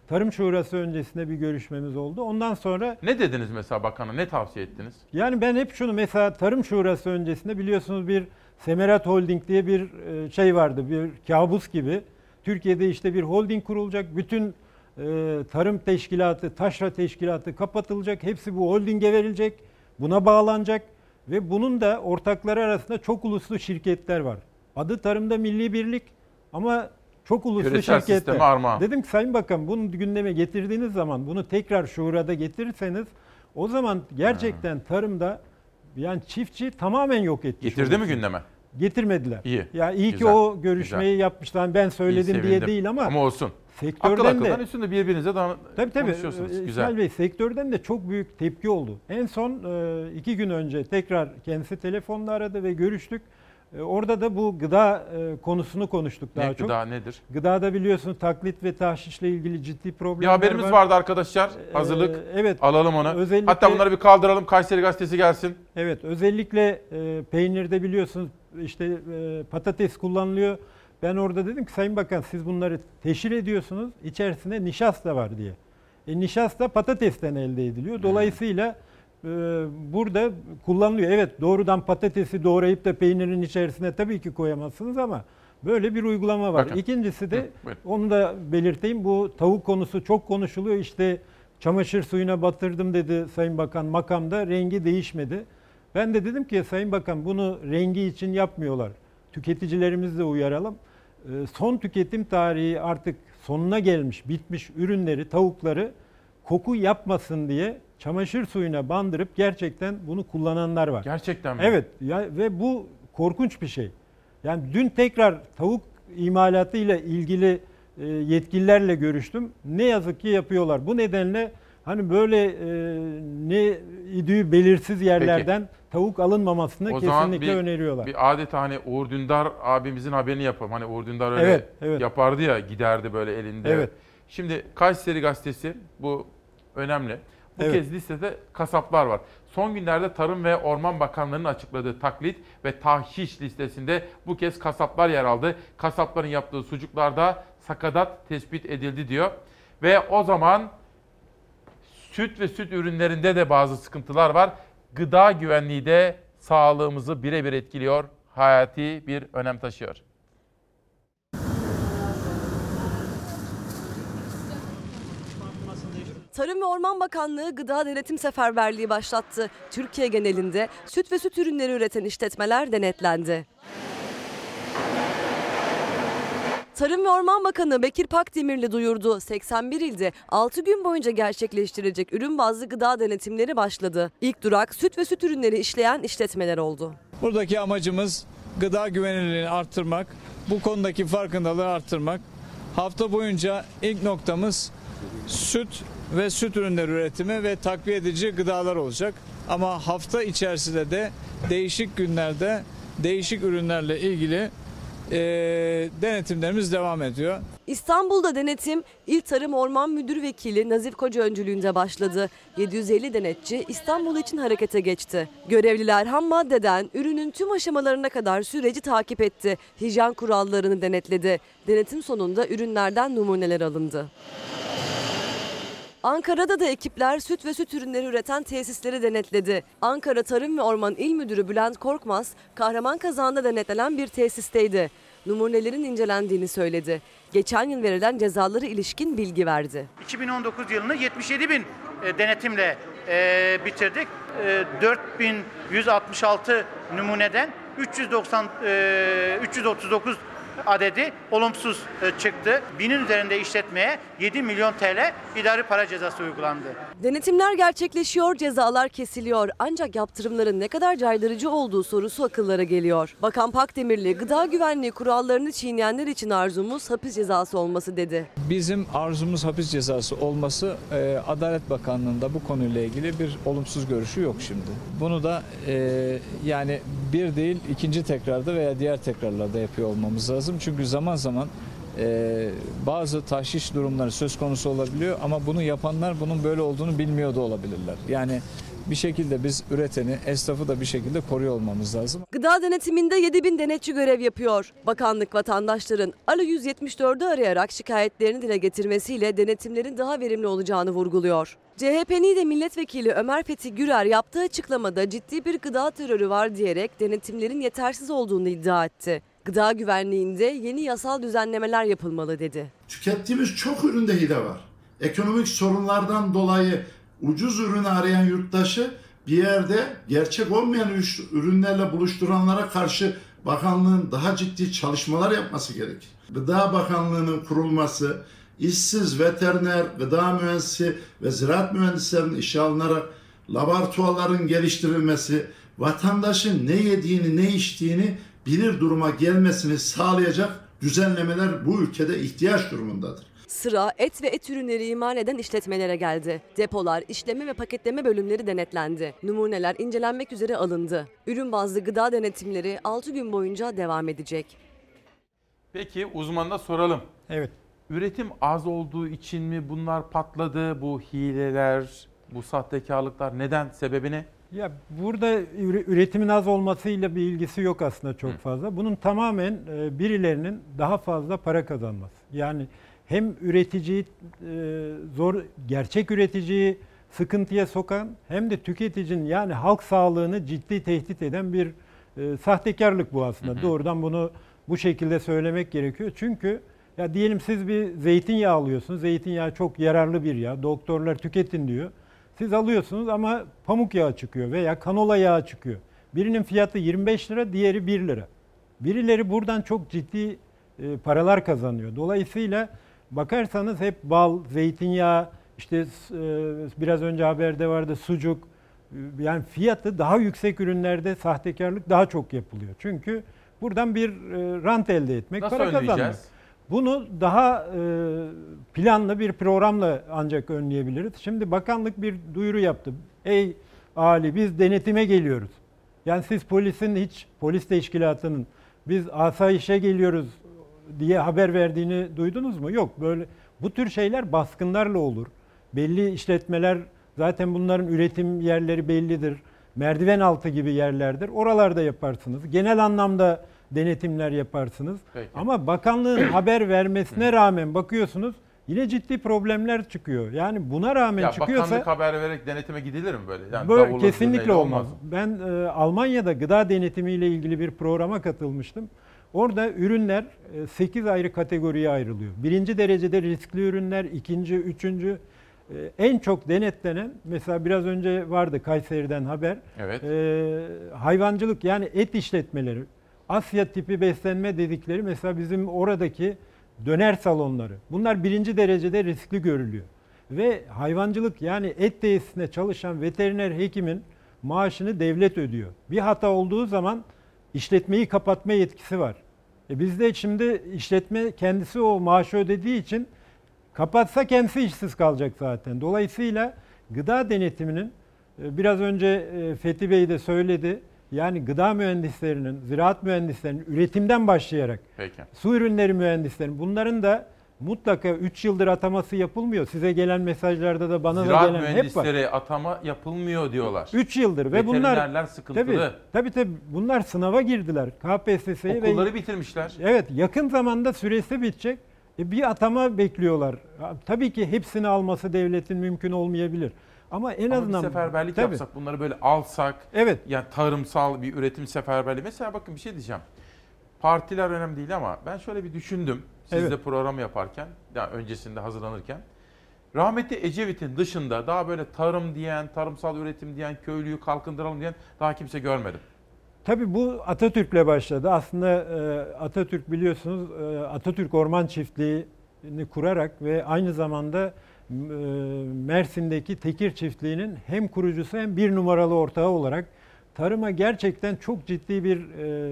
Tarım Şurası öncesinde bir görüşmemiz oldu. Ondan sonra... Ne dediniz mesela bakana? Ne tavsiye ettiniz? Yani ben hep şunu mesela Tarım Şurası öncesinde biliyorsunuz bir Semerat Holding diye bir şey vardı. Bir kabus gibi. Türkiye'de işte bir holding kurulacak. Bütün tarım teşkilatı, taşra teşkilatı kapatılacak. Hepsi bu holdinge verilecek. Buna bağlanacak. Ve bunun da ortakları arasında çok uluslu şirketler var. Adı Tarımda Milli Birlik ama çok uluslu Küresel şirketler. Armağan. Dedim ki Sayın Bakan bunu gündeme getirdiğiniz zaman bunu tekrar şurada getirirseniz o zaman gerçekten ha. tarımda yani çiftçi tamamen yok etmiş. Getirdi mi gündeme? Getirmediler. İyi. Ya iyi Güzel. ki o görüşmeyi Güzel. yapmışlar. Ben söyledim İyi, diye değil ama. Ama olsun. Sektörden Akıl akıldan de, üstünde birbirinize daha tabii, tabii, konuşuyorsunuz. İsmail Güzel. Bey sektörden de çok büyük tepki oldu. En son iki gün önce tekrar kendisi telefonla aradı ve görüştük. Orada da bu gıda konusunu konuştuk daha ne, çok. Gıda nedir? Gıdada biliyorsunuz taklit ve tahşişle ilgili ciddi problemler bir haberimiz var. vardı arkadaşlar. Hazırlık. Ee, evet. Alalım onu. Özellikle, hatta bunları bir kaldıralım. Kayseri Gazetesi gelsin. Evet. Özellikle e, peynirde biliyorsunuz işte e, patates kullanılıyor. Ben orada dedim ki Sayın Bakan siz bunları teşhir ediyorsunuz. İçerisinde nişasta var diye. E, nişasta patatesten elde ediliyor. Dolayısıyla e, burada kullanılıyor. Evet doğrudan patatesi doğrayıp da peynirin içerisine tabii ki koyamazsınız ama böyle bir uygulama var. Bakın. İkincisi de Hı, onu da belirteyim. Bu tavuk konusu çok konuşuluyor. İşte çamaşır suyuna batırdım dedi Sayın Bakan makamda. Rengi değişmedi. Ben de dedim ki Sayın Bakan bunu rengi için yapmıyorlar. Tüketicilerimizi de uyaralım. Son tüketim tarihi artık sonuna gelmiş, bitmiş ürünleri, tavukları koku yapmasın diye çamaşır suyuna bandırıp gerçekten bunu kullananlar var. Gerçekten mi? Evet ya, ve bu korkunç bir şey. Yani dün tekrar tavuk imalatıyla ilgili e, yetkililerle görüştüm. Ne yazık ki yapıyorlar. Bu nedenle hani böyle e, ne idüğü belirsiz yerlerden Peki. tavuk alınmamasını o kesinlikle bir, öneriyorlar. Bir adeta hani Uğur Dündar abimizin haberini yapalım. Hani Uğur Dündar öyle evet, evet. yapardı ya, giderdi böyle elinde. Evet. Şimdi Kayseri Gazetesi bu önemli. Bu evet. kez listede kasaplar var. Son günlerde Tarım ve Orman Bakanlığı'nın açıkladığı taklit ve tahşiş listesinde bu kez kasaplar yer aldı. Kasapların yaptığı sucuklarda sakatat tespit edildi diyor. Ve o zaman süt ve süt ürünlerinde de bazı sıkıntılar var. Gıda güvenliği de sağlığımızı birebir etkiliyor. Hayati bir önem taşıyor. Tarım ve Orman Bakanlığı Gıda Denetim Seferberliği başlattı. Türkiye genelinde süt ve süt ürünleri üreten işletmeler denetlendi. Tarım ve Orman Bakanı Bekir Pakdemirli duyurdu. seksen bir ilde altı gün boyunca gerçekleştirilecek ürün bazlı gıda denetimleri başladı. İlk durak süt ve süt ürünleri işleyen işletmeler oldu. Buradaki amacımız gıda güvenilirliğini arttırmak, bu konudaki farkındalığı arttırmak. Hafta boyunca ilk noktamız süt ve süt ürünleri üretimi ve takviye edici gıdalar olacak. Ama hafta içerisinde de değişik günlerde değişik ürünlerle ilgili e, denetimlerimiz devam ediyor. İstanbul'da denetim İl Tarım Orman Müdür Vekili Nazif Koca öncülüğünde başladı. yedi yüz elli denetçi İstanbul için harekete geçti. Görevliler ham maddeden ürünün tüm aşamalarına kadar süreci takip etti. Hijyen kurallarını denetledi. Denetim sonunda ürünlerden numuneler alındı. Ankara'da da ekipler süt ve süt ürünleri üreten tesisleri denetledi. Ankara Tarım ve Orman İl Müdürü Bülent Korkmaz, Kahramankazancı'nda denetlenen bir tesisteydi. Numunelerin incelendiğini söyledi. Geçen yıl verilen cezalara ilişkin bilgi verdi. iki bin on dokuz yılını yetmiş yedi bin denetimle e, bitirdik. E, dört bin yüz altmış altı numuneden üç yüz doksan, e, üç yüz otuz dokuz adedi olumsuz çıktı. Binin üzerinde işletmeye yedi milyon T L idari para cezası uygulandı. Denetimler gerçekleşiyor, cezalar kesiliyor. Ancak yaptırımların ne kadar caydırıcı olduğu sorusu akıllara geliyor. Bakan Pakdemirli, gıda güvenliği kurallarını çiğneyenler için arzumuz hapis cezası olması dedi. Bizim arzumuz hapis cezası olması. e, Adalet Bakanlığı'nda bu konuyla ilgili bir olumsuz görüşü yok şimdi. Bunu da e, yani bir değil ikinci tekrarda veya diğer tekrarlarda yapıyor olmamız lazım. Çünkü zaman zaman e, bazı tahşiş durumları söz konusu olabiliyor ama bunu yapanlar bunun böyle olduğunu bilmiyor da olabilirler. Yani bir şekilde biz üreteni, esnafı da bir şekilde koruyor olmamız lazım. Gıda denetiminde yedi bin denetçi görev yapıyor. Bakanlık vatandaşların Alo yüz yetmiş dördü arayarak şikayetlerini dile getirmesiyle denetimlerin daha verimli olacağını vurguluyor. C H P Niğde Milletvekili Ömer Fethi Gürer yaptığı açıklamada ciddi bir gıda terörü var diyerek denetimlerin yetersiz olduğunu iddia etti. Gıda güvenliğinde yeni yasal düzenlemeler yapılmalı dedi. Tükettiğimiz çok üründe hile var. Ekonomik sorunlardan dolayı ucuz ürünü arayan yurttaşı bir yerde gerçek olmayan ürünlerle buluşturanlara karşı bakanlığın daha ciddi çalışmalar yapması gerekir. Gıda Bakanlığı'nın kurulması, işsiz veteriner, gıda mühendisi ve ziraat mühendislerinin işe alınarak laboratuvarların geliştirilmesi, vatandaşın ne yediğini ne içtiğini bilir duruma gelmesini sağlayacak düzenlemeler bu ülkede ihtiyaç durumundadır. Sıra et ve et ürünleri imal eden işletmelere geldi. Depolar, işleme ve paketleme bölümleri denetlendi. Numuneler incelenmek üzere alındı. Ürün bazlı gıda denetimleri altı gün boyunca devam edecek. Peki uzmanına soralım. Evet. Üretim az olduğu için mi bunlar patladı? Bu hileler, bu sahtekarlıklar neden? Sebebi ne? Ya burada üretimin az olmasıyla bir ilgisi yok aslında çok fazla. Bunun tamamen birilerinin daha fazla para kazanması. Yani hem üreticiyi zor, gerçek üreticiyi sıkıntıya sokan hem de tüketicinin yani halk sağlığını ciddi tehdit eden bir e, sahtekarlık bu aslında. Hı hı. Doğrudan bunu bu şekilde söylemek gerekiyor. Çünkü ya diyelim siz bir zeytinyağı alıyorsunuz. Zeytinyağı çok yararlı bir yağ. Doktorlar tüketin diyor. Siz alıyorsunuz ama pamuk yağı çıkıyor veya kanola yağı çıkıyor. Birinin fiyatı yirmi beş lira, diğeri bir lira. Birileri buradan çok ciddi e, paralar kazanıyor. Dolayısıyla bakarsanız hep bal, zeytinyağı, işte e, biraz önce haberde vardı sucuk. Yani fiyatı daha yüksek ürünlerde sahtekarlık daha çok yapılıyor. Çünkü buradan bir e, rant elde etmek, nasıl para kazanmak. Bunu daha e, planlı bir programla ancak önleyebiliriz. Şimdi bakanlık bir duyuru yaptı. Ey ahali biz denetime geliyoruz. Yani siz polisin hiç, polis teşkilatının biz asayişe geliyoruz diye haber verdiğini duydunuz mu? Yok, böyle bu tür şeyler baskınlarla olur. Belli işletmeler zaten bunların üretim yerleri bellidir. Merdiven altı gibi yerlerdir. Oralarda yaparsınız. Genel anlamda denetimler yaparsınız. Peki. Ama bakanlığın haber vermesine rağmen bakıyorsunuz yine ciddi problemler çıkıyor. Yani buna rağmen ya çıkıyorsa... Bakanlık haber vererek denetime gidilir mi böyle? Yani böyle kesinlikle olmaz. olmaz. Ben e, Almanya'da gıda denetimiyle ilgili bir programa katılmıştım. Orada ürünler e, sekiz ayrı kategoriye ayrılıyor. Birinci derecede riskli ürünler, ikinci, üçüncü... E, en çok denetlenen, mesela biraz önce vardı Kayseri'den haber. Evet. E, hayvancılık yani et işletmeleri. Asya tipi beslenme dedikleri mesela bizim oradaki döner salonları. Bunlar birinci derecede riskli görülüyor. Ve hayvancılık yani et tesisinde çalışan veteriner hekimin maaşını devlet ödüyor. Bir hata olduğu zaman işletmeyi kapatma yetkisi var. E bizde şimdi işletme kendisi o maaşı ödediği için kapatsa kendisi işsiz kalacak zaten. Dolayısıyla gıda denetiminin biraz önce Fethi Bey de söyledi. Yani gıda mühendislerinin, ziraat mühendislerinin üretimden başlayarak Peki. su ürünleri mühendislerinin bunların da mutlaka üç yıldır ataması yapılmıyor. Size gelen mesajlarda da bana ziraat da gelen hep var. Ziraat mühendisleri atama yapılmıyor diyorlar. üç yıldır ve bunlar veterinerler sıkıntılı. Tabii, tabii tabii bunlar sınava girdiler. K P S S'ye okulları ve, bitirmişler. Evet, yakın zamanda süresi bitecek. E bir atama bekliyorlar. Tabii ki hepsini alması devletin mümkün olmayabilir. Ama en Ama azından bir seferberlik tabii. yapsak, bunları böyle alsak, evet. yani tarımsal bir üretim seferberliği. Mesela bakın bir şey diyeceğim. Partiler önemli değil ama ben şöyle bir düşündüm. Siz evet. de programı yaparken, yani öncesinde hazırlanırken. Rahmetli Ecevit'in dışında daha böyle tarım diyen, tarımsal üretim diyen, köylüyü kalkındıralım diyen daha kimse görmedim. Tabii bu Atatürk'le başladı. Aslında Atatürk biliyorsunuz Atatürk Orman Çiftliği'ni kurarak ve aynı zamanda Mersin'deki Tekir Çiftliği'nin hem kurucusu hem bir numaralı ortağı olarak tarıma gerçekten çok ciddi bir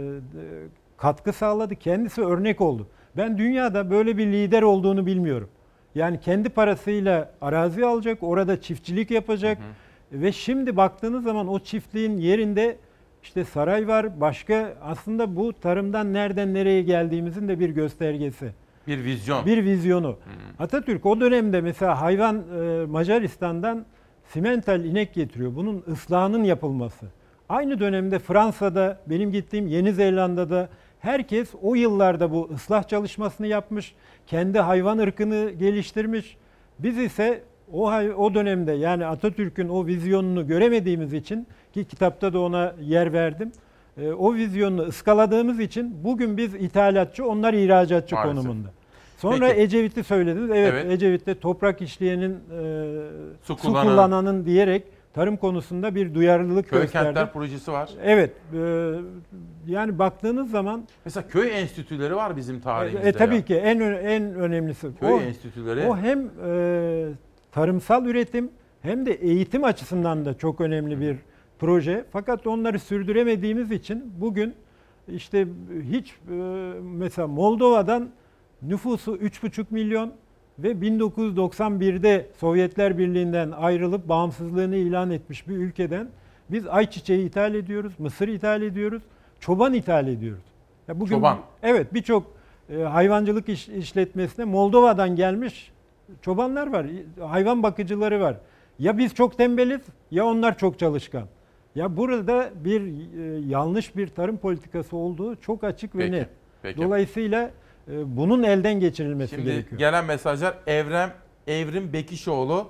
katkı sağladı. Kendisi örnek oldu. Ben dünyada böyle bir lider olduğunu bilmiyorum. Yani kendi parasıyla arazi alacak, orada çiftçilik yapacak hı hı. ve şimdi baktığınız zaman o çiftliğin yerinde işte saray var, başka aslında bu tarımdan nereden nereye geldiğimizin de bir göstergesi. Bir vizyon. Bir vizyonu. Hmm. Atatürk o dönemde mesela hayvan e, Macaristan'dan simental inek getiriyor. Bunun ıslahının yapılması. Aynı dönemde Fransa'da, benim gittiğim Yeni Zelanda'da herkes o yıllarda bu ıslah çalışmasını yapmış. Kendi hayvan ırkını geliştirmiş. Biz ise o, o dönemde yani Atatürk'ün o vizyonunu göremediğimiz için, ki kitapta da ona yer verdim, o vizyonunu ıskaladığımız için bugün biz ithalatçı, onlar ihracatçı Maalesef. konumunda. Sonra Peki. Ecevit'i söylediniz. Evet, evet. Ecevit'te toprak işleyenin, e, su, su kullananın diyerek tarım konusunda bir duyarlılık köy gösterdi. Köy kentler projesi var. Evet. E, yani baktığınız zaman... Mesela köy enstitüleri var bizim tarihimizde. E, tabii ya. ki en en önemlisi. Köy o, enstitüleri. O hem e, tarımsal üretim hem de eğitim açısından da çok önemli bir proje. Fakat onları sürdüremediğimiz için bugün işte hiç e, mesela Moldova'dan nüfusu üç buçuk milyon ve bin dokuz yüz doksan birde Sovyetler Birliği'nden ayrılıp bağımsızlığını ilan etmiş bir ülkeden biz ayçiçeği ithal ediyoruz, mısır ithal ediyoruz, çoban ithal ediyoruz. Ya bugün çoban. Evet, birçok e, hayvancılık iş, işletmesine Moldova'dan gelmiş çobanlar var, hayvan bakıcıları var. Ya biz çok tembeliz ya onlar çok çalışkan. Ya burada bir e, yanlış bir tarım politikası olduğu çok açık ve Peki. net. Peki. Dolayısıyla e, bunun elden geçirilmesi Şimdi gerekiyor. Gelen mesajlar Evrem Evrim Bekişoğlu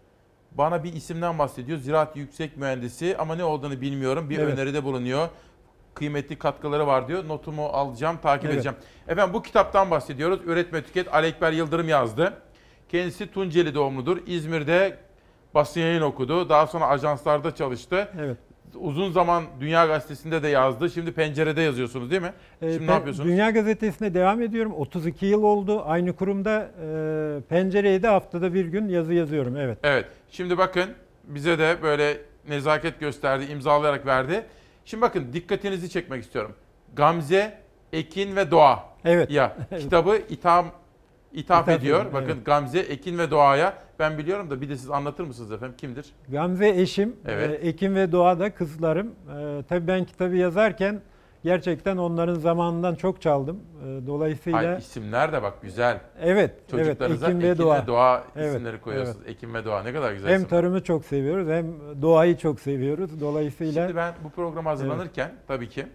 bana bir isimden bahsediyor. Ziraat Yüksek Mühendisi ama ne olduğunu bilmiyorum. Bir Evet. öneride bulunuyor. Kıymetli katkıları var diyor. Notumu alacağım, takip Evet. edeceğim. Efendim bu kitaptan bahsediyoruz. Üretme Tüket Ali Ekber Yıldırım yazdı. Kendisi Tunceli doğumludur. İzmir'de basın yayın okudu. Daha sonra ajanslarda çalıştı. Evet. Uzun zaman Dünya Gazetesi'nde de yazdı. Şimdi Pencere'de yazıyorsunuz değil mi? Ee, Şimdi ben ne yapıyorsunuz? Dünya Gazetesi'ne devam ediyorum. otuz iki yıl oldu. Aynı kurumda e, Pencere'ye de haftada bir gün yazı yazıyorum. Evet. Evet. Şimdi bakın bize de böyle nezaket gösterdi, imzalayarak verdi. Şimdi bakın dikkatinizi çekmek istiyorum. Gamze, Ekin ve Doğa. Evet. Ya kitabı itham ithaf İthaf ediyor. ediyor, Bakın evet. Gamze, Ekin ve Doğa'ya ben biliyorum da bir de siz anlatır mısınız efendim? Kimdir? Gamze eşim, Evet. e, Ekim ve Doğa da kızlarım. E, tabii ben kitabı yazarken gerçekten onların zamanından çok çaldım. E, dolayısıyla... Hayır, isimler de bak güzel. Evet, Çocuklarınıza evet. Ekin ve Doğa, Doğa evet, isimleri koyuyorsunuz. evet. Ekin ve Doğa ne kadar güzel Hem isimler. tarımı çok seviyoruz hem doğayı çok seviyoruz. Dolayısıyla... Şimdi ben bu programa hazırlanırken evet. tabii ki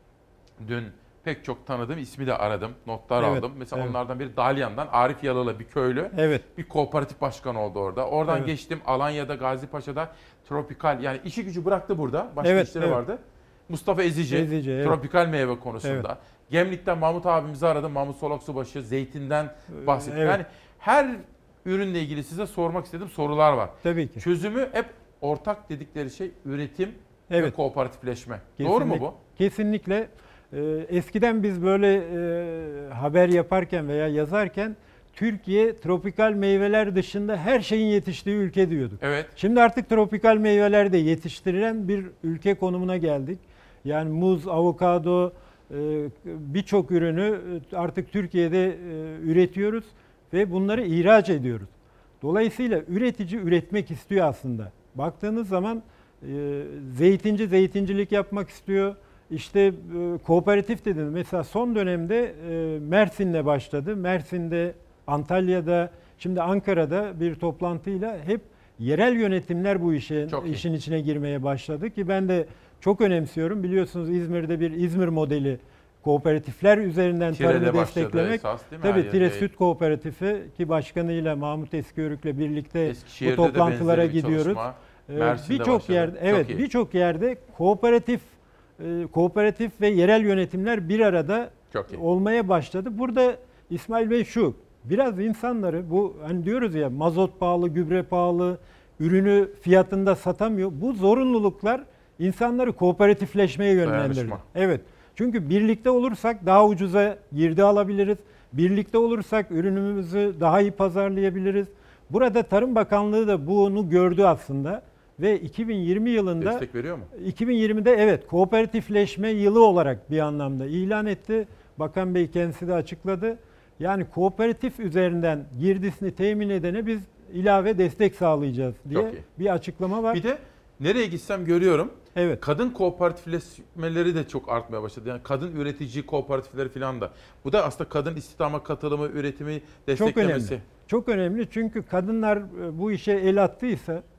dün pek çok tanıdığım ismi de aradım, notlar evet, aldım. Mesela evet. onlardan biri Dalyan'dan Arif Yalılı bir köylü. Evet. Bir kooperatif başkanı oldu orada. Oradan evet. geçtim Alanya'da, Gazipaşa'da tropikal yani işi gücü bıraktı burada. Başka evet, işleri evet. vardı. Mustafa Ezici, Ezici evet. tropikal meyve konusunda. Evet. Gemlik'ten Mahmut abimizi aradım. Mahmut Solaksubaşı zeytinden bahsetti. Evet. Yani her ürünle ilgili size sormak istediğim sorular var. Tabii ki. Çözümü hep ortak dedikleri şey üretim evet. ve kooperatifleşme. Kesinlikle. Doğru mu bu? Kesinlikle. Eskiden biz böyle e, haber yaparken veya yazarken Türkiye tropikal meyveler dışında her şeyin yetiştiği ülke diyorduk. Evet. Şimdi artık tropikal meyveler de yetiştirilen bir ülke konumuna geldik. Yani muz, avokado, e, birçok ürünü artık Türkiye'de e, üretiyoruz ve bunları ihraç ediyoruz. Dolayısıyla üretici üretmek istiyor aslında. Baktığınız zaman e, zeytinci zeytincilik yapmak istiyor. İşte e, kooperatif dediniz. Mesela son dönemde e, Mersin'le başladı. Mersin'de, Antalya'da, şimdi Ankara'da bir toplantıyla hep yerel yönetimler bu işin işin içine girmeye başladı ki ben de çok önemsiyorum. Biliyorsunuz İzmir'de bir İzmir modeli kooperatifler üzerinden Tire'de tarımı desteklemek. Esas, tabii Tire Süt Kooperatifi ki başkanıyla Mahmut Eskiyörük'le birlikte bu toplantılara gidiyoruz. Birçok yerde evet birçok yerde kooperatif kooperatif ve yerel yönetimler bir arada olmaya başladı. Burada İsmail Bey şu, biraz insanları bu hani diyoruz ya mazot pahalı, gübre pahalı, ürünü fiyatında satamıyor. Bu zorunluluklar insanları kooperatifleşmeye yönlendirir. Evet. Çünkü birlikte olursak daha ucuza girdi alabiliriz. Birlikte olursak ürünümüzü daha iyi pazarlayabiliriz. Burada Tarım Bakanlığı da bunu gördü aslında. Ve iki bin yirmi yılında destek veriyor mu? iki bin yirmide evet kooperatifleşme yılı olarak bir anlamda ilan etti. Bakan Bey kendisi de açıkladı. Yani kooperatif üzerinden girdisini temin edene biz ilave destek sağlayacağız diye bir açıklama var. Bir de nereye gitsem görüyorum. Evet. Kadın kooperatifleşmeleri de çok artmaya başladı. Yani kadın üretici kooperatifleri falan da. Bu da aslında kadın istihdama katılımı, üretimi desteklemesi. Çok önemli. Çok önemli çünkü kadınlar bu işe el attıysa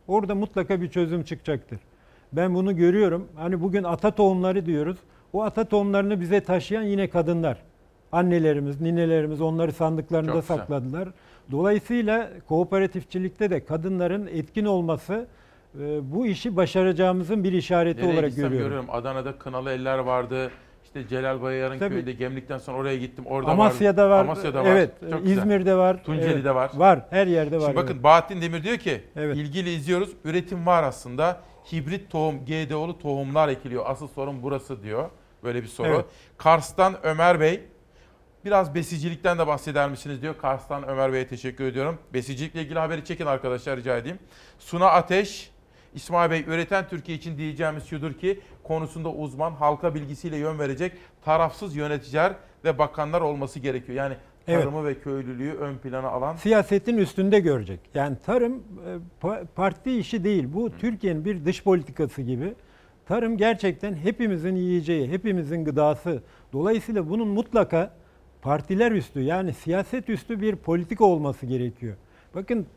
orada mutlaka bir çözüm çıkacaktır. Ben bunu görüyorum. Hani bugün ata tohumları diyoruz. O ata tohumlarını bize taşıyan yine kadınlar. Annelerimiz, ninelerimiz onları sandıklarında Çok güzel. sakladılar. Dolayısıyla kooperatifçilikte de kadınların etkin olması e, bu işi başaracağımızın bir işareti Nereye olarak gitsem görüyorum. görüyorum. Adana'da Kınalı Eller vardı. İşte Celal Bayar'ın Tabii. köyünde Gemlik'ten sonra oraya gittim. Orada Amasya'da var. Amasya'da var. Evet. Çok güzel. İzmir'de var. Tunceli'de Evet. var. Var. Her yerde var. Şimdi bakın evet. Bahattin Demir diyor ki Evet. ilgili izliyoruz. Üretim var aslında. Hibrit tohum, G D O'lu tohumlar ekiliyor. Asıl sorun burası diyor. Böyle bir soru. Evet. Kars'tan Ömer Bey. Biraz besicilikten de bahseder misiniz diyor. Kars'tan Ömer Bey'e teşekkür ediyorum. Besicilikle ilgili haberi çekin arkadaşlar rica edeyim. Suna Ateş. İsmail Bey, üreten Türkiye için diyeceğimiz şudur ki konusunda uzman, halka bilgisiyle yön verecek tarafsız yöneticiler ve bakanlar olması gerekiyor. Yani tarımı evet. ve köylülüğü ön plana alan. Siyasetin üstünde görecek. Yani tarım parti işi değil. Bu Hı. Türkiye'nin bir dış politikası gibi. Tarım gerçekten hepimizin yiyeceği, hepimizin gıdası. Dolayısıyla bunun mutlaka partiler üstü, yani siyaset üstü bir politika olması gerekiyor. Bakın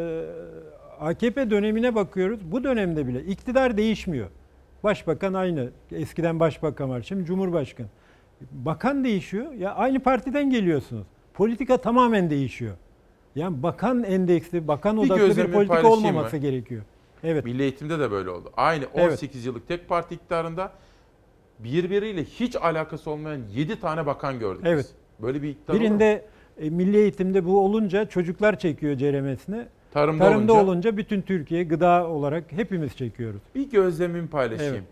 A K P dönemine bakıyoruz. Bu dönemde bile iktidar değişmiyor. Başbakan aynı. Eskiden başbakan var. Şimdi cumhurbaşkanı. Bakan değişiyor. Ya aynı partiden geliyorsunuz. Politika tamamen değişiyor. Yani bakan endeksli, bakan Bir odaklı bir politika olmaması mı? gerekiyor. Evet. Milli Eğitim'de de böyle oldu. Aynı on sekiz evet. yıllık tek parti iktidarında birbiriyle hiç alakası olmayan yedi tane bakan gördük. Evet. Biz. Böyle bir iktidar Birinde e, Milli Eğitim'de bu olunca çocuklar çekiyor ceremesine. Tarımda, Tarımda olunca, olunca bütün Türkiye gıda olarak hepimiz çekiyoruz. Bir gözlemimi paylaşayım. Evet.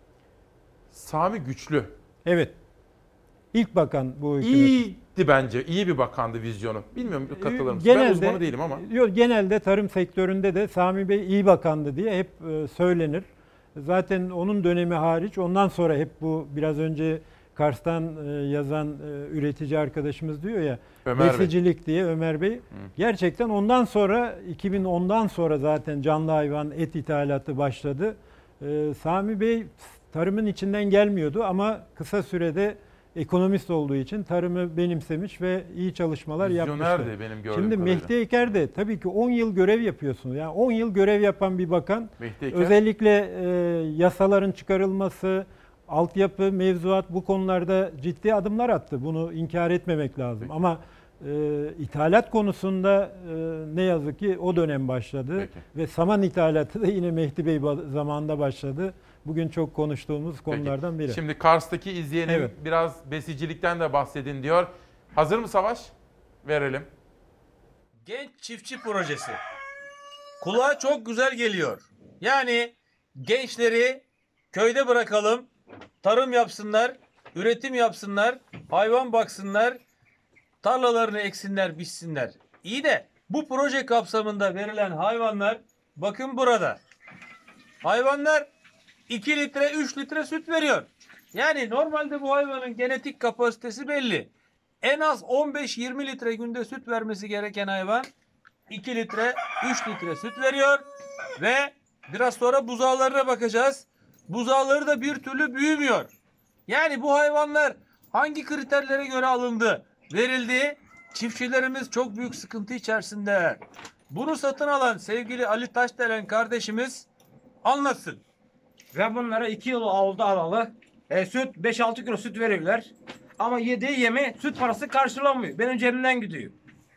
Sami Güçlü. Evet. İlk bakan bu hükümet. İyiydi bence. İyi bir bakandı vizyonu. Bilmiyorum katılır mısınız? Genelde, ben uzmanı değilim ama. Yok, genelde tarım sektöründe de Sami Bey iyi bakandı diye hep e, söylenir. Zaten onun dönemi hariç ondan sonra hep bu biraz önce Kars'tan e, yazan e, üretici arkadaşımız diyor ya Ömer besicilik Bey. diye Ömer Bey. Hı. Gerçekten ondan sonra iki bin ondan sonra zaten canlı hayvan et ithalatı başladı. E, Sami Bey tarımın içinden gelmiyordu ama kısa sürede ekonomist olduğu için tarımı benimsemiş ve iyi çalışmalar yapmıştı. Benim gördüğüm Şimdi kadarıyla. Mehdi Eker de tabii ki on yıl görev yapıyorsunuz. Yani on yıl görev yapan bir bakan Eker, özellikle e, yasaların çıkarılması, altyapı, mevzuat bu konularda ciddi adımlar attı. Bunu inkar etmemek lazım. Peki. Ama e, ithalat konusunda e, ne yazık ki o dönem başladı. Peki. Ve saman ithalatı da yine Mehdi Bey zamanında başladı. Bugün çok konuştuğumuz konulardan biri. Şimdi Kars'taki izleyenim evet. biraz besicilikten de bahsedin diyor. Hazır mı Savaş? Verelim. Genç çiftçi projesi. Kulağa çok güzel geliyor. Yani gençleri köyde bırakalım, tarım yapsınlar, üretim yapsınlar, hayvan baksınlar, tarlalarını eksinler, biçsinler. İyi de bu proje kapsamında verilen hayvanlar bakın burada. Hayvanlar iki litre, üç litre süt veriyor. Yani normalde bu hayvanın genetik kapasitesi belli. En az on beş yirmi litre günde süt vermesi gereken hayvan iki litre, üç litre süt veriyor ve biraz sonra buzağlarına bakacağız. Buzağları da bir türlü büyümüyor. Yani bu hayvanlar hangi kriterlere göre alındı, verildi? Çiftçilerimiz çok büyük sıkıntı içerisinde. Bunu satın alan sevgili Ali Taşdelen kardeşimiz anlatsın. Ve bunlara iki yıl oldu alalı. E, süt beş altı kilo süt veriyorlar. Ama yediği yemi süt parası karşılanmıyor. Benim cebimden gidiyor.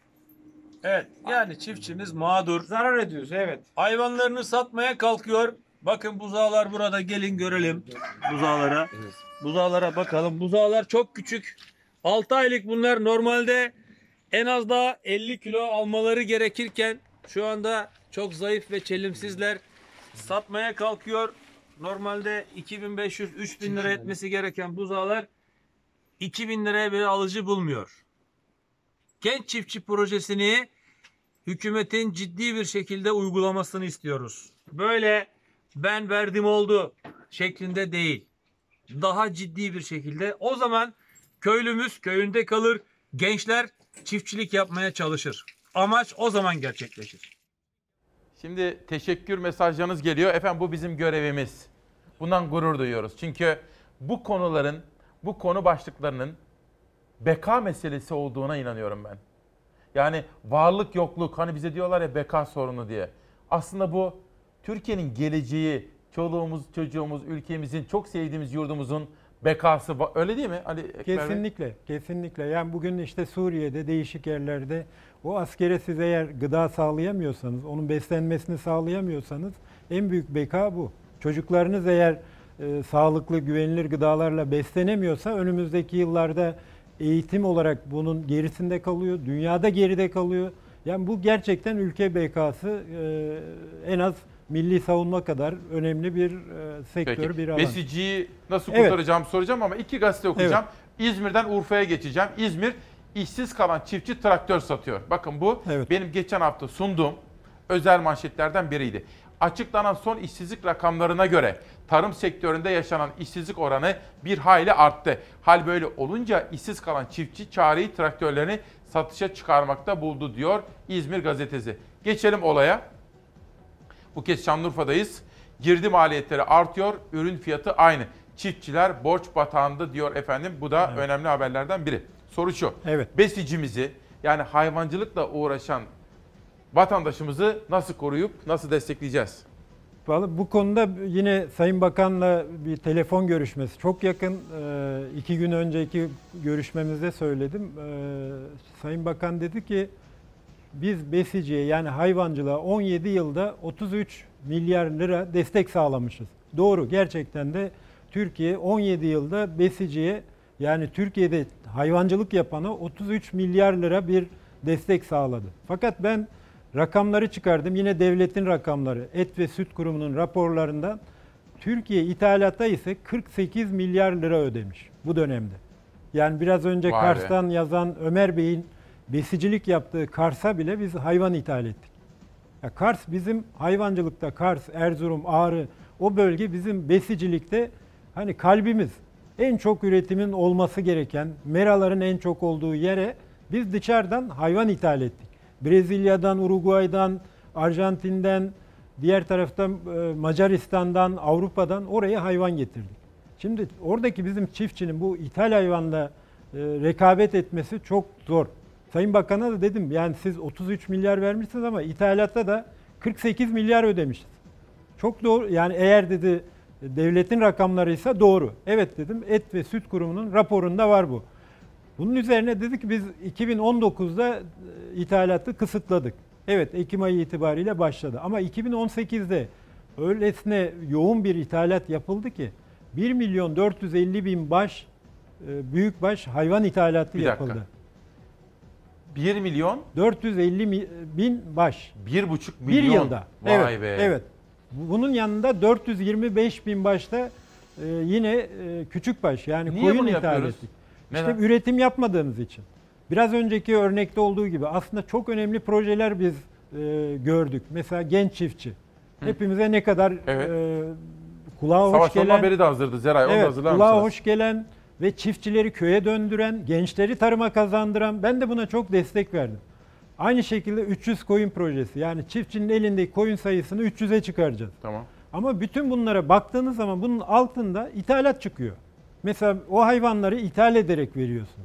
Evet, yani çiftçimiz mağdur. Zarar ediyoruz, evet. Hayvanlarını satmaya kalkıyor. Bakın buzağlar burada, gelin görelim buzağlara. Evet. Buzağlara bakalım. Buzağlar çok küçük. altı aylık bunlar, normalde en az daha elli kilo almaları gerekirken şu anda çok zayıf ve çelimsizler. Satmaya kalkıyor. Normalde iki bin beş yüz üç bin lira etmesi gereken buzağlar iki bin liraya bile alıcı bulmuyor. Genç çiftçi projesini hükümetin ciddi bir şekilde uygulamasını istiyoruz. Böyle ben verdim oldu şeklinde değil. Daha ciddi bir şekilde. O zaman köylümüz köyünde kalır, gençler çiftçilik yapmaya çalışır. Amaç o zaman gerçekleşir. Şimdi teşekkür mesajlarınız geliyor. Efendim bu bizim görevimiz. Bundan gurur duyuyoruz. Çünkü bu konuların, bu konu başlıklarının beka meselesi olduğuna inanıyorum ben. Yani varlık yokluk, hani bize diyorlar ya beka sorunu diye. Aslında bu Türkiye'nin geleceği, çoluğumuz, çocuğumuz, ülkemizin, çok sevdiğimiz yurdumuzun bekası, öyle değil mi Ali Ekber Bey? Kesinlikle, kesinlikle. Yani bugün işte Suriye'de, değişik yerlerde o askere siz eğer gıda sağlayamıyorsanız, onun beslenmesini sağlayamıyorsanız en büyük beka bu. Çocuklarınız eğer e, sağlıklı, güvenilir gıdalarla beslenemiyorsa önümüzdeki yıllarda eğitim olarak bunun gerisinde kalıyor, dünyada geride kalıyor. Yani bu gerçekten ülke bekası e, en az milli savunma kadar önemli bir e, sektör, Peki. bir alan. Besiciyi nasıl Evet. kurtaracağım soracağım ama iki gazete okuyacağım. İzmir'den Urfa'ya geçeceğim. İzmir, işsiz kalan çiftçi traktör satıyor. Bakın bu Evet. benim geçen hafta sunduğum özel manşetlerden biriydi. Açıklanan son işsizlik rakamlarına göre tarım sektöründe yaşanan işsizlik oranı bir hayli arttı. Hal böyle olunca işsiz kalan çiftçi çareyi traktörlerini satışa çıkarmakta buldu diyor İzmir gazetesi. Geçelim olaya. Bu kez Şanlıurfa'dayız. Girdi maliyetleri artıyor, ürün fiyatı aynı. Çiftçiler borç batağında diyor efendim. Bu da evet. önemli haberlerden biri. Soru şu. Evet. Besicimizi, yani hayvancılıkla uğraşan vatandaşımızı nasıl koruyup nasıl destekleyeceğiz? Vallahi bu konuda yine Sayın Bakan'la bir telefon görüşmesi çok yakın. iki gün önceki görüşmemizde söyledim. Sayın Bakan dedi ki biz besiciye, yani hayvancılığa on yedi yılda otuz üç milyar lira destek sağlamışız. Doğru, gerçekten de Türkiye on yedi yılda besiciye, yani Türkiye'de hayvancılık yapana otuz üç milyar lira bir destek sağladı. Fakat ben rakamları çıkardım. Yine devletin rakamları, Et ve Süt Kurumu'nun raporlarından Türkiye ithalatta ise kırk sekiz milyar lira ödemiş bu dönemde. Yani biraz önce Vay Kars'tan be. yazan Ömer Bey'in besicilik yaptığı Kars'a bile biz hayvan ithal ettik. Ya Kars bizim hayvancılıkta, Kars, Erzurum, Ağrı, o bölge bizim besicilikte hani kalbimiz. En çok üretimin olması gereken, meraların en çok olduğu yere biz dışarıdan hayvan ithal ettik. Brezilya'dan, Uruguay'dan, Arjantin'den, diğer taraftan Macaristan'dan, Avrupa'dan oraya hayvan getirdik. Şimdi oradaki bizim çiftçinin bu ithal hayvanla rekabet etmesi çok zor. Sayın Bakan'a da dedim, yani siz otuz üç milyar vermişsiniz ama ithalatta da kırk sekiz milyar ödemişiz. Çok doğru, yani eğer dedi devletin rakamlarıysa doğru. Evet dedim, Et ve Süt Kurumu'nun raporunda var bu. Bunun üzerine dedik ki biz iki bin on dokuzda ithalatı kısıtladık. Evet, Ekim ayı itibariyle başladı ama iki bin on sekizde öylesine yoğun bir ithalat yapıldı ki bir milyon dört yüz elli bin baş büyükbaş hayvan ithalatı bir yapıldı. Dakika. bir milyon dört yüz elli bin baş. bir buçuk milyon. Bir yılda. Vay evet, be. Evet. Bunun yanında dört yüz yirmi beş bin başta e, yine e, küçük baş, yani Niye koyun bunu ithal yapıyoruz? ettik. Neden? İşte üretim yapmadığımız için. Biraz önceki örnekte olduğu gibi aslında çok önemli projeler biz e, gördük. Mesela genç çiftçi. Hı. Hepimize ne kadar evet. e, kulağa hoş Savaş gelen. Savaş haberi de hazırdı Zeray. Evet, onu hazırlar kulağa mısınız? hoş gelen ve çiftçileri köye döndüren, gençleri tarıma kazandıran, ben de buna çok destek verdim. Aynı şekilde üç yüz koyun projesi. Yani çiftçinin elindeki koyun sayısını üç yüze çıkaracağız. Tamam. Ama bütün bunlara baktığınız zaman bunun altında ithalat çıkıyor. Mesela o hayvanları ithal ederek veriyorsunuz.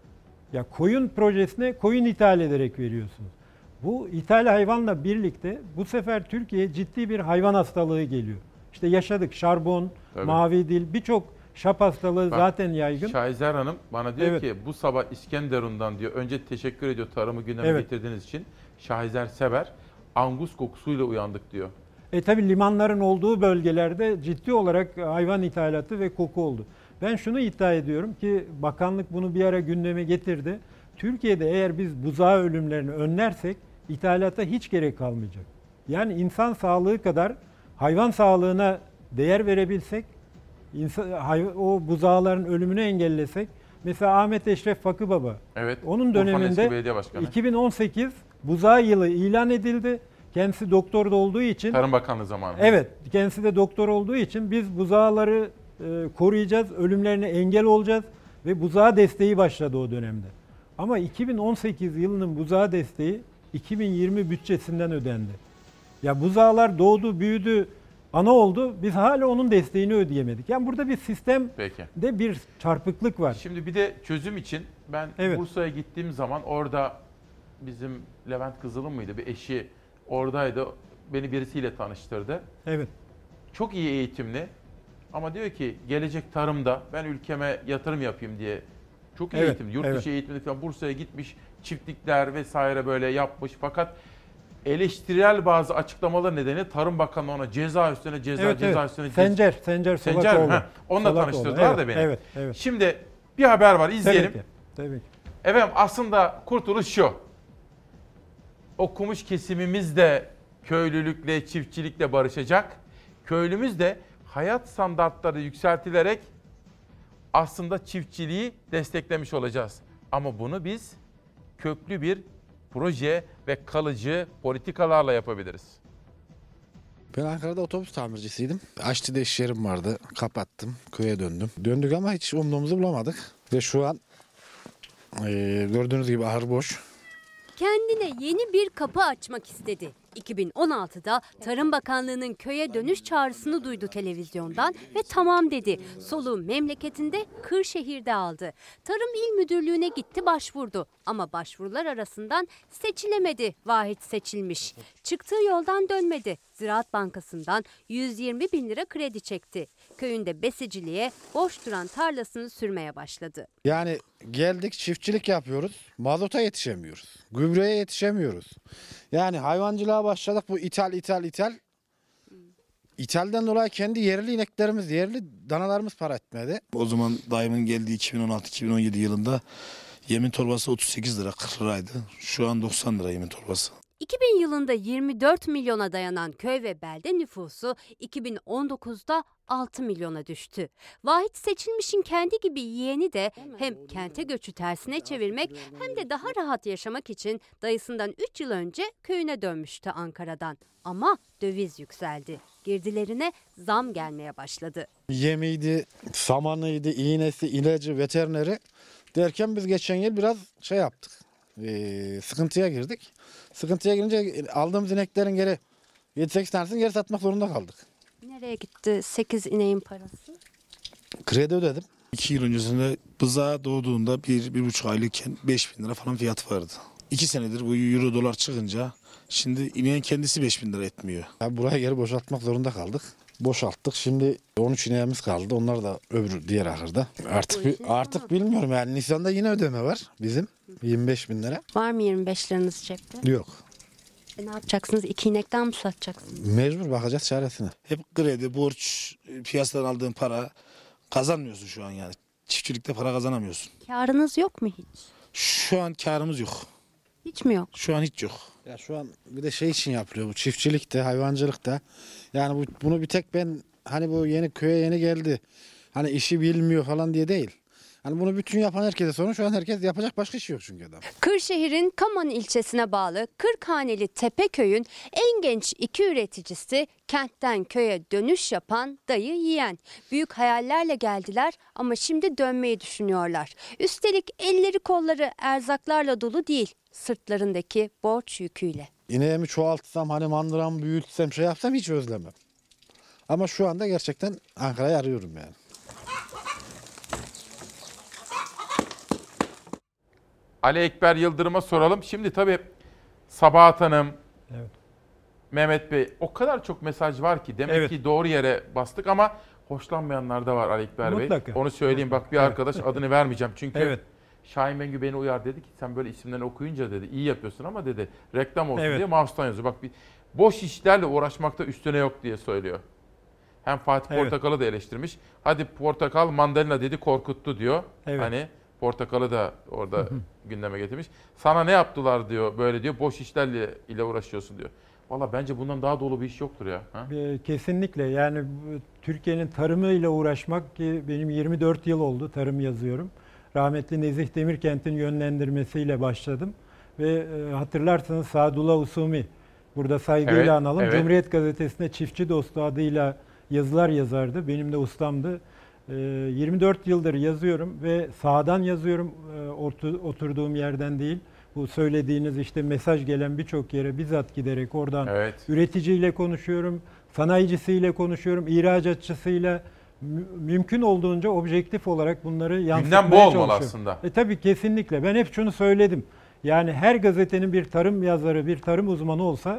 Ya koyun projesine koyun ithal ederek veriyorsunuz. Bu ithal hayvanla birlikte bu sefer Türkiye'ye ciddi bir hayvan hastalığı geliyor. İşte yaşadık şarbon, Tabii. mavi dil, birçok şap hastalığı Bak, zaten yaygın. Şahizer Hanım bana diyor evet. ki bu sabah İskenderun'dan diyor, önce teşekkür ediyor tarımı gündeme evet. getirdiğiniz için. Şahizer Sever, angus kokusuyla uyandık diyor. E tabi limanların olduğu bölgelerde ciddi olarak hayvan ithalatı ve koku oldu. Ben şunu iddia ediyorum ki bakanlık bunu bir ara gündeme getirdi. Türkiye'de eğer biz buzağı ölümlerini önlersek ithalata hiç gerek kalmayacak. Yani insan sağlığı kadar hayvan sağlığına değer verebilsek, insan, o buzağların ölümünü engellesek, mesela Ahmet Eşref Fakı Baba, evet, onun döneminde iki bin on sekiz buzağı yılı ilan edildi. Kendisi doktor da olduğu için. Tarım Bakanlığı zamanı. Evet, kendisi de doktor olduğu için biz buzağları e, koruyacağız, ölümlerine engel olacağız ve buzağı desteği başladı o dönemde. Ama iki bin on sekiz yılının buzağı desteği iki bin yirmi bütçesinden ödendi. Ya buzağlar doğdu, büyüdü, ana oldu. Biz hala onun desteğini ödeyemedik. Yani burada bir sistemde Peki. bir çarpıklık var. Şimdi bir de çözüm için ben evet. Bursa'ya gittiğim zaman orada bizim Levent Kızıl'ın mıydı bir eşi oradaydı. beni birisiyle tanıştırdı. Evet. Çok iyi eğitimli ama diyor ki gelecek tarımda ben ülkeme yatırım yapayım diye. Çok iyi Evet, eğitimli. Yurt evet. dışı eğitimli falan Bursa'ya gitmiş, çiftlikler vesaire böyle yapmış. Fakat eleştirel bazı açıklamalar nedeniyle Tarım Bakanlığı ona ceza üstüne ceza, Evet, ceza evet. üstüne ceza. Sencer, Sencer Sencer mi? Solakoğlu. Ha, onunla Solakoğlu. tanıştırdılar Evet, da beni. evet, evet. Şimdi bir haber var, izleyelim. Tabii ki. Tabii ki. Efendim aslında kurtuluş şu. Okumuş kesimimiz de köylülükle, çiftçilikle barışacak. Köylümüz de hayat standartları yükseltilerek aslında çiftçiliği desteklemiş olacağız. Ama bunu biz köklü bir proje ve kalıcı politikalarla yapabiliriz. Ben Ankara'da otobüs tamircisiydim. Aşçı'da iş yerim vardı. Kapattım. Köye döndüm. Döndük ama hiç umduğumuzu bulamadık. Ve şu an e, gördüğünüz gibi ahır boş. Kendine yeni bir kapı açmak istedi. iki bin on altıda Tarım Bakanlığı'nın köye dönüş çağrısını duydu televizyondan ve tamam dedi. Soluğu memleketinde Kırşehir'de aldı. Tarım İl Müdürlüğü'ne gitti başvurdu ama başvurular arasından seçilemedi. Vahit seçilmiş. Çıktığı yoldan dönmedi. Ziraat Bankası'ndan yüz yirmi bin lira kredi çekti. Köyünde besiciliğe boş duran tarlasını sürmeye başladı. Yani geldik çiftçilik yapıyoruz. Mazota yetişemiyoruz. Gübreye yetişemiyoruz. Yani hayvancılığa başladık, bu ithal ithal ithal. İthalden dolayı kendi yerli ineklerimiz, yerli danalarımız para etmedi. O zaman dayımın geldiği iki bin on altı iki bin on yedi yılında yemin torbası otuz sekiz lira kırk liraydı. Şu an doksan lira yemin torbası. iki bin yılında yirmi dört milyona dayanan köy ve belde nüfusu iki bin on dokuzda altı milyona düştü. Vahit Seçilmiş'in kendi gibi yeğeni de hem kente göçü tersine çevirmek hem de daha rahat yaşamak için dayısından üç yıl önce köyüne dönmüştü Ankara'dan. Ama döviz yükseldi. Girdilerine zam gelmeye başladı. Yemiydi, samanıydı, iğnesi, ilacı, veterineri derken biz geçen yıl biraz şey yaptık. Ee, sıkıntıya girdik. Sıkıntıya girince aldığımız ineklerin geri yedi sekiz tanesini geri satmak zorunda kaldık. Nereye gitti sekiz ineğin parası? Kredi ödedim. İki yıl öncesinde bıza doğduğunda bir, bir buçuk aylıkken beş bin lira falan fiyat vardı. İki senedir bu euro dolar çıkınca şimdi ineğin kendisi beş bin lira etmiyor. Abi buraya geri boşaltmak zorunda kaldık. Boşalttık. Şimdi on üç ineğimiz kaldı. Onlar da öbür diğer ahırda. Artık bi- artık bilmiyorum yani Nisan'da yine ödeme var bizim yirmi beş bin lira. Var mı yirmi beş liranız cepte? Yok. E ne yapacaksınız? İki inekten mi satacaksınız? Mecbur bakacağız çaresine. Hep kredi, borç, piyasadan aldığın para kazanmıyorsun şu an yani. Çiftçilikte para kazanamıyorsun. Karınız yok mu hiç? Şu an karımız yok. Hiç mi yok? Şu an hiç yok. Ya şu an bir de şey için yapılıyor bu çiftçilikte, hayvancılıkta. Yani bu, bunu bir tek ben hani bu yeni köye yeni geldi. Hani işi bilmiyor falan diye değil. Hani bunu bütün yapan herkese sorun. Şu an herkes yapacak başka iş yok çünkü adam. Kırşehir'in Kaman ilçesine bağlı Kırkhaneli Tepeköy'ün en genç iki üreticisi kentten köye dönüş yapan dayı yiyen. Büyük hayallerle geldiler ama şimdi dönmeyi düşünüyorlar. Üstelik elleri kolları erzaklarla dolu değil, sırtlarındaki borç yüküyle. İneğimi çoğaltsam hani mandıramı büyütsem şey yapsam hiç özlemem. Ama şu anda gerçekten Ankara'yı arıyorum yani. Ali Ekber Yıldırım'a soralım. Şimdi tabii Sabahat Hanım, evet. Mehmet Bey o kadar çok mesaj var ki demek Evet. ki doğru yere bastık ama hoşlanmayanlar da var Ali Ekber Bey. Mutlaka. Onu söyleyeyim bak bir arkadaş adını vermeyeceğim çünkü Evet. Şahin Mengü beni uyar dedi ki sen böyle isimlerini okuyunca dedi iyi yapıyorsun ama dedi reklam olsun Evet. diye mouse'tan yazıyor. Bak bir boş işlerle uğraşmakta üstüne yok diye söylüyor. Hem Fatih Evet. Portakal'ı da eleştirmiş. Hadi portakal mandalina dedi korkuttu diyor. Evet. Hani portakalı da orada gündeme getirmiş. Sana ne yaptılar diyor böyle diyor. Boş işlerle ile uğraşıyorsun diyor. Valla bence bundan daha dolu bir iş yoktur ya. Ha? Ee, Kesinlikle yani bu Türkiye'nin tarımıyla uğraşmak ki benim yirmi dört yıl oldu tarım yazıyorum. Rahmetli Nezih Demirkent'in yönlendirmesiyle başladım. Ve e, hatırlarsanız Sadullah Usumi burada saygıyla Evet, analım. evet. Cumhuriyet Gazetesi'nde Çiftçi Dostu adıyla yazılar yazardı. Benim de ustamdı. E, yirmi dört yıldır yazıyorum ve sahadan yazıyorum e, otur, oturduğum yerden değil. Bu söylediğiniz işte mesaj gelen birçok yere bizzat giderek oradan Evet. üreticiyle konuşuyorum, sanayicisiyle konuşuyorum, ihracatçısıyla mü- mümkün olduğunca objektif olarak bunları yansıtmaya Gündem bu olmalı çalışıyorum. aslında. E tabii kesinlikle. Ben hep şunu söyledim. Yani her gazetenin bir tarım yazarı, bir tarım uzmanı olsa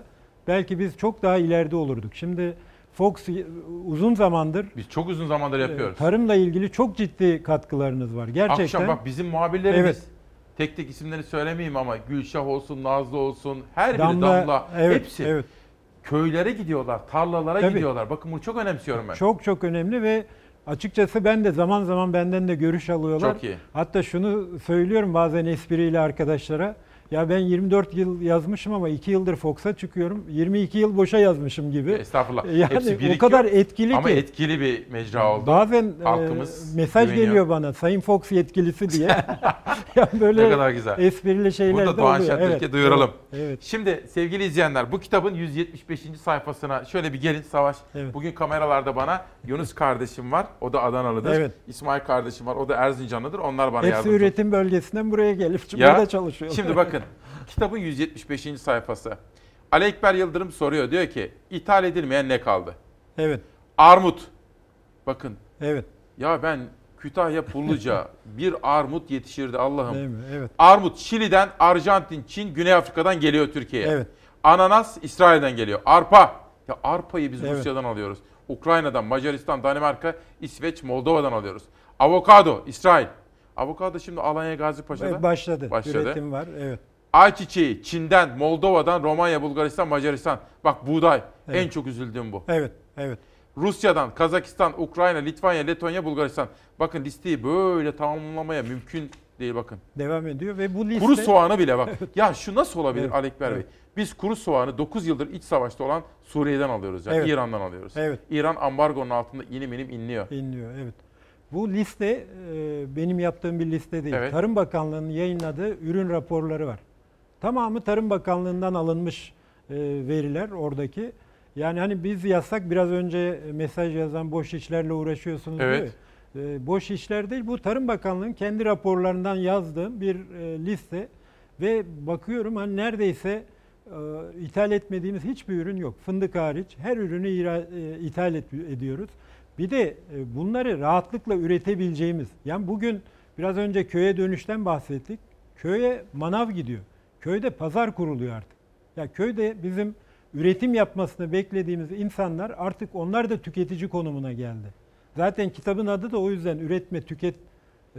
belki biz çok daha ileride olurduk. Şimdi Fox uzun zamandır Biz çok uzun zamandır yapıyoruz. tarımla ilgili çok ciddi katkılarınız var. Gerçekten. Akşam bak bizim muhabirlerimiz, Evet. tek tek isimlerini söylemeyeyim ama Gülşah olsun, Nazlı olsun, her biri Damla, Damla, evet, hepsi evet. köylere gidiyorlar, tarlalara Tabii. gidiyorlar. Bakın bunu çok önemsiyorum ben. Çok çok önemli ve açıkçası ben de zaman zaman benden de görüş alıyorlar. Çok iyi. Hatta şunu söylüyorum bazen espriyle arkadaşlara. Ya ben yirmi dört yıl yazmışım ama iki yıldır Fox'a çıkıyorum. yirmi iki yıl boşa yazmışım gibi. Estağfurullah. Yani Hepsi o birikiyor. kadar etkili Ama ki. etkili bir mecra oldu. Bazen Halkımız e, mesaj güveniyor. geliyor bana Sayın Fox yetkilisi diye. Yani böyle ne kadar güzel. esprili şeyler Burada de Doğan oluyor. Şentürk'e Evet, duyuralım. Evet, evet. Şimdi sevgili izleyenler bu kitabın yüz yetmiş beşinci sayfasına şöyle bir gelin Savaş. Evet. Bugün kameralarda bana Yunus kardeşim var. O da Adanalıdır. Evet. İsmail kardeşim var. O da Erzincanlıdır. Onlar bana Hepsi yardımcı. üretim bölgesinden buraya gelip Ya, burada çalışıyor. Şimdi bakın kitabın yüz yetmiş beşinci sayfası. Ali Ekber Yıldırım soruyor. Diyor ki ithal edilmeyen ne kaldı? Evet. Armut. Bakın. Evet. Ya ben Kütahya Pulluca bir armut yetişirdi Allah'ım. Değil mi? Evet. Armut Şili'den, Arjantin, Çin, Güney Afrika'dan geliyor Türkiye'ye. Evet. Ananas İsrail'den geliyor. Arpa. Ya arpayı biz Evet. Rusya'dan alıyoruz. Ukrayna'dan, Macaristan, Danimarka, İsveç, Moldova'dan alıyoruz. Avokado İsrail. Avokado şimdi Alanya Gazipaşa'da Başladı. başladı. Üretim var. Evet. Ayçiçeği Çin'den, Moldova'dan, Romanya, Bulgaristan, Macaristan. Bak buğday. Evet. En çok üzüldüğüm bu. Evet. Evet. Rusya'dan, Kazakistan, Ukrayna, Litvanya, Letonya, Bulgaristan. Bakın listeyi böyle tamamlamaya mümkün değil bakın. Devam ediyor ve bu liste... Kuru soğanı bile bak. Ya şu nasıl olabilir Evet, Ali Ekber Bey? evet. Biz kuru soğanı dokuz yıldır iç savaşta olan Suriye'den alıyoruz. Yani Evet. İran'dan alıyoruz. Evet. İran ambargonun altında inim inim inliyor. İnliyor, evet. Bu liste e, benim yaptığım bir liste değil. Evet. Tarım Bakanlığı'nın yayınladığı ürün raporları var. Tamamı Tarım Bakanlığı'ndan alınmış e, veriler oradaki. Yani hani biz yazsak biraz önce mesaj yazan boş işlerle uğraşıyorsunuz Evet. diyor. E, boş işler değil. Bu Tarım Bakanlığı'nın kendi raporlarından yazdığım bir e, liste ve bakıyorum hani neredeyse e, ithal etmediğimiz hiçbir ürün yok. Fındık hariç her ürünü ira- e, ithal et, ediyoruz. Bir de e, bunları rahatlıkla üretebileceğimiz. Yani bugün biraz önce köye dönüşten bahsettik. Köye manav gidiyor. Köyde pazar kuruluyor artık. Ya köyde bizim üretim yapmasını beklediğimiz insanlar artık onlar da tüketici konumuna geldi. Zaten kitabın adı da o yüzden üretme, tüket. E,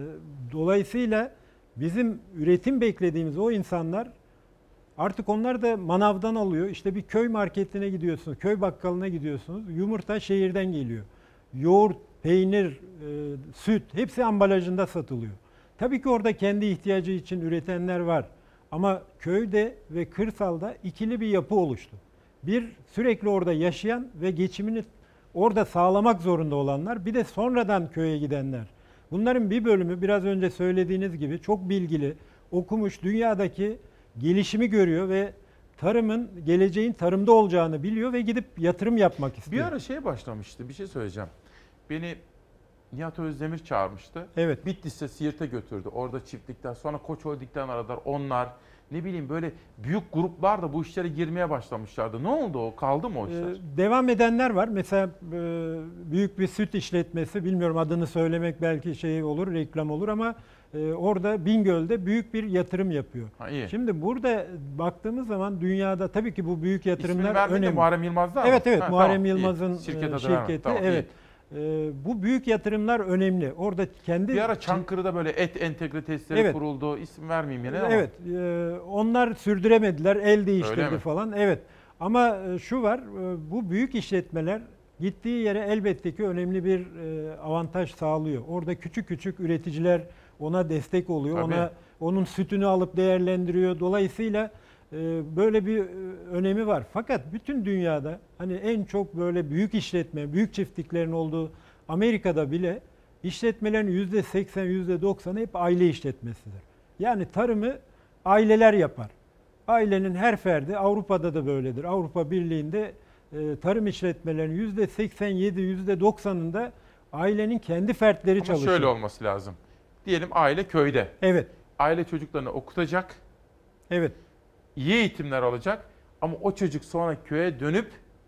dolayısıyla bizim üretim beklediğimiz o insanlar artık onlar da manavdan alıyor. İşte bir köy marketine gidiyorsunuz, köy bakkalına gidiyorsunuz. Yumurta şehirden geliyor. Yoğurt, peynir, e, süt hepsi ambalajında satılıyor. Tabii ki orada kendi ihtiyacı için üretenler var. Ama köyde ve kırsalda ikili bir yapı oluştu. Bir sürekli orada yaşayan ve geçimini orada sağlamak zorunda olanlar, bir de sonradan köye gidenler. Bunların bir bölümü biraz önce söylediğiniz gibi çok bilgili, okumuş, dünyadaki gelişimi görüyor ve tarımın, geleceğin tarımda olacağını biliyor ve gidip yatırım yapmak istiyor. Bir ara şey başlamıştı, bir şey söyleyeceğim. Beni Nihat Özdemir çağırmıştı. Evet. Bitlis'e, Siirt'e götürdü. Orada çiftlikler, sonra Koç Holding'den aradılar. Onlar, ne bileyim böyle büyük gruplar da bu işlere girmeye başlamışlardı. Ne oldu o? Kaldı mı o işler? Ee, devam edenler var. Mesela e, büyük bir süt işletmesi, bilmiyorum adını söylemek belki şey olur, reklam olur ama e, orada Bingöl'de büyük bir yatırım yapıyor. Ha, iyi. Şimdi burada baktığımız zaman dünyada tabii ki bu büyük yatırımlar İsmini vermedi de önemli. Muharrem Yılmaz'da ama. Evet evet Ha, Muharrem tamam, iyi. Yılmaz'ın Şirket e, adı şirketi. vermedi, tamam, evet. E, bu büyük yatırımlar önemli. Orada kendi Bir ara Çankırı'da böyle et entegre testleri Evet. kuruldu. İsim vermeyeyim yine ama. Evet, e, onlar sürdüremediler, el Öyle değiştirdi mi? falan. Evet. Ama e, şu var, e, bu büyük işletmeler gittiği yere elbette ki önemli bir e, avantaj sağlıyor. Orada küçük küçük üreticiler ona destek oluyor. Tabii. Ona onun sütünü alıp değerlendiriyor. Dolayısıyla e, böyle bir e, önemi var. Fakat bütün dünyada hani en çok böyle büyük işletme, büyük çiftliklerin olduğu Amerika'da bile işletmelerin yüzde seksen, yüzde doksanı hep aile işletmesidir. Yani tarımı aileler yapar. Ailenin her ferdi, Avrupa'da da böyledir. Avrupa Birliği'nde e, tarım işletmelerinin yüzde seksen yedi, yüzde doksanında ailenin kendi fertleri Ama çalışıyor. şöyle olması lazım. Diyelim aile köyde. Evet. Aile çocuklarını okutacak. Evet. İyi eğitimler alacak. Ama o çocuk sonra köye dönüp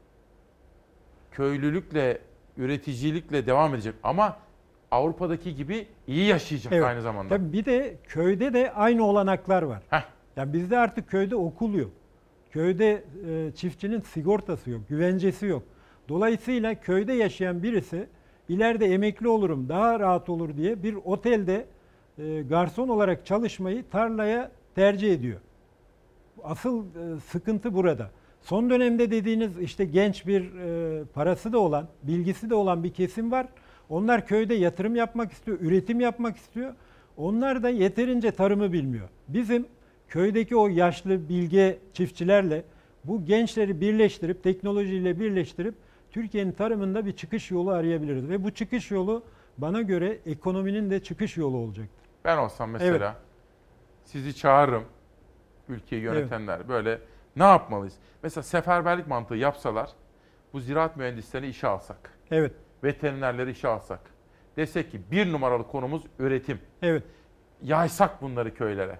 köylülükle, üreticilikle devam edecek. Ama Avrupa'daki gibi iyi yaşayacak Evet. aynı zamanda. Tabii bir de köyde de aynı olanaklar var. Heh. Yani bizde artık köyde okul yok. Köyde e, çiftçinin sigortası yok, güvencesi yok. Dolayısıyla köyde yaşayan birisi ileride emekli olurum, daha rahat olur diye bir otelde e, garson olarak çalışmayı tarlaya tercih ediyor. Asıl e, sıkıntı burada. Son dönemde dediğiniz işte genç bir e, parası da olan, bilgisi de olan bir kesim var. Onlar köyde yatırım yapmak istiyor, üretim yapmak istiyor. Onlar da yeterince tarımı bilmiyor. Bizim köydeki o yaşlı bilge çiftçilerle bu gençleri birleştirip, teknolojiyle birleştirip Türkiye'nin tarımında bir çıkış yolu arayabiliriz. Ve bu çıkış yolu bana göre ekonominin de çıkış yolu olacaktır. Ben olsam mesela Evet. sizi çağırırım, ülkeyi yönetenler evet. böyle ne yapmalıyız? Mesela seferberlik mantığı yapsalar, bu ziraat mühendislerini işe alsak, evet. veterinerleri işe alsak, desek ki bir numaralı konumuz üretim. Evet. Yaysak bunları köylere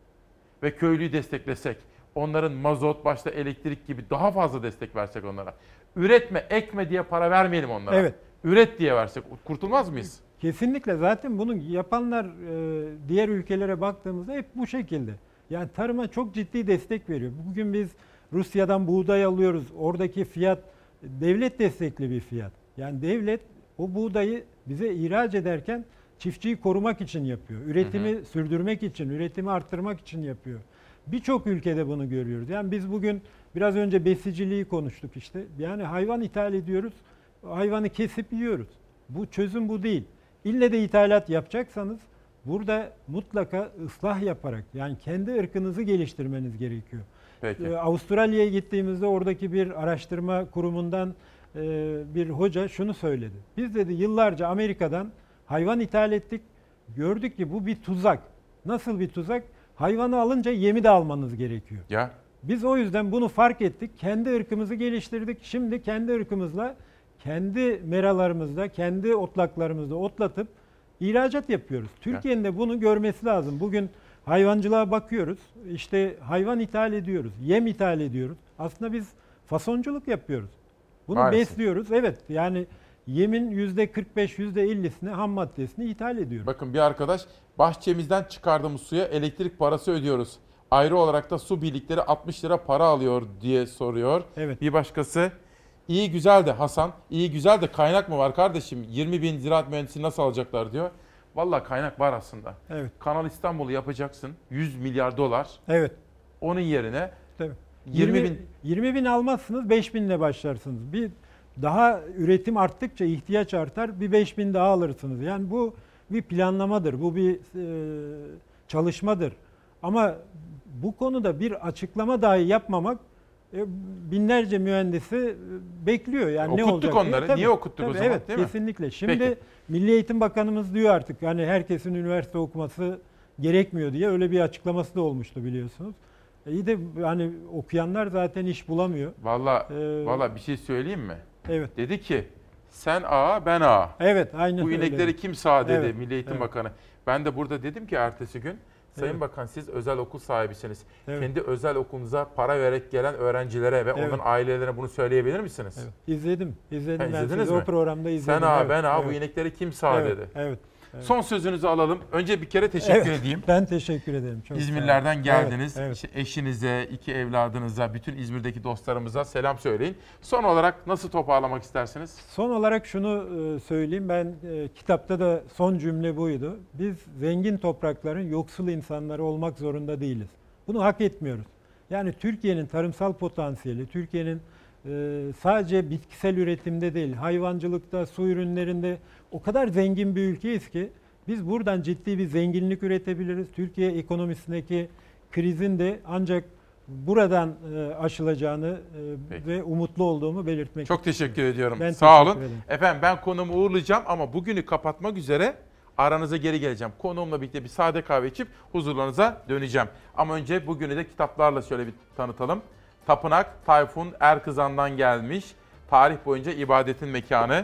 ve köylüyü desteklesek, onların mazot, başta elektrik gibi daha fazla destek versek onlara. Üretme, ekme diye para vermeyelim onlara. Evet. Üret diye versek kurtulmaz mıyız? Kesinlikle, zaten bunu yapanlar diğer ülkelere baktığımızda hep bu şekilde. Yani tarıma çok ciddi destek veriyor. Bugün biz Rusya'dan buğday alıyoruz. Oradaki fiyat devlet destekli bir fiyat. Yani devlet o buğdayı bize ihraç ederken çiftçiyi korumak için yapıyor. Üretimi hı hı. sürdürmek için, üretimi arttırmak için yapıyor. Birçok ülkede bunu görüyoruz. Yani biz bugün biraz önce besiciliği konuştuk işte. Yani hayvan ithal ediyoruz. Hayvanı kesip yiyoruz. Bu çözüm bu değil. İlle de ithalat yapacaksanız burada mutlaka ıslah yaparak, yani kendi ırkınızı geliştirmeniz gerekiyor. Peki. Ee, Avustralya'ya gittiğimizde oradaki bir araştırma kurumundan e, bir hoca şunu söyledi. Biz dedi yıllarca Amerika'dan hayvan ithal ettik. Gördük ki bu bir tuzak. Nasıl bir tuzak? Hayvanı alınca yemi de almanız gerekiyor. Ya. Biz o yüzden bunu fark ettik. Kendi ırkımızı geliştirdik. Şimdi kendi ırkımızla, kendi meralarımızda, kendi otlaklarımızda otlatıp ihracat yapıyoruz. Türkiye'nin de bunu görmesi lazım. Bugün hayvancılığa bakıyoruz. İşte hayvan ithal ediyoruz. Yem ithal ediyoruz. Aslında biz fasonculuk yapıyoruz. Bunu Maalesef. besliyoruz. Evet, yani yemin yüzde kırk beş yüzde ellisini ham maddesini ithal ediyoruz. Bakın bir arkadaş, bahçemizden çıkardığımız suya elektrik parası ödüyoruz. Ayrı olarak da su birlikleri altmış lira para alıyor diye soruyor. Evet. Bir başkası, iyi güzel de Hasan, iyi güzel de kaynak mı var kardeşim? yirmi bin ziraat mühendisi nasıl alacaklar diyor. Vallahi kaynak var aslında. Evet. Kanal İstanbul'u yapacaksın, yüz milyar dolar. Evet. Onun yerine Tabii. yirmi bin... yirmi bin almazsınız, beş bin ile başlarsınız. Bir daha üretim arttıkça ihtiyaç artar, bir beş bin daha alırsınız. Yani bu bir planlamadır, bu bir e, çalışmadır. Ama bu konuda bir açıklama dahi yapmamak e, binlerce mühendisi bekliyor. Yani okuttuk ne olacak onları. diye. Niye okuttuk tabii, o zaman, evet, değil mi? Kesinlikle. Şimdi Peki. Milli Eğitim Bakanımız diyor artık hani herkesin üniversite okuması gerekmiyor diye, öyle bir açıklaması da olmuştu biliyorsunuz. E, iyi de hani okuyanlar zaten iş bulamıyor. Vallahi Ee, vallahi bir şey söyleyeyim mi? Evet. Dedi ki sen ağa ben ağa. Evet, aynen Bu öyle. inekleri kim sağ dedi Evet, Milli Eğitim evet. Bakanı. Ben de burada dedim ki ertesi gün, Sayın Evet. Bakan siz özel okul sahibisiniz. Evet. Kendi özel okulunuza para vererek gelen öğrencilere ve Evet. onların ailelerine bunu söyleyebilir misiniz? Evet. İzledim. İzledim Ha, ben izlediniz sizi mi? o programda izledim. Sen ağa Evet, ben ağa bu evet. inekleri kim sağ Evet, dedi. Evet. Evet. Son sözünüzü alalım. Önce bir kere teşekkür Evet, edeyim. Ben teşekkür ederim. Çok İzmirlerden sağ olun. geldiniz. Evet, evet. İşte eşinize, iki evladınıza, bütün İzmir'deki dostlarımıza selam söyleyin. Son olarak nasıl toparlamak istersiniz? Son olarak şunu e, söyleyeyim. Ben e, kitapta da son cümle buydu. Biz zengin toprakların yoksul insanları olmak zorunda değiliz. Bunu hak etmiyoruz. Yani Türkiye'nin tarımsal potansiyeli, Türkiye'nin e, sadece bitkisel üretimde değil, hayvancılıkta, su ürünlerinde o kadar zengin bir ülkeyiz ki biz buradan ciddi bir zenginlik üretebiliriz. Türkiye ekonomisindeki krizin de ancak buradan e, aşılacağını e, ve umutlu olduğumu belirtmek Çok teşekkür ediyorum. Ben Sağ teşekkür olun. ederim. Efendim ben konumu uğurlayacağım ama bugünü kapatmak üzere aranıza geri geleceğim. Konuğumla birlikte bir sade kahve içip huzurlarınıza döneceğim. Ama önce bugünü de kitaplarla şöyle bir tanıtalım. Tapınak Tayfun Erkızan'dan gelmiş. Tarih boyunca ibadetin mekanı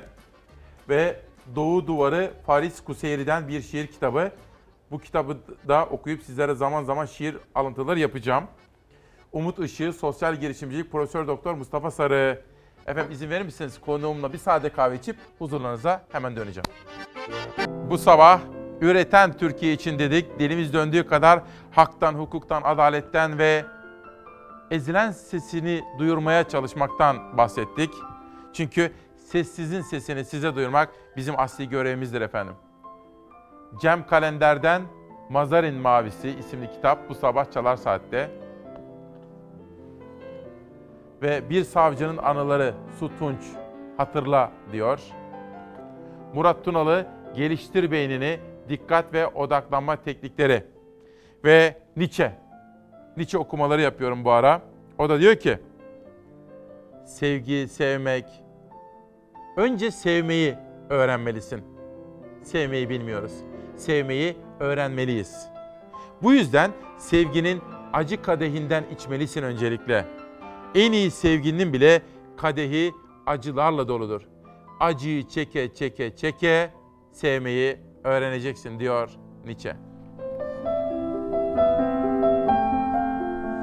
ve Doğu Duvarı Faris Kuseyri'den bir şiir kitabı. Bu kitabı da okuyup sizlere zaman zaman şiir alıntıları yapacağım. Umut Işığı Sosyal Girişimcilik Profesör Doktor Mustafa Sarı. Efendim izin verir misiniz konuğumla bir sade kahve içip huzurlarınıza hemen döneceğim. Bu sabah üreten Türkiye için dedik. Dilimiz döndüğü kadar haktan, hukuktan, adaletten ve ezilen sesini duyurmaya çalışmaktan bahsettik. Çünkü sessizin sesini size duyurmak bizim asli görevimizdir efendim. Cem Kalender'den Mazarin Mavisi isimli kitap bu sabah Çalar Saat'te. Ve bir savcının anıları Su Tunç hatırla diyor. Murat Tunalı geliştir beynini, dikkat ve odaklanma teknikleri. Ve Nietzsche. Nietzsche okumaları yapıyorum bu ara. O da diyor ki, sevgi, sevmek, önce sevmeyi öğrenmelisin. Sevmeyi bilmiyoruz. Sevmeyi öğrenmeliyiz. Bu yüzden sevginin acı kadehinden içmelisin öncelikle. En iyi sevginin bile kadehi acılarla doludur. Acıyı çeke çeke çeke sevmeyi öğreneceksin diyor Nietzsche.